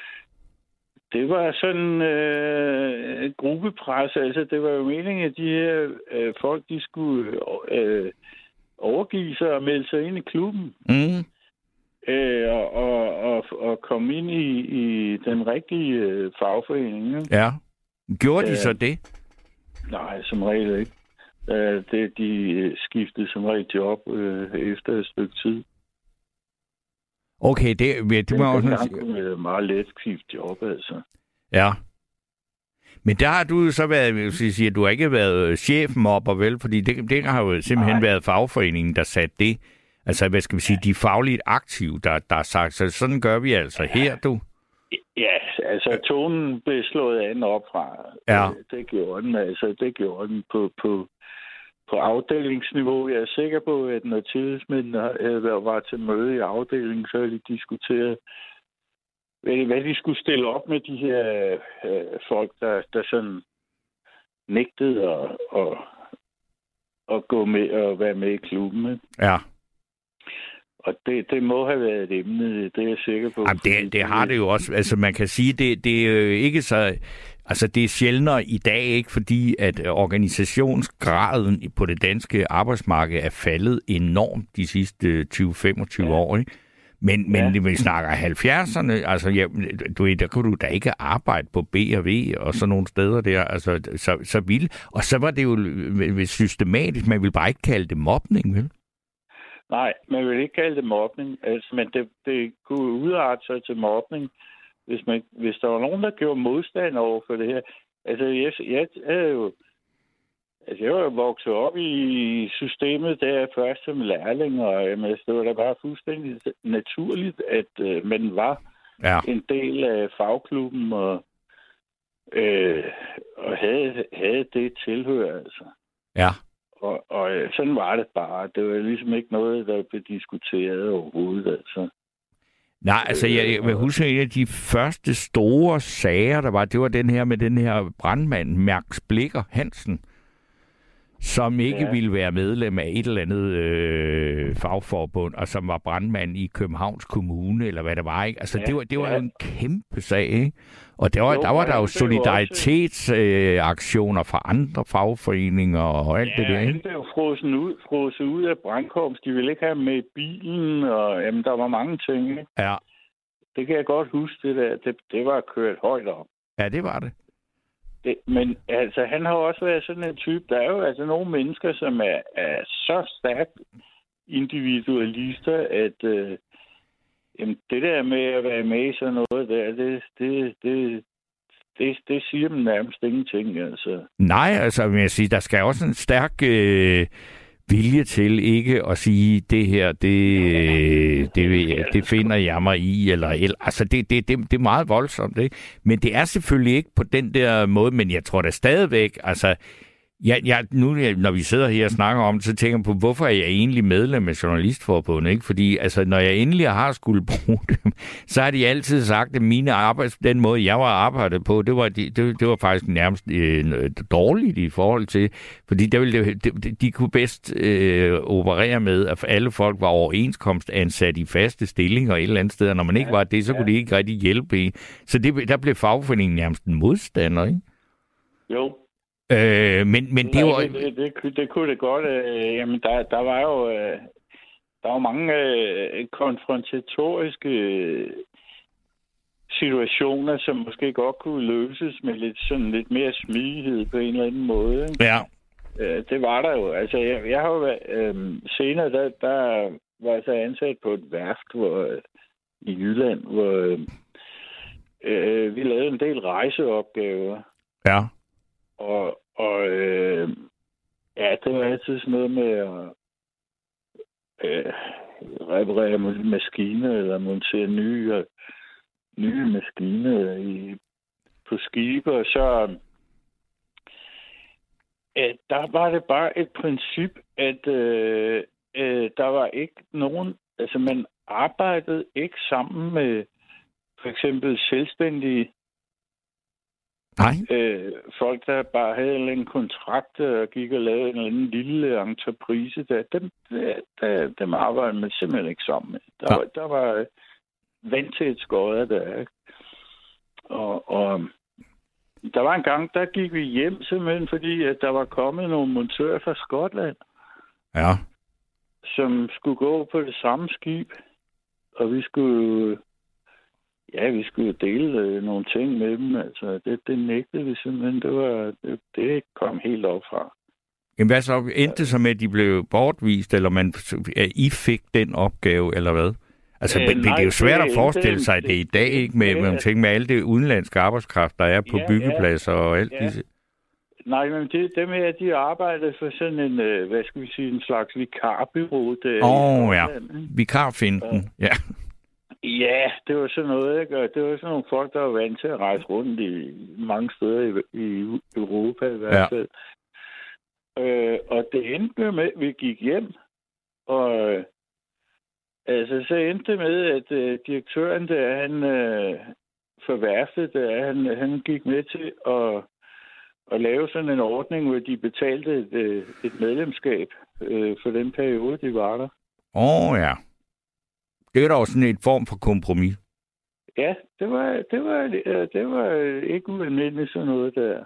Speaker 9: det var sådan øh, et gruppepres. Altså, det var jo meningen, at de her øh, folk, de skulle øh, overgive sig og melde sig ind i klubben.
Speaker 1: Mm.
Speaker 9: Øh, og, og, og, og komme ind i, i den rigtige øh, fagforening. Ikke?
Speaker 1: Ja. Gjorde de
Speaker 9: Øh,
Speaker 1: så det?
Speaker 9: Nej, som regel ikke. Øh, det, de øh, skiftede som regel job øh, efter et stykke tid.
Speaker 1: Okay, det, det, det var også...
Speaker 9: Dengang kunne det meget let skifte job, altså.
Speaker 1: Ja. Men der har du jo så været, hvis jeg siger, du har ikke været chefmobber, vel? Fordi det, det har jo simpelthen
Speaker 9: Nej.
Speaker 1: været fagforeningen, der satte det. Altså, hvad skal vi sige, de fagligt aktive, der, der har sagt, så sådan gør vi altså her, du.
Speaker 9: Ja, altså tonen blev slået an op fra.
Speaker 1: Ja.
Speaker 9: Det, det gjorde den, altså. Det gjorde den på, på, på afdelingsniveau. Jeg er sikker på, at når tillidsmændene var til møde i afdelingen, så havde de diskuteret, hvad hvad de skulle stille op med de her øh, folk, der, der sådan nægtede at, at, at gå med og være med i klubben. Ikke?
Speaker 1: Ja.
Speaker 9: Og det, det må have været et emne, det er jeg sikker på.
Speaker 1: Jamen, det, det har det jo også. Altså, man kan sige, det, det er jo ikke så... Altså, det er sjældnere i dag, ikke? Fordi at organisationsgraden på det danske arbejdsmarked er faldet enormt de sidste tyve til femogtyve ja. år, ikke? Men, men ja. vi snakker halvfjerdserne, altså, ja, du ved, der kunne du da ikke arbejde på B og V og sådan nogle steder der, altså, så, så vildt. Og så var det jo systematisk, man ville bare ikke kalde det mobning, vel?
Speaker 9: Nej, man vil ikke kalde det mobning, altså, men det, det kunne udarte sig til mobning, hvis, man, hvis der var nogen, der gjorde modstand over for det her. Altså, jeg, jeg havde jo Altså, jeg var jo vokset op i systemet der først som lærling, og jamen, det var da bare fuldstændig naturligt, at øh, man var
Speaker 1: ja.
Speaker 9: en del af fagklubben og, øh, og havde, havde det tilhør, altså.
Speaker 1: Ja.
Speaker 9: Og, og sådan var det bare. Det var ligesom ikke noget, der blev diskuteret overhovedet, altså.
Speaker 1: Nej, altså jeg, jeg vil huske, en af de første store sager, der var, det var den her med den her brandmand, Max Blikker Hansen. som ikke
Speaker 9: Ja.
Speaker 1: ville være medlem af et eller andet øh, fagforbund, og som var brandmand i Københavns Kommune, eller hvad det var, ikke? Altså,
Speaker 9: Ja,
Speaker 1: det var, det var
Speaker 9: ja.
Speaker 1: jo en kæmpe sag, ikke? Og der var,
Speaker 9: Jo,
Speaker 1: der, var
Speaker 9: og
Speaker 1: der jo
Speaker 9: han blev jo
Speaker 1: solidaritetsaktioner øh, fra andre fagforeninger og alt
Speaker 9: Ja,
Speaker 1: det der,
Speaker 9: han
Speaker 1: ikke?
Speaker 9: blev frosen ud, froset ud af brandkorps. De ville ikke have ham med i bilen, og jamen, der var mange ting. Ikke?
Speaker 1: Ja,
Speaker 9: Det kan jeg godt huske, det der. Det, det var kørt højt op.
Speaker 1: ja, det var det.
Speaker 9: Det, men altså, han har også været sådan en type. Der er jo altså nogle mennesker, som er, er så stærkt individualister, at øh, jamen, det der med at være med i sådan noget der, det, det, det, det, det siger dem nærmest ingenting. Altså.
Speaker 1: Nej, altså, vil jeg sige, der skal også en stærk øh, vilje til ikke at sige, det her, det, øh, det, det, det finder jeg mig i, eller, eller altså, det, det, det, det er meget voldsomt, ikke? Men det er selvfølgelig ikke på den der måde, men jeg tror da stadigvæk, altså, jeg, jeg, nu når vi sidder her og snakker om det, så tænker jeg på, hvorfor er jeg egentlig medlem af Journalistforbundet, ikke? Fordi altså, når jeg endelig har skulle bruge dem, så har de altid sagt, at mine arbejds, den måde, jeg var arbejdet på, det var, det, det var faktisk nærmest øh, dårligt i forhold til, fordi der ville, de, de kunne bedst øh, operere med, at alle folk var overenskomstansat i faste stillinger et eller andet sted, og når man ikke var det, så kunne de ikke rigtig hjælpe i. Så det, der blev fagforeningen nærmest en modstander, ikke?
Speaker 9: Jo.
Speaker 1: Øh, men, men det var...
Speaker 9: Det, det, det, det kunne det godt. Øh, jamen, der, der var jo øh, der var mange øh, konfrontatoriske øh, situationer, som måske godt kunne løses med lidt, sådan lidt mere smidighed på en eller anden måde. Ikke?
Speaker 1: Ja.
Speaker 9: Øh, det var der jo. Altså, jeg, jeg har jo været, øh, senere, der, der var jeg så ansat på et værft hvor, øh, i Jylland, hvor øh, øh, vi lavede en del rejseopgaver.
Speaker 1: Ja.
Speaker 9: Og, og øh, ja, det var altid sådan noget med at øh, reparere maskiner eller montere nye, øh, nye maskiner i, på skibe. Og så øh, der var det bare et princip, at øh, øh, der var ikke nogen... Altså, man arbejdede ikke sammen med for eksempel selvstændige
Speaker 1: Nej.
Speaker 9: Øh, folk, der bare havde en kontrakt og gik og lavede en eller anden lille entreprise, der, dem, der, dem arbejdede man simpelthen ikke sammen med. Der, ja. var, der var vand til et skøjer der, ikke? Og, og der var en gang, der gik vi hjem simpelthen, fordi at der var kommet nogle montører fra Skotland,
Speaker 1: ja.
Speaker 9: som skulle gå på det samme skib, og vi skulle... Ja, vi skulle dele øh, nogle ting med dem. Altså, det, det nægtede vi simpelthen. Det, var, det, det kom helt op fra.
Speaker 1: Jamen, hvad så? Endte det så med, at de blev bortvist, eller man, at I fik den opgave, eller hvad? Altså, øh, men, nej, det er jo svært det, at forestille sig det, det i dag, ikke? Med, med, med, med alle det udenlandske arbejdskraft, der er på ja, byggepladser ja, og alt ja. disse.
Speaker 9: Nej, men det, det med, at de arbejdede for sådan en, øh, hvad skal vi sige, en slags vikarbureau.
Speaker 1: Åh, oh, ja. Vikarfinden, ja.
Speaker 9: Ja, det var sådan noget, ikke? Og det var sådan nogle folk, der var vant til at rejse rundt i mange steder i, i Europa i hvert fald. Ja. Øh, og det endte med, at vi gik hjem, og øh, altså, så endte det med, at øh, direktøren der, han øh, forværftet der, han, han gik med til at, at lave sådan en ordning, hvor de betalte et, et medlemskab øh, for den periode, de var der.
Speaker 1: Åh, oh, ja. Det er da også sådan en form for kompromis.
Speaker 9: Ja, det var, det var, det var ikke ualmindeligt sådan noget der.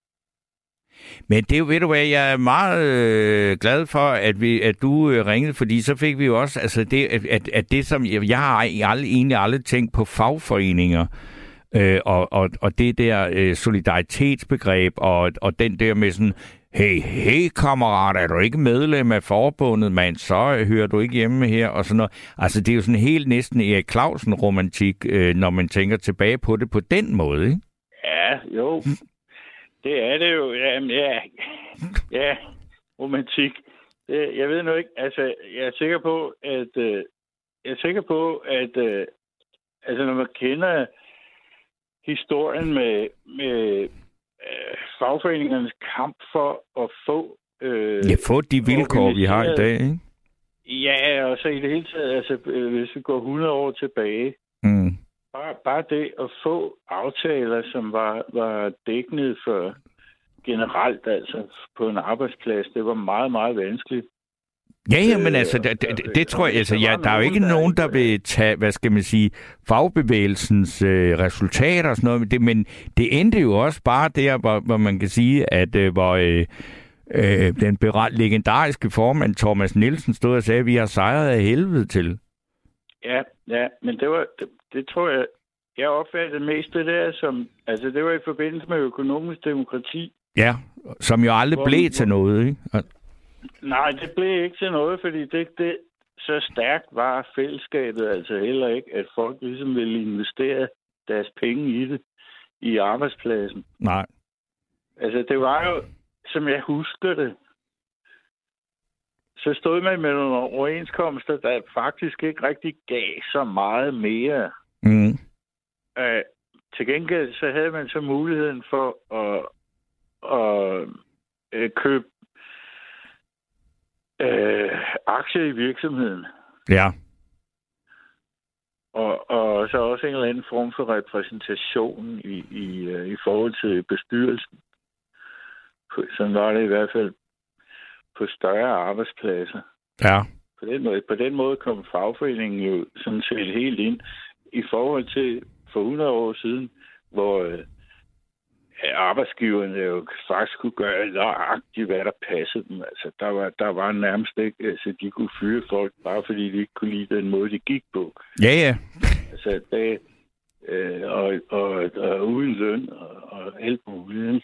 Speaker 1: Men det ved du hvad, jeg er meget øh, glad for, at, vi, at du øh, ringede, fordi så fik vi jo også, altså det, at, at det som, jeg, jeg har aldrig, egentlig aldrig tænkt på fagforeninger, øh, og, og, og det der øh, solidaritetsbegreb, og, og den der med sådan, hey, hey kammerat, er du ikke medlem af forbundet, mand, så hører du ikke hjemme her, og sådan noget. Altså, det er jo sådan helt næsten Erik Clausen-romantik, øh, når man tænker tilbage på det på den måde, ikke?
Speaker 9: Ja, jo. Det er det jo. Jamen, ja, ja, romantik. Det, jeg ved nu ikke, altså, jeg er sikker på, at, øh, jeg er sikker på, at, øh, altså, når man kender historien med, med fagforeningernes kamp for at få... Øh,
Speaker 1: ja, få de vilkår, vi har i dag, ikke?
Speaker 9: Ja, og så i det hele taget, altså, hvis vi går hundrede år tilbage,
Speaker 1: mm.
Speaker 9: bare, bare det at få aftaler, som var, var dækkende for generelt, altså på en arbejdsplads, det var meget, meget vanskeligt.
Speaker 1: Ja, ja, men altså, det, det, det tror jeg, altså, ja, der er jo ikke nogen, der vil tage, hvad skal man sige, fagbevægelsens øh, resultater og sådan noget, det, men det endte jo også bare der, hvor, hvor man kan sige, at øh, hvor øh, øh, den beret, legendariske formand Thomas Nielsen stod og sagde, at vi har sejret af helvede til.
Speaker 9: Ja, ja, men det var, det, det tror jeg, jeg opfattede mest det der som, altså det var i forbindelse med økonomisk demokrati.
Speaker 1: Ja, som jo aldrig blev hvor, til noget, ikke?
Speaker 9: Nej, det blev ikke til noget, fordi det, det så stærkt var fællesskabet altså heller ikke, at folk ligesom ville investere deres penge i det, i arbejdspladsen.
Speaker 1: Nej.
Speaker 9: Altså, det var jo, som jeg husker det, så stod man med nogle overenskomster, der faktisk ikke rigtig gav så meget mere.
Speaker 1: Mm.
Speaker 9: Uh, til gengæld så havde man så muligheden for at, at, at købe uh, aktier i virksomheden.
Speaker 1: Ja.
Speaker 9: Og, og så også en eller anden form for repræsentation i, i, uh, i forhold til bestyrelsen. Sådan var det i hvert fald på større arbejdspladser.
Speaker 1: Ja.
Speaker 9: På den måde, på den måde kom fagforeningen jo sådan set helt ind i forhold til for hundrede år siden, hvor øh, arbejdsgiverne jo faktisk kunne gøre nøjagtigt, hvad der passede dem. Altså, der var, der var nærmest ikke, altså, de kunne fyre folk, bare fordi de ikke kunne lide den måde, de gik på.
Speaker 1: Ja, ja.
Speaker 9: Altså, det, øh, og, og, og uden løn og, og alt muligt.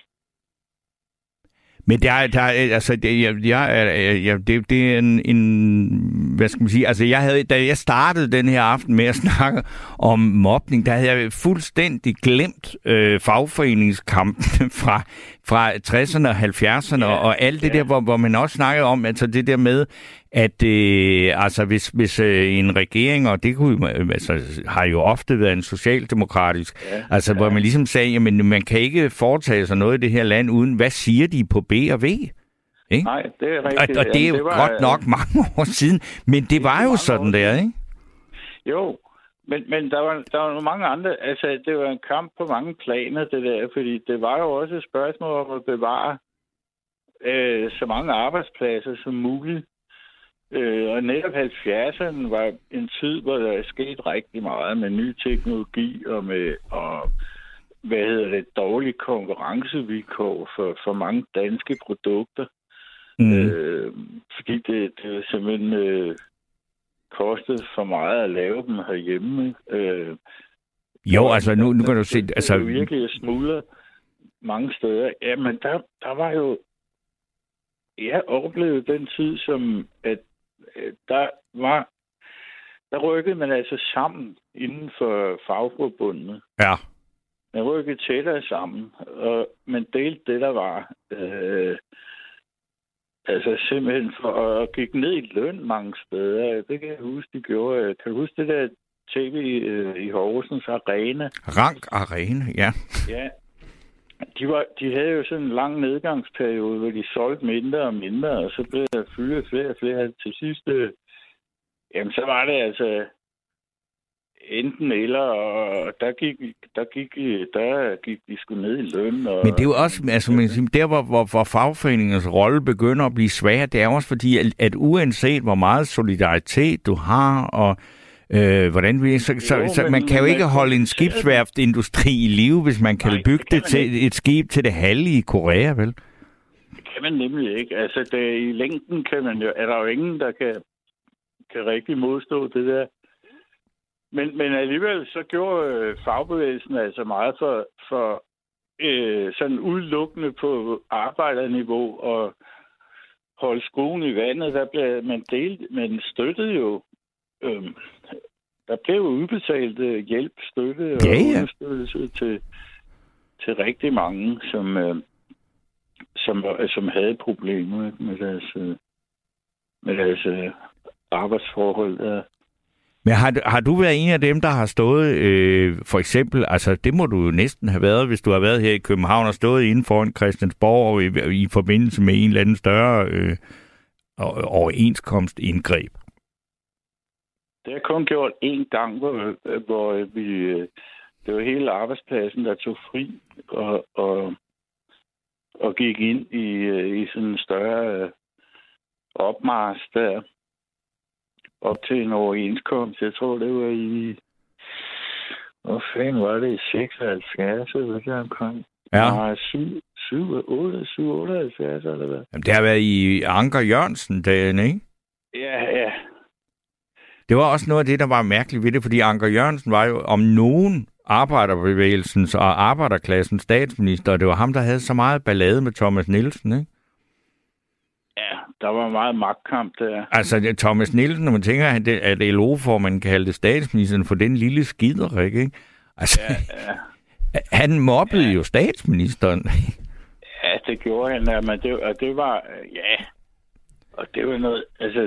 Speaker 1: Men der, der altså, det, jeg, jeg, jeg, det, det er en, en, hvad skal man sige, altså jeg havde, da jeg startede den her aften med at snakke om mobning, der havde jeg fuldstændig glemt øh, fagforeningskampen fra, fra tresserne og halvfjerdserne, ja, og alt det ja. der, hvor, hvor man også snakkede om, altså det der med, at øh, altså hvis, hvis øh, en regering, og det kunne, altså, har jo ofte været en socialdemokratisk, ja, altså ja. hvor man ligesom sagde, jamen man kan ikke foretage sig noget i det her land uden, hvad siger de på B og V? Ikke?
Speaker 9: Nej, det er rigtigt.
Speaker 1: Og, og det er jo det var, godt nok mange år siden, men det var jo sådan der, ikke?
Speaker 9: Jo, men, men der var der var mange andre, altså det var en kamp på mange planer, det der, fordi det var jo også et spørgsmål om at bevare øh, så mange arbejdspladser som muligt. Øh, og netop halvfjerdserne var en tid, hvor der er sket rigtig meget med ny teknologi og med og, hvad hedder det, dårlige konkurrencevilkår for, for mange danske produkter. Mm. Øh, fordi det, det simpelthen øh, kostede for meget at lave dem herhjemme. Øh,
Speaker 1: jo, altså nu, nu kan du se... Altså...
Speaker 9: Det er virkelig smuldrer mange steder. Jamen, der, der var jo... Jeg oplevede den tid, som at der var, der rykkede man altså sammen inden for fagforbundet.
Speaker 1: Ja.
Speaker 9: Man rykkede tættere sammen, og man delte det, der var. Øh, altså simpelthen for at gik ned i løn mange steder. Det kan jeg huske, de gjorde. Kan du huske det der tv i Horsens Arena?
Speaker 1: Rank Arena, ja.
Speaker 9: Ja. De, var, de havde jo sådan en lang nedgangsperiode, hvor de solgte mindre og mindre, og så blev der fyret flere og flere. Til sidst, øh, jamen så var det altså enten eller, og der gik, der gik, der gik de sgu ned i løn. Og,
Speaker 1: men det er jo også, altså man siger, der hvor, hvor, hvor fagforeningens rolle begynder at blive svær, det er også fordi, at, at uanset hvor meget solidaritet du har, og Øh, hvordan vi, så, så, jo, så man kan jo ikke holde en skibsværftindustri i live, hvis man kan Nej, bygge det, det til ikke. Et skib til det halve i Korea, vel?
Speaker 9: Det kan man nemlig ikke. Altså, det, i længden kan man jo, er der jo ingen, der kan, kan rigtig modstå det der. Men, men alligevel så gjorde øh, fagbevægelsen altså meget for, for øh, sådan udelukkende på arbejderniveau og holde skruen i vandet. Der blev man delt, man støttede jo øh, der blev jo udbetalt uh, hjælp, støtte og
Speaker 1: ja, ja.
Speaker 9: understøttelse til, til rigtig mange, som, uh, som, uh, som havde problemer med deres, uh, med deres uh, arbejdsforhold. Uh.
Speaker 1: Men har, har du været en af dem, der har stået, øh, for eksempel, altså det må du jo næsten have været, hvis du har været her i København og stået inden foran Christiansborg og i, i forbindelse med en eller anden større øh, overenskomstindgreb?
Speaker 9: Det har kun gjort én gang, hvor, hvor vi, det var hele arbejdspladsen, der tog fri, og, og, og gik ind i, øh, i sådan en større øh, opmarch der. Op til en overenskomst. Jeg tror, det var i... Hvor fanden var det? seksoghalvfjerds eller hvad omkring?
Speaker 1: Ja.
Speaker 9: Nej, syv, otte, syv, otteoghalvfjerds eller hvad?
Speaker 1: Jamen, det har været i Anker Jørgensen-dagen, ikke?
Speaker 9: Ja, ja.
Speaker 1: Det var også noget af det, der var mærkeligt ved det, fordi Anker Jørgensen var jo om nogen arbejderbevægelsens og arbejderklassens statsminister, og det var ham, der havde så meget ballade med Thomas Nielsen, ikke?
Speaker 9: Ja, der var meget magtkamp der.
Speaker 1: Altså, Thomas Nielsen, når man tænker, at L O-formanden kan kalde det statsministeren for den lille skiderik, ikke? Altså,
Speaker 9: ja, ja.
Speaker 1: Han mobbede ja. jo statsministeren.
Speaker 9: Ja, det gjorde han, ja, men det, og det var, ja, og det var noget, altså,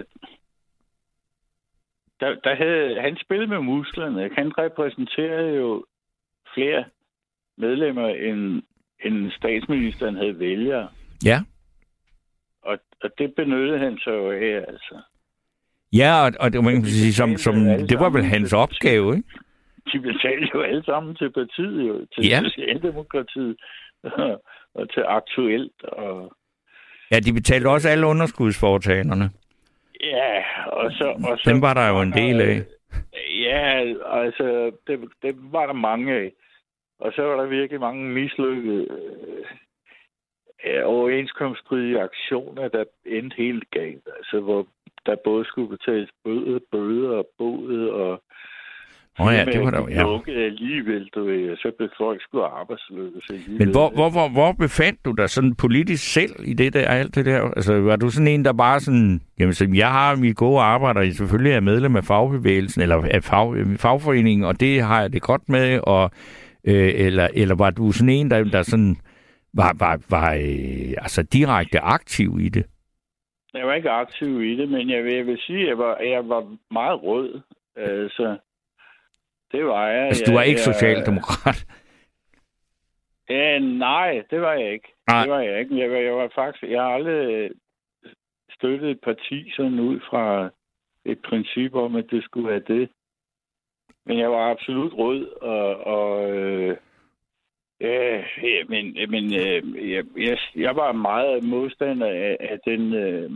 Speaker 9: der, der havde, han spillede med musklerne. Han repræsenterede jo flere medlemmer, end, end statsministeren havde vælgere.
Speaker 1: Ja.
Speaker 9: Og, og det benyttede han så jo af, altså.
Speaker 1: Ja, og, og det, man kan sige, som, som, det var vel hans opgave, ikke?
Speaker 9: De betalte jo alle sammen til partiet, jo, til
Speaker 1: ja.
Speaker 9: Socialdemokratiet og, og til Aktuelt. Og...
Speaker 1: Ja, de betalte også alle underskudsforetagerne.
Speaker 9: Ja, og så... Og så
Speaker 1: Dem var der jo en del af.
Speaker 9: Ja, altså, det, det var der mange af. Og så var der virkelig mange mislykkede øh, overenskomststridige aktioner, der endte helt galt. Altså, hvor der både skulle betales bøder, bøder og båd og...
Speaker 1: Åh oh ja, det var der jo, ja.
Speaker 9: Lukket alligevel, du ved, så blev folk sgu arbejdsløse.
Speaker 1: Men hvor, hvor, hvor, hvor befandt du dig sådan politisk selv i det der, alt det der? Altså, var du sådan en, der bare sådan, jamen, så jeg har mit gode arbejder, jeg selvfølgelig er medlem af fagbevægelsen, eller af fag, fagforeningen, og det har jeg det godt med, og, øh, eller, eller var du sådan en, der, der sådan, var, var, var øh, altså direkte aktiv i det?
Speaker 9: Jeg var ikke aktiv i det, men jeg vil, jeg vil sige, at jeg var, jeg var meget rød, altså... Det var jeg.
Speaker 1: Altså, du var ikke jeg, socialdemokrat?
Speaker 9: Ja, nej, det var jeg ikke. Nej. Det var jeg ikke. Jeg var, jeg var faktisk... Jeg har aldrig støttet et parti sådan ud fra et princip om, at det skulle være det. Men jeg var absolut rød, og... og øh, ja, men, men øh, jeg, jeg, jeg var meget modstander af, af den... Øh,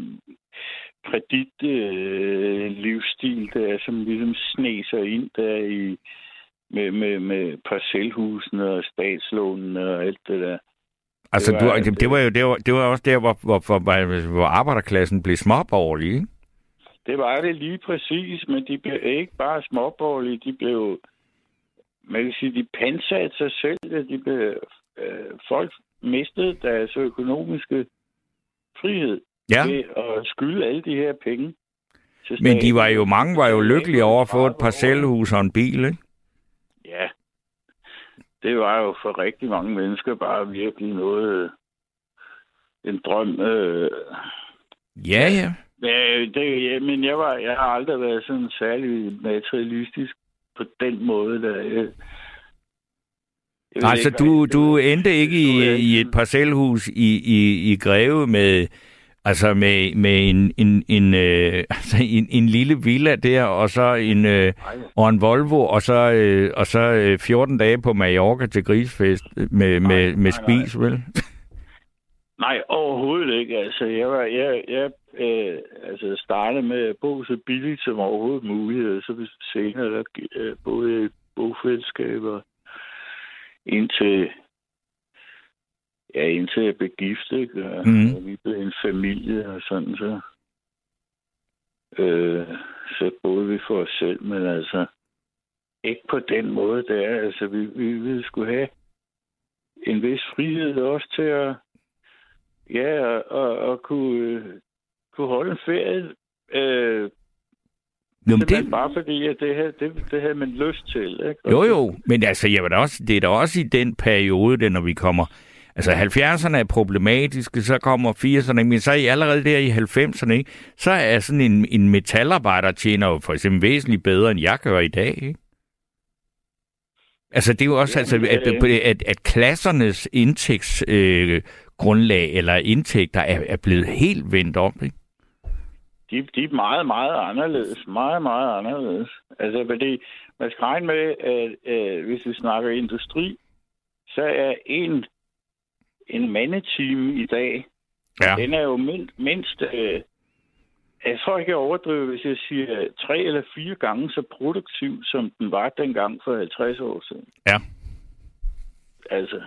Speaker 9: kreditlivsstil, øh, der som ligesom sne sig ind der i med, med, med parcelhusene og statslånene og alt det der.
Speaker 1: Altså, det var, du, det, det var jo det var, det var også der, hvor, hvor, hvor, hvor arbejderklassen blev småborgerlig, ikke?
Speaker 9: Det var det lige præcis, men de blev ikke bare småborgerlige, de blev, man kan sige, de pansatte sig selv, de blev, øh, folk mistede deres økonomiske frihed.
Speaker 1: Ja.
Speaker 9: Ved at skylde alle de her penge.
Speaker 1: Men de var jo, mange var jo lykkelige over at få et parcelhus og en bil, ikke?
Speaker 9: Ja. Det var jo for rigtig mange mennesker bare virkelig noget... En drøm. Øh...
Speaker 1: Ja, ja.
Speaker 9: Ja, det, ja, men jeg, var, jeg har aldrig været sådan særlig materialistisk på den måde, der... Jeg,
Speaker 1: Nej, så du, du endte ikke i, i et parcelhus i, i, i Greve med... Altså med, med en, en, en, øh, altså en, en lille villa der, og så en, øh, og en Volvo, og så, øh, og så øh, fjorten dage på Mallorca til grisfest med,
Speaker 9: nej,
Speaker 1: med, med
Speaker 9: nej,
Speaker 1: spis,
Speaker 9: nej.
Speaker 1: vel?
Speaker 9: Nej, overhovedet ikke. Altså, jeg, var, jeg, jeg øh, altså startede med at bo så billigt som overhovedet muligt, så senere der øh, boede i bofællesskaber indtil... Ja, indtil jeg blev gift, ikke? Og, mm. og vi blev en familie og sådan, så... Øh, så boede vi for os selv, men altså... Ikke på den måde der. Altså, vi, vi, vi skulle have en vis frihed også til at... Ja, og, og, og kunne, kunne holde en ferie. Øh,
Speaker 1: Jo, det...
Speaker 9: Bare fordi, at det, her, det, det havde man lyst til, ikke?
Speaker 1: Jo, jo, men altså, jeg vil da også, det er da også i den periode, det, når vi kommer... Altså halvfjerdserne er problematiske, så kommer firserne, men så er I allerede der i halvfemserne, ikke? Så er sådan en, en metalarbejder tjener jo for eksempel væsentligt bedre, end jeg gør i dag, ikke? Altså det er jo også, ja, altså, at, at, at klassernes indtægtsgrundlag øh, eller indtægter er, er blevet helt vendt om, ikke?
Speaker 9: De, de er meget, meget anderledes. Meget, meget anderledes. Altså, fordi man skal regne med, at øh, hvis vi snakker industri, så er en en mandetime i dag,
Speaker 1: ja.
Speaker 9: den er jo mind, mindst... Øh, jeg tror ikke, jeg overdriver, hvis jeg siger tre eller fire gange så produktiv, som den var dengang for halvtreds år siden.
Speaker 1: Ja.
Speaker 9: Altså...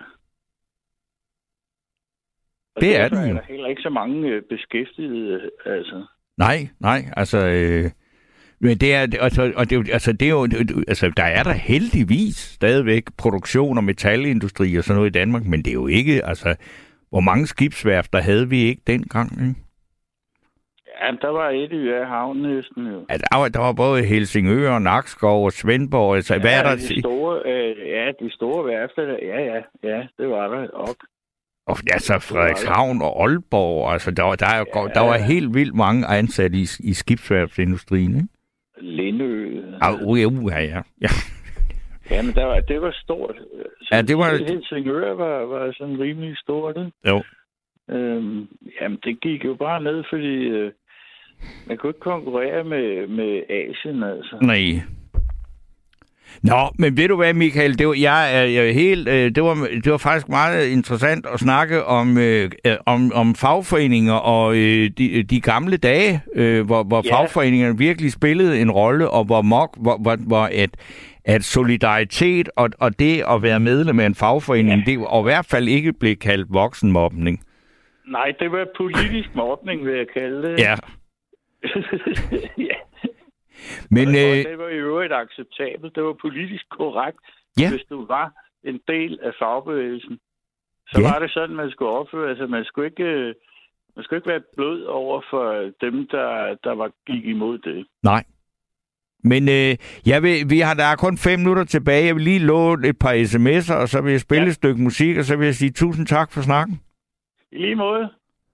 Speaker 9: Og
Speaker 1: det er den jo.
Speaker 9: Er der heller ikke så mange øh, beskæftigede, altså.
Speaker 1: Nej, nej, altså... Øh, men det er, altså, og det, altså, det er jo, altså, der er der heldigvis stadigvæk produktion og metalindustri og sådan noget i Danmark, men det er jo ikke, altså, hvor mange skibsværfter havde vi ikke dengang, ikke?
Speaker 9: Ja, der var et i hver havn næsten jo.
Speaker 1: Ja, der var, der var både Helsingør og Nakskov og Svendborg, altså,
Speaker 9: ja,
Speaker 1: hvad er der?
Speaker 9: De store, øh, ja, de store værfter, ja, ja, ja, det var der også.
Speaker 1: Og altså Frederikshavn og Aalborg, altså der var, der, er, ja, der var helt vildt mange ansatte i, i skibsværftsindustrien, ikke?
Speaker 9: Lindø.
Speaker 1: Ah, uh, uh, ja, ja. ja.
Speaker 9: Ja, men der var, det var stort. Så
Speaker 1: ja, det var...
Speaker 9: Helsingør var, var sådan rimelig stort, ikke?
Speaker 1: Jo.
Speaker 9: Øhm, jamen, det gik jo bare ned, fordi øh, man kunne ikke konkurrere med, med Asien, altså.
Speaker 1: Nej. Nå, men ved du hvad, Michael, det var, jeg er jeg helt, øh, det var det var faktisk meget interessant at snakke om øh, om, om fagforeninger og øh, de, de gamle dage, øh, hvor, hvor ja. fagforeningerne virkelig spillede en rolle, og hvor mok, hvor, hvor, hvor at, at solidaritet og, og det at være medlem af en fagforening, ja. det og i hvert fald ikke blev kaldt voksenmobning.
Speaker 9: Nej, det var politisk mobning, vil jeg kalde det.
Speaker 1: Ja.
Speaker 9: ja.
Speaker 1: Men,
Speaker 9: det, var,
Speaker 1: øh,
Speaker 9: det var i øvrigt acceptabelt. Det var politisk korrekt,
Speaker 1: ja.
Speaker 9: hvis du var en del af fagbevægelsen. Så
Speaker 1: ja.
Speaker 9: var det sådan, man skulle opføre. Altså, man skulle ikke, man skulle ikke være blød over for dem, der, der var, gik imod det.
Speaker 1: Nej. Men øh, jeg vil, vi har, der er kun fem minutter tilbage. Jeg vil lige låne et par sms'er, og så vil jeg spille ja. et stykke musik, og så vil jeg sige tusind tak for snakken.
Speaker 9: I lige måde.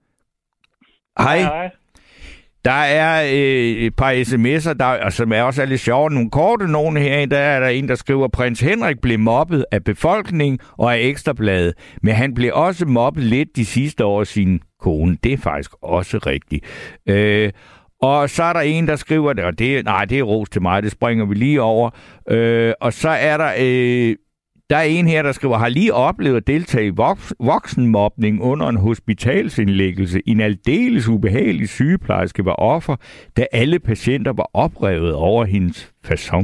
Speaker 1: Hej. Hej. Der er øh, et par sms'er, der, som er også er lidt sjove. Nogle korte nogen her. Der er der en, der skriver, prins Henrik blev mobbet af befolkningen og af Ekstrabladet. Men han blev også mobbet lidt de sidste år af sin kone. Det er faktisk også rigtigt. Øh, og så er der en, der skriver det, og det, nej, det er ros til mig, det springer vi lige over. Øh, og så er der... Øh, Der er en her, der skriver, har lige oplevet at deltage i voks- voksenmobning under en hospitalsindlæggelse. En aldeles ubehagelig sygeplejerske var offer, da alle patienter var oprevet over hendes facon.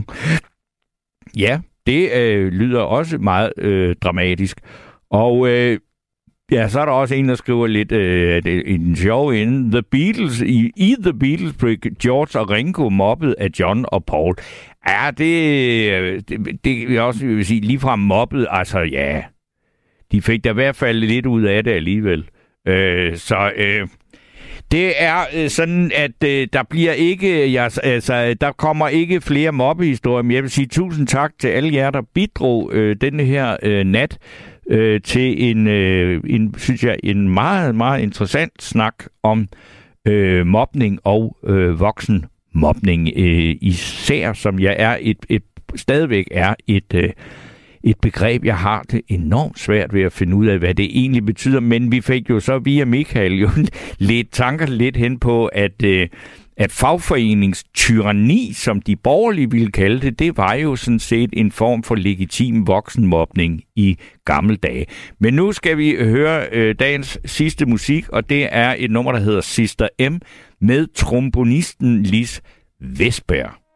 Speaker 1: Ja, det øh, lyder også meget øh, dramatisk. Og øh, ja, så er der også en, der skriver lidt øh, en sjov inden. The Beatles, i, i The Beatles blev George og Ringo mobbet af John og Paul. Ja, det, det, det vil også vil sige, ligefrem mobbet, altså ja, de fik da i hvert fald lidt ud af det alligevel. Øh, så øh, det er øh, sådan, at øh, der bliver ikke, ja, altså, der kommer ikke flere mobbehistorier, men jeg vil sige tusind tak til alle jer, der bidrog øh, denne her øh, nat øh, til en, øh, en, synes jeg, en meget, meget interessant snak om øh, mobning og øh, voksen mobning, øh, især som jeg er et, et stadigvæk er et, øh, et begreb, jeg har det enormt svært ved at finde ud af, hvad det egentlig betyder, men vi fik jo så via Michael jo lidt tanker lidt hen på, at, øh, at fagforeningstyranni, som de borgerlige ville kalde det, det var jo sådan set en form for legitim voksenmobning i gamle dage. Men nu skal vi høre øh, dagens sidste musik, og det er et nummer, der hedder Sister M, med trombonisten Lis Vestberg.